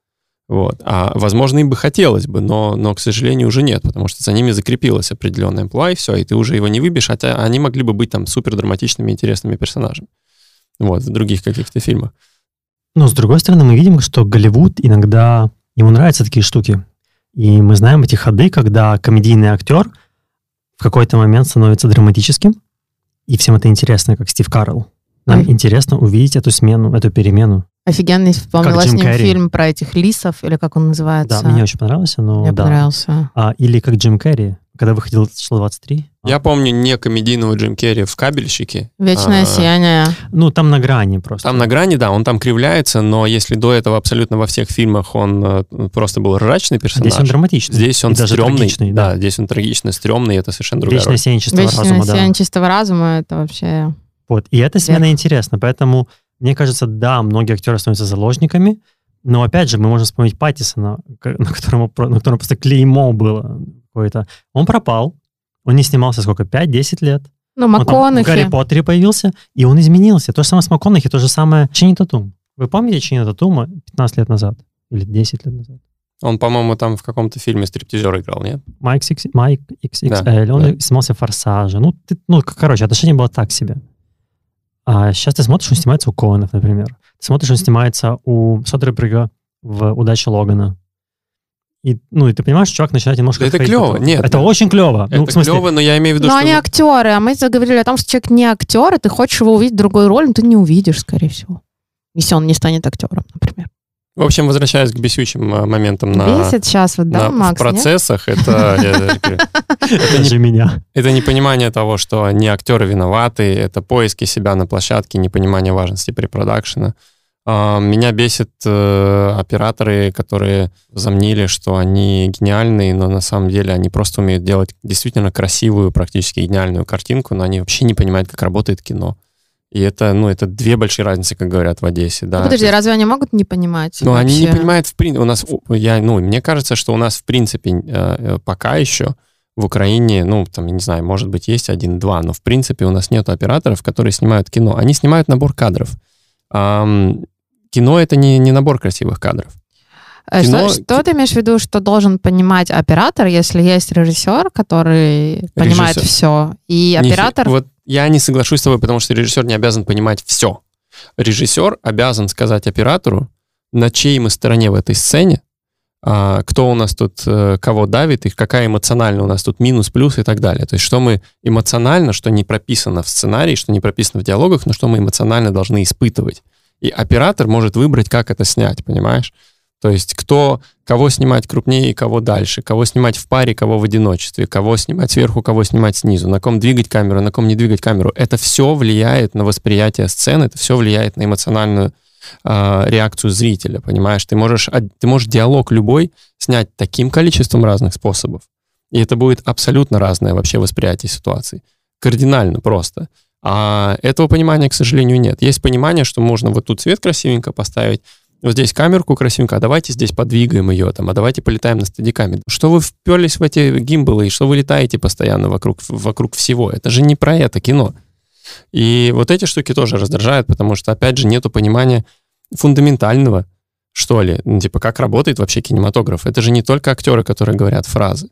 Вот. А, возможно, им бы хотелось бы, но, к сожалению, уже нет, потому что за ними закрепилась определенная амплуа, и все, и ты уже его не выбьешь, хотя они могли бы быть там супер драматичными, интересными персонажами. Вот, в других каких-то фильмах. Но, с другой стороны, мы видим, что Голливуд иногда, ему нравятся такие штуки. И мы знаем эти ходы, когда комедийный актер в какой-то момент становится драматическим, и всем это интересно, как Стив Карелл. Нам интересно увидеть эту смену, эту перемену. Офигенный, вспомнила с ним фильм про этих лисов, или как он называется. Да, мне очень понравился, но мне да. понравился. Или как Джим Керри, когда выходил число 23. Я помню не комедийного Джим Керри в «Кабельщике». «Вечное сияние». Ну, там на грани просто. Там на грани, да, он там кривляется, но если до этого абсолютно во всех фильмах он просто был ржачный персонаж. Здесь он драматичный. Здесь он стрёмный. Трагичный, да. Здесь он трагичный, стрёмный, это совершенно другая «Вечное роль. сияние чистого разума», «Вечное сияние чистого разума» — это вообще... Вот, и эта смена интересна, поэтому, мне кажется, да, многие актеры становятся заложниками, но, опять же, мы можем вспомнить Паттисона, на котором просто клеймо было какое-то. Он пропал, он не снимался сколько, 5-10 лет. Ну, МакКонахи. В «Гарри Поттере» появился, и он изменился. То же самое с МакКонахи, то же самое Ченнинг Татум. Вы помните Ченнинга Татума 15 лет назад? Или 10 лет назад? Он, по-моему, там в каком-то фильме стриптизера играл, нет? Майк XXL, Да, он да. снимался в «Форсаже». Короче, отношение было так себе. А сейчас ты смотришь, он снимается у Коэнов, например. Ты смотришь, он снимается у Содерберга в «Удаче Логана». И ты понимаешь, чувак начинает немножко... Да это клево, нет. Это очень клево. Это клево, но я имею в виду, Но что... они актеры, а мы заговорили о том, что человек не актер, и ты хочешь его увидеть в другой роли, но ты не увидишь, скорее всего. Если он не станет актером, например. В общем, возвращаясь к бесючим моментам Бесит сейчас, вот, да, Макс, в процессах, это же меня. это непонимание того, что не актеры виноваты, это поиски себя на площадке, непонимание важности препродакшена. Меня бесит операторы, которые замнили, что они гениальные, но на самом деле они просто умеют делать действительно красивую, практически идеальную картинку, но они вообще не понимают, как работает кино. И это две большие разницы, как говорят в Одессе. Да. Подожди, разве они могут не понимать? Ну, они не понимают, в принципе, мне кажется, что у нас, в принципе, пока еще в Украине, я не знаю, может быть, есть 1-2, но, в принципе, у нас нет операторов, которые снимают кино. Они снимают набор кадров. Кино — это не набор красивых кадров. Что ты имеешь в виду, что должен понимать оператор, если есть режиссер, который понимает все, и оператор... Вот я не соглашусь с тобой, потому что режиссер не обязан понимать все. Режиссер обязан сказать оператору, на чьей мы стороне в этой сцене, кто у нас тут кого давит, и какая эмоционально у нас тут минус, плюс и так далее. То есть что мы эмоционально, что не прописано в сценарии, что не прописано в диалогах, но что мы эмоционально должны испытывать. И оператор может выбрать, как это снять, понимаешь? То есть кого снимать крупнее и кого дальше, кого снимать в паре, кого в одиночестве, кого снимать сверху, кого снимать снизу, на ком двигать камеру, на ком не двигать камеру. Это все влияет на восприятие сцены, это все влияет на эмоциональную реакцию зрителя, понимаешь? Ты можешь диалог любой снять таким количеством разных способов, и это будет абсолютно разное вообще восприятие ситуации. Кардинально просто. А этого понимания, к сожалению, нет. Есть понимание, что можно вот тут цвет красивенько поставить, вот здесь камерку красивенько, а давайте здесь подвигаем ее, а давайте полетаем на стадикаме. Что вы вперлись в эти гимбалы, и что вы летаете постоянно вокруг всего? Это же не про это кино. И вот эти штуки тоже раздражают, потому что, опять же, нету понимания фундаментального, что ли, как работает вообще кинематограф. Это же не только актеры, которые говорят фразы.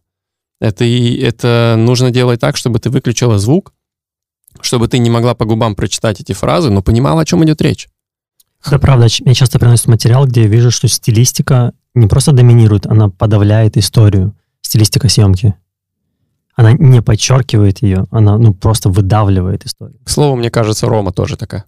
Это нужно делать так, чтобы ты выключила звук, чтобы ты не могла по губам прочитать эти фразы, но понимала, о чем идет речь. Да, правда, мне часто приносят материал, где я вижу, что стилистика не просто доминирует, она подавляет историю, стилистика съемки. Она не подчеркивает ее, она просто выдавливает историю. К слову, мне кажется, Рома тоже такая.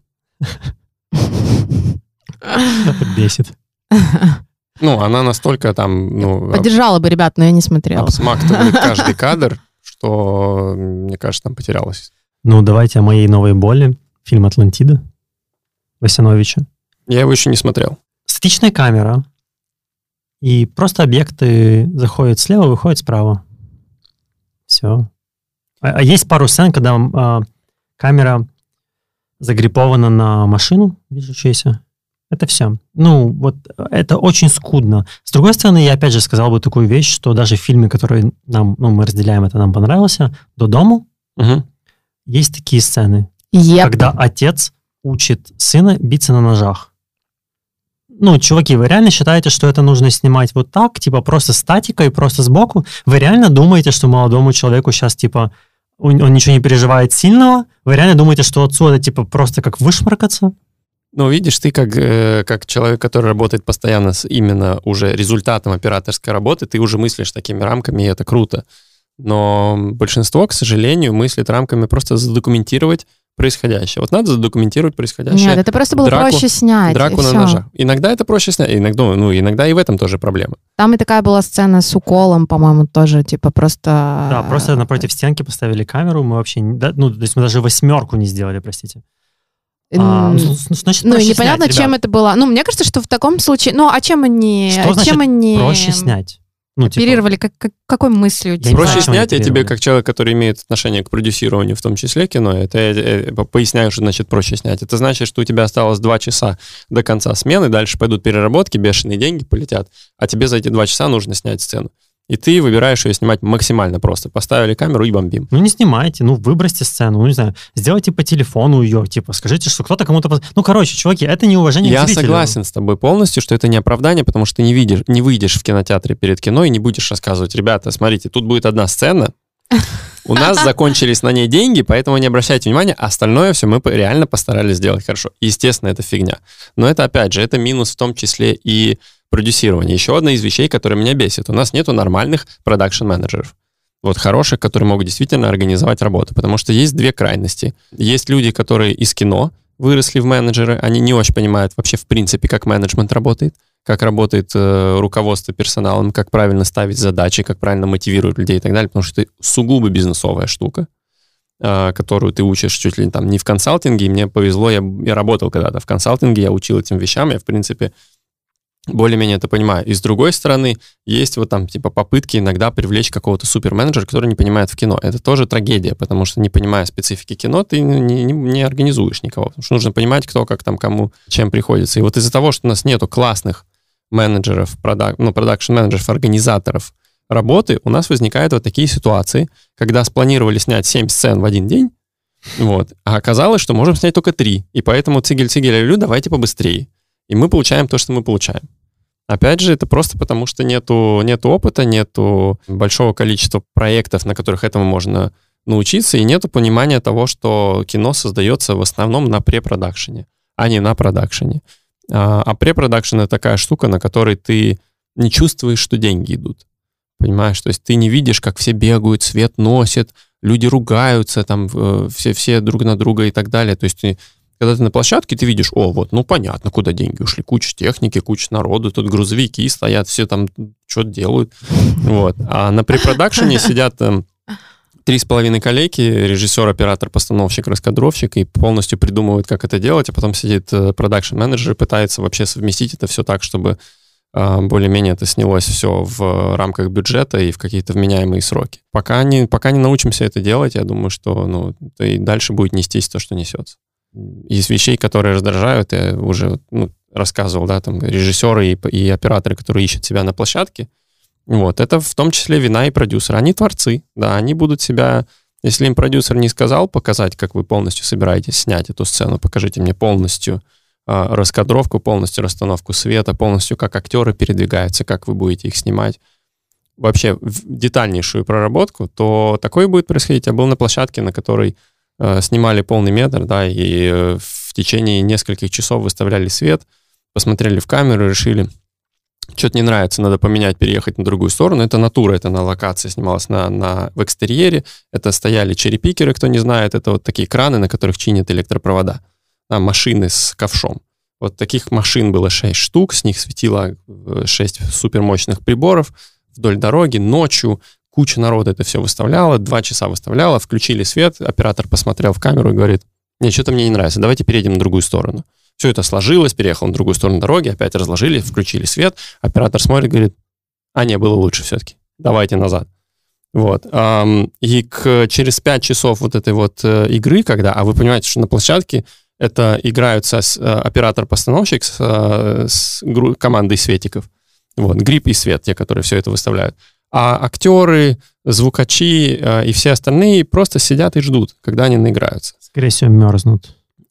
Это бесит. Она настолько там... Поддержала бы ребят, но я не смотрела. Обсмактывает каждый кадр, что, мне кажется, там потерялась. Давайте о моей новой боли. Фильм «Атлантида» Васяновича. Я его еще не смотрел. Статичная камера, и просто объекты заходят слева, выходят справа. Все. А есть пару сцен, когда камера загрипована на машину, движущуюся. Это все. Это очень скудно. С другой стороны, я опять же сказал бы такую вещь, что даже в фильме, который мы разделяем, это нам понравился, «Додому», есть такие сцены, когда отец учит сына биться на ножах. ну, чуваки, вы реально считаете, что это нужно снимать вот так, типа просто статикой, просто сбоку? Вы реально думаете, что молодому человеку сейчас, типа, он ничего не переживает сильного? Вы реально думаете, что отцу это, типа, просто как вышмаркаться? Ну, видишь, ты как человек, который работает постоянно с именно уже результатом операторской работы, ты уже мыслишь такими рамками, и это круто. Но большинство, к сожалению, мыслит рамками просто задокументировать происходящее. Вот надо задокументировать происходящее. Нет, это просто было проще снять. Драку на ножах. Иногда это проще снять, иногда и в этом тоже проблема. Там и такая была сцена с уколом, по-моему, тоже, типа, просто... Да, просто напротив стенки поставили камеру, мы вообще... то есть мы даже 8 не сделали, простите. Значит, непонятно, снять, чем это было. Ну, мне кажется, что в таком случае... Ну, а чем они... Что значит проще снять? Оперировали, какой мыслью? Проще снять, я тебе, как человек, который имеет отношение к продюсированию, в том числе кино, это я поясняю, что значит проще снять. Это значит, что у тебя осталось 2 часа до конца смены, дальше пойдут переработки, бешеные деньги полетят, а тебе за эти 2 часа нужно снять сцену. И ты выбираешь ее снимать максимально просто. Поставили камеру и бомбим. Ну, не снимайте, выбросьте сцену, не знаю, сделайте по телефону ее, типа, скажите, что кто-то кому-то... Ну, короче, чуваки, это неуважение к зрителю. Я согласен с тобой полностью, что это не оправдание, потому что ты не выйдешь в кинотеатре перед кино и не будешь рассказывать: ребята, смотрите, тут будет одна сцена, у нас закончились на ней деньги, поэтому не обращайте внимания, остальное все мы реально постарались сделать хорошо. Естественно, это фигня. Но это, опять же, это минус в том числе и продюсирование. Еще одна из вещей, которая меня бесит. У нас нету нормальных продакшн-менеджеров. Вот хороших, которые могут действительно организовать работу. Потому что есть 2 крайности. Есть люди, которые из кино выросли в менеджеры, они не очень понимают вообще в принципе, как менеджмент работает, как работает руководство персоналом, как правильно ставить задачи, как правильно мотивировать людей и так далее, потому что это сугубо бизнесовая штука, которую ты учишь чуть ли там не в консалтинге. И мне повезло, я работал когда-то в консалтинге, я учил этим вещам, я в принципе более-менее это понимаю. И с другой стороны, есть вот там типа попытки иногда привлечь какого-то суперменеджера, который не понимает в кино. Это тоже трагедия, потому что, не понимая специфики кино, ты не организуешь никого. Потому что нужно понимать, кто как там кому чем приходится. И вот из-за того, что у нас нету классных менеджеров, продакшн-менеджеров, организаторов работы, у нас возникают вот такие ситуации, когда спланировали снять 7 сцен в один день, вот, а оказалось, что можем снять только 3. И поэтому цигель-цигель, давайте побыстрее. И мы получаем то, что мы получаем. Опять же, это просто потому, что нету опыта, нету большого количества проектов, на которых этому можно научиться, и нету понимания того, что кино создается в основном на препродакшене, а не на продакшене. А препродакшен — это такая штука, на которой ты не чувствуешь, что деньги идут. Понимаешь? То есть ты не видишь, как все бегают, свет носят, люди ругаются, там все друг на друга и так далее. То есть когда ты на площадке, ты видишь: понятно, куда деньги ушли. Куча техники, куча народу, тут грузовики стоят, все там что-то делают. Вот. А на препродакшене сидят 3,5 коллеги, режиссер, оператор, постановщик, раскадровщик, и полностью придумывают, как это делать, а потом сидит продакшн-менеджер и пытается вообще совместить это все так, чтобы более-менее это снялось все в рамках бюджета и в какие-то вменяемые сроки. Пока не научимся это делать, я думаю, что и дальше будет нестись то, что несется. Из вещей, которые раздражают, я уже рассказывал, да, там режиссеры и операторы, которые ищут себя на площадке, вот, это в том числе вина и продюсера. Они творцы, да, они будут себя... Если им продюсер не сказал показать, как вы полностью собираетесь снять эту сцену, покажите мне полностью раскадровку, полностью расстановку света, полностью как актеры передвигаются, как вы будете их снимать, вообще детальнейшую проработку, то такое будет происходить. Я был на площадке, на которой снимали полный метр, да, и в течение нескольких часов выставляли свет, посмотрели в камеру, решили, что-то не нравится, надо поменять, переехать на другую сторону. Это натура, это на локации снималось в экстерьере, это стояли черепикеры, кто не знает, это вот такие краны, на которых чинят электропровода, машины с ковшом. Вот таких машин было 6 штук, с них светило 6 супермощных приборов вдоль дороги, ночью. Куча народа это все выставляла, 2 часа выставляла, включили свет, оператор посмотрел в камеру и говорит: нет, что-то мне не нравится, давайте перейдем на другую сторону. Все это сложилось, переехал на другую сторону дороги, опять разложили, включили свет, оператор смотрит, говорит: было лучше все-таки, давайте назад. Вот. И через 5 часов вот этой вот игры, а вы понимаете, что на площадке это играются оператор-постановщик с командой светиков, вот, гриб и свет, те, которые все это выставляют. А актеры, звукачи и все остальные просто сидят и ждут, когда они наиграются. Скорее всего, мерзнут.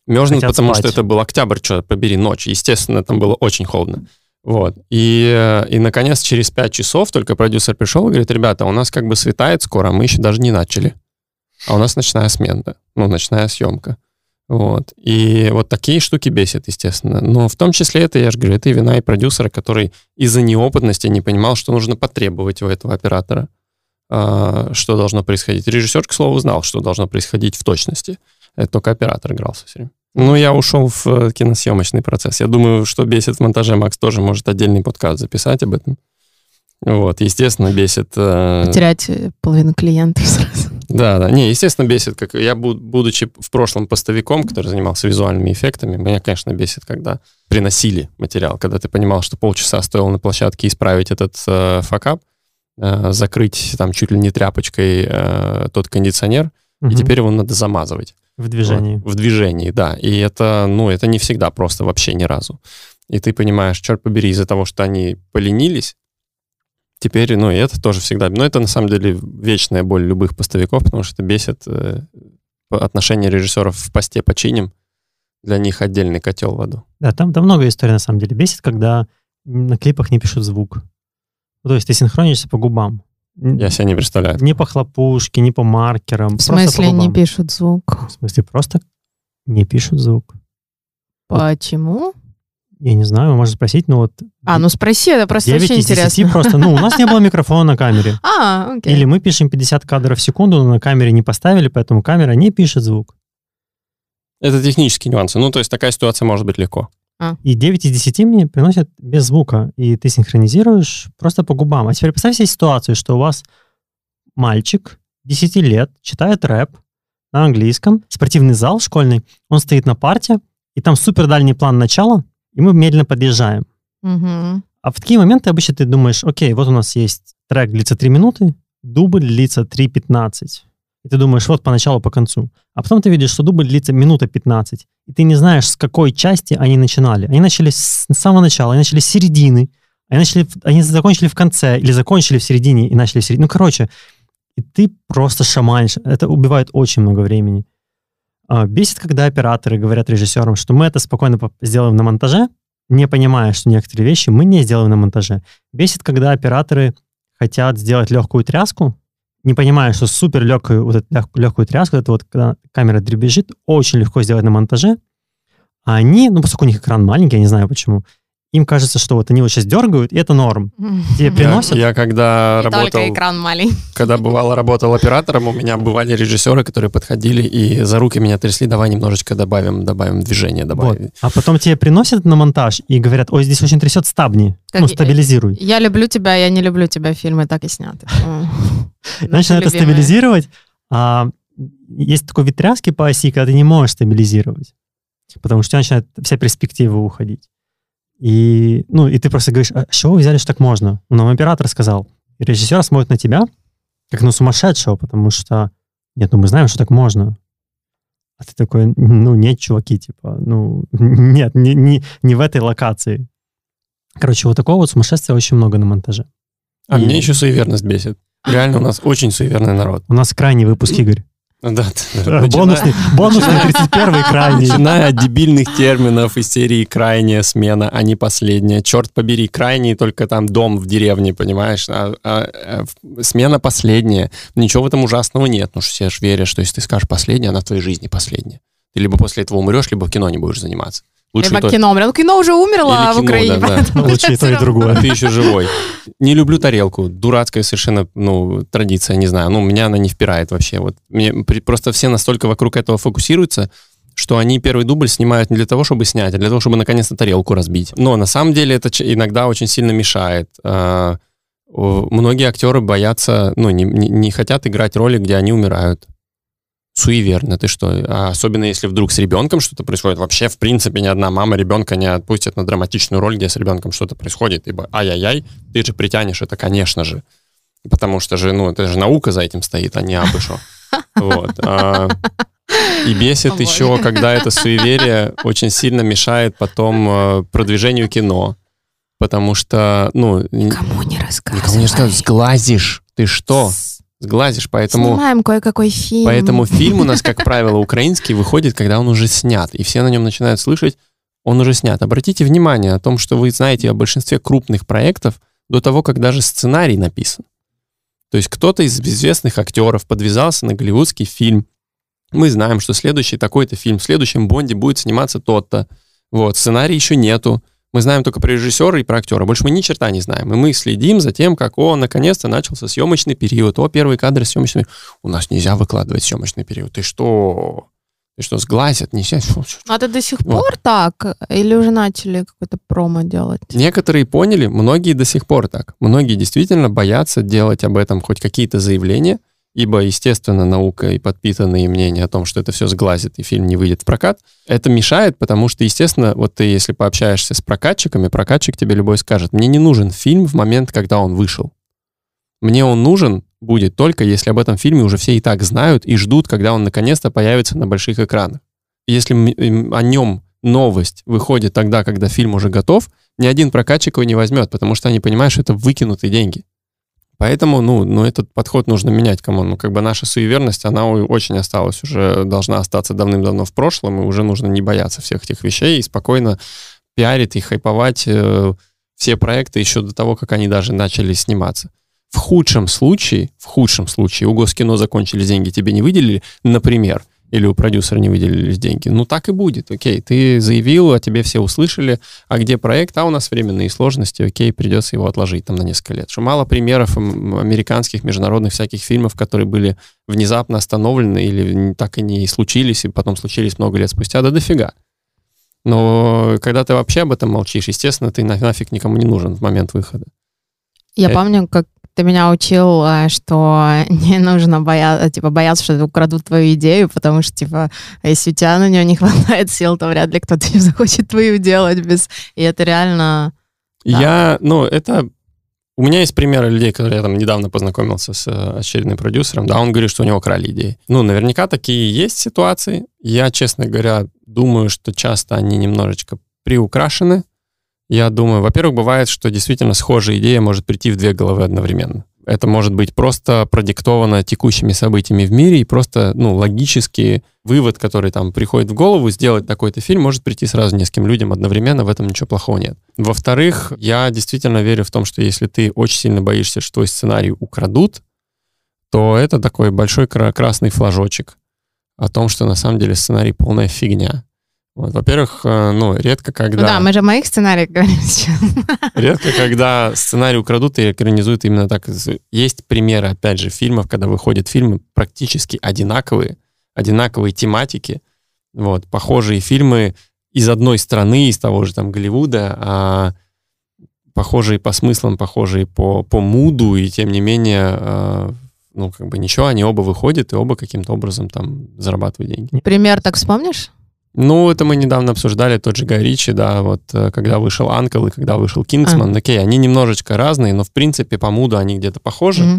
Мерзнут, Хотят потому спать. что это был октябрь, черт побери, ночь. Естественно, там было очень холодно. Вот. И, наконец, через 5 часов только продюсер пришел и говорит: ребята, у нас как бы светает скоро, мы еще даже не начали. А у нас ночная смена, ночная съемка. Вот. И вот такие штуки бесят, естественно. Но в том числе это, я же говорю, это и вина и продюсера, который из-за неопытности не понимал, что нужно потребовать у этого оператора, что должно происходить. Режиссер, к слову, знал, что должно происходить в точности. Это только оператор игрался все время. Ну, я ушел в киносъемочный процесс. Я думаю, что бесит в монтаже, Макс тоже может отдельный подкаст записать об этом. Вот, естественно, бесит... Потерять половину клиентов сразу. Да. Не, естественно, бесит. Как я, будучи в прошлом поставиком, который занимался визуальными эффектами, меня, конечно, бесит, когда приносили материал, когда ты понимал, что полчаса стоило на площадке исправить этот факап, закрыть там чуть ли не тряпочкой тот кондиционер, и теперь его надо замазывать. В движении. В движении, да. И это, это не всегда просто, вообще ни разу. И ты понимаешь, черт побери, из-за того, что они поленились, теперь, и это тоже всегда... Но это, на самом деле, вечная боль любых поставиков, потому что это бесит отношения режиссеров в посте починим. Для них отдельный котел в аду. Да, там много историй, на самом деле. Бесит, когда на клипах не пишут звук. То есть ты синхронишься по губам. Я себе не представляю. Не по хлопушке, не по маркерам. В смысле не пишут звук? В смысле просто не пишут звук. Почему? Я не знаю, можно спросить, но вот... спроси, это просто 9 очень из 10 интересно. просто, у нас не было микрофона на камере. Окей. Или мы пишем 50 кадров в секунду, но на камере не поставили, поэтому камера не пишет звук. Это технические нюансы. То есть такая ситуация может быть легко. И 9 из 10 мне приносят без звука, и ты синхронизируешь просто по губам. А теперь представь себе ситуацию, что у вас мальчик 10 лет читает рэп на английском, спортивный зал школьный, он стоит на парте, и там супер дальний план начала, и мы медленно подъезжаем. Угу. А в такие моменты обычно ты думаешь: окей, вот у нас есть трек длится 3 минуты, дубль длится 3:15. И ты думаешь, вот поначалу, по концу. А потом ты видишь, что дубль длится минута 15. И ты не знаешь, с какой части они начинали. Они начали с самого начала, они начали с середины, они закончили в конце, или закончили в середине и начали в середине. И ты просто шаманишь. Это убивает очень много времени. Бесит, когда операторы говорят режиссерам, что мы это спокойно сделаем на монтаже, не понимая, что некоторые вещи мы не сделаем на монтаже. Бесит, когда операторы хотят сделать легкую тряску, не понимая, что супер легкую тряску, это вот когда камера дребезжит, очень легко сделать на монтаже. А они, поскольку у них экран маленький, я не знаю почему, им кажется, что вот они вот сейчас дергают, и это норм. Тебе приносят... Я когда работал... Только экран маленький. Когда работал оператором, у меня бывали режиссеры, которые подходили и за руки меня трясли: давай немножечко добавим движение. Вот. А потом тебе приносят на монтаж и говорят: ой, здесь очень трясет, стабни, стабилизируй. Я люблю тебя, я не люблю тебя, фильмы так и сняты. Начинают это стабилизировать, а есть такой вид тряски по оси, когда ты не можешь стабилизировать, потому что у тебя начинает вся перспектива уходить. И ты просто говоришь: а с чего вы взяли, что так можно? Нам оператор сказал. И режиссер смотрит на тебя, как на сумасшедшего, потому что, нет, мы знаем, что так можно. А ты такой: нет, чуваки, нет, не в этой локации. Короче, вот такого вот сумасшествия очень много на монтаже. А мне еще суеверность бесит. Реально, у нас очень суеверный народ. У нас крайний выпуск, Игорь. Да. Бонусный 31-й крайний. Начиная от дебильных терминов из серии «крайняя смена», а не последняя. Черт побери, крайний только там дом в деревне, понимаешь? Смена последняя. Ничего в этом ужасного нет. Ну, все же верят, что если ты скажешь последняя, она в твоей жизни последняя. Ты либо после этого умрешь, либо в кино не будешь заниматься. Либо кино умрет. Кино уже умерло в Украине. Лучше и то, и другое. Ты еще живой. Не люблю тарелку. Дурацкая совершенно, традиция, не знаю. Меня она не впирает вообще. Вот просто все настолько вокруг этого фокусируются, что они первый дубль снимают не для того, чтобы снять, а для того, чтобы наконец-то тарелку разбить. Но на самом деле это иногда очень сильно мешает. Многие актеры боятся, не хотят играть роли, где они умирают. Суеверно, ты что? Особенно если вдруг с ребенком что-то происходит. Вообще, в принципе, ни одна мама ребенка не отпустит на драматичную роль, где с ребенком что-то происходит. Ибо ай-яй-яй, ты же притянешь это, конечно же. Потому что же, это же наука за этим стоит, а не абы шо. Вот. И бесит еще, когда это суеверие очень сильно мешает потом продвижению кино. Потому что, Никому не рассказывай. Сглазишь. Ты что? Сглазишь, поэтому... Снимаем кое-какой фильм. Поэтому фильм у нас, как правило, украинский выходит, когда он уже снят, и все на нем начинают слышать, он уже снят. Обратите внимание о том, что вы знаете о большинстве крупных проектов до того, как даже сценарий написан. То есть кто-то из известных актеров подвязался на голливудский фильм. Мы знаем, что следующий такой-то фильм, в следующем Бонде будет сниматься тот-то. Вот, сценария еще нету. Мы знаем только про режиссера и про актера. Больше мы ни черта не знаем. И мы следим за тем, как, наконец-то начался съемочный период. Первый кадр съемочный. У нас нельзя выкладывать съемочный период. Ты что? Сглазят? Нельзя? А это до сих пор так? Или уже начали какое-то промо делать? Некоторые поняли, многие до сих пор так. Многие действительно боятся делать об этом хоть какие-то заявления, ибо, естественно, наука и подпитанные мнения о том, что это все сглазит и фильм не выйдет в прокат, это мешает, потому что, естественно, вот ты, если пообщаешься с прокатчиками, прокатчик тебе любой скажет, мне не нужен фильм в момент, когда он вышел. Мне он нужен будет только, если об этом фильме уже все и так знают и ждут, когда он наконец-то появится на больших экранах. Если о нем новость выходит тогда, когда фильм уже готов, ни один прокатчик его не возьмет, потому что они понимают, что это выкинутые деньги. Поэтому, этот подход нужно менять, наша суеверность, она очень осталась, уже должна остаться давным-давно в прошлом, и уже нужно не бояться всех этих вещей и спокойно пиарить и хайповать все проекты еще до того, как они даже начали сниматься. В худшем случае, у Госкино закончились деньги, тебе не выделили, например, или у продюсера не выделились деньги. Так и будет, окей, ты заявил, а тебе все услышали, а где проект, у нас временные сложности, окей, придется его отложить на несколько лет. Что мало примеров американских, международных всяких фильмов, которые были внезапно остановлены или так и не случились, и потом случились много лет спустя, да дофига. Но когда ты вообще об этом молчишь, естественно, ты нафиг никому не нужен в момент выхода. Я помню, как ты меня учил, что не нужно бояться, что украдут твою идею, потому что, если у тебя на нее не хватает сил, то вряд ли кто-то не захочет твою делать без... И это реально... Да. У меня есть примеры людей, которые я недавно познакомился с очередным продюсером, он говорит, что у него крали идеи. Наверняка такие есть ситуации. Я, честно говоря, думаю, что часто они немножечко приукрашены. Я думаю, во-первых, бывает, что действительно схожая идея может прийти в две головы одновременно. Это может быть просто продиктовано текущими событиями в мире, и просто, логический вывод, который приходит в голову, сделать такой-то фильм, может прийти сразу нескольким людям одновременно, в этом ничего плохого нет. Во-вторых, я действительно верю в том, что если ты очень сильно боишься, что твой сценарий украдут, то это такой большой красный флажочек о том, что на самом деле сценарий полная фигня. Во-первых, редко когда... Да, мы же о моих сценариях говорим сейчас. Редко когда сценарий украдут и экранизуют именно так. Есть примеры, опять же, фильмов, когда выходят фильмы практически одинаковые тематики, похожие фильмы из одной страны, из того же Голливуда, похожие по смыслам, похожие по муду, и тем не менее... ничего, они оба выходят, и оба каким-то образом зарабатывают деньги. Пример так вспомнишь? Это мы недавно обсуждали, тот же Гай Ричи, когда вышел «Анкл» и когда вышел «Кингсман». Окей, они немножечко разные, но, в принципе, по муду они где-то похожи.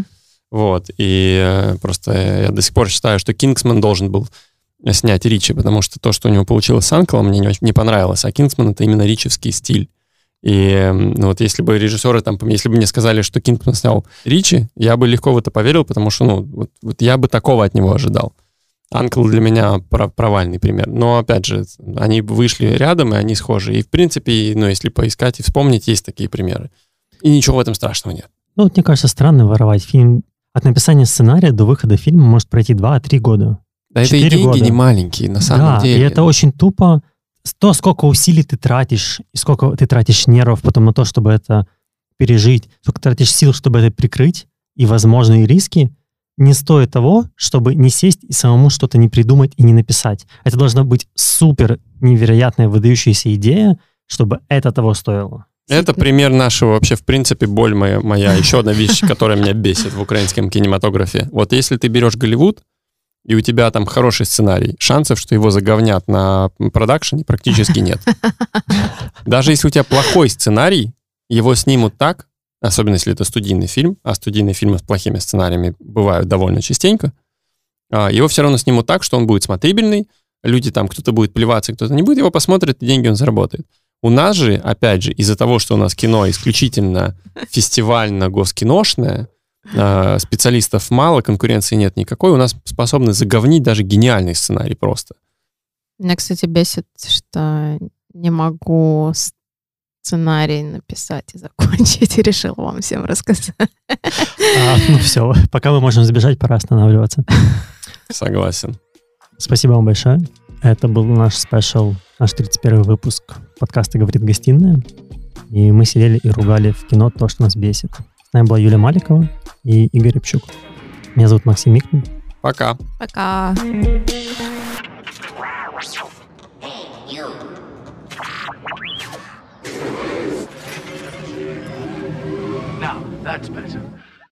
И просто я до сих пор считаю, что «Кингсман» должен был снять Ричи, потому что то, что у него получилось с «Анклом», мне не понравилось, а «Кингсман» — это именно ричевский стиль. И если бы режиссеры, если бы мне сказали, что «Кингсман» снял Ричи, я бы легко в это поверил, потому что, я бы такого от него ожидал. «Анкл» для меня провальный пример. Но, опять же, они вышли рядом, и они схожи. И, в принципе, если поискать и вспомнить, есть такие примеры. И ничего в этом страшного нет. Мне кажется, странно воровать фильм. От написания сценария до выхода фильма может пройти 2-3 года. Да это и деньги года. Не маленькие, на самом деле. И это очень тупо. То, сколько усилий ты тратишь, и сколько ты тратишь нервов потом на то, чтобы это пережить, сколько ты тратишь сил, чтобы это прикрыть, и возможные риски, не стоит того, чтобы не сесть и самому что-то не придумать и не написать. Это должна быть супер невероятная, выдающаяся идея, чтобы это того стоило. Это пример нашего, вообще, в принципе, боль моя. Еще одна вещь, которая меня бесит в украинском кинематографе. Если ты берешь Голливуд, и у тебя там хороший сценарий, шансов, что его заговнят на продакшене, практически нет. Даже если у тебя плохой сценарий, его снимут так, особенно если это студийный фильм, а студийные фильмы с плохими сценариями бывают довольно частенько, его все равно снимут так, что он будет смотрибельный, люди кто-то будет плеваться, кто-то не будет, его посмотрят, и деньги он заработает. У нас же, опять же, из-за того, что у нас кино исключительно фестивально-госкиношное, специалистов мало, конкуренции нет никакой, у нас способны заговнить даже гениальный сценарий просто. Меня, кстати, бесит, что не могу сценарий написать и закончить, и решил вам всем рассказать. Ну все, пока мы можем сбежать, пора останавливаться. Согласен. Спасибо вам большое. Это был наш спешл, наш 31-й выпуск подкаста «Говорит гостиная». И мы сидели и ругали в кино то, что нас бесит. С нами была Юлия Маликова и Игорь Рябчук. Меня зовут Максим Микнин. Пока. Пока. Now, that's better.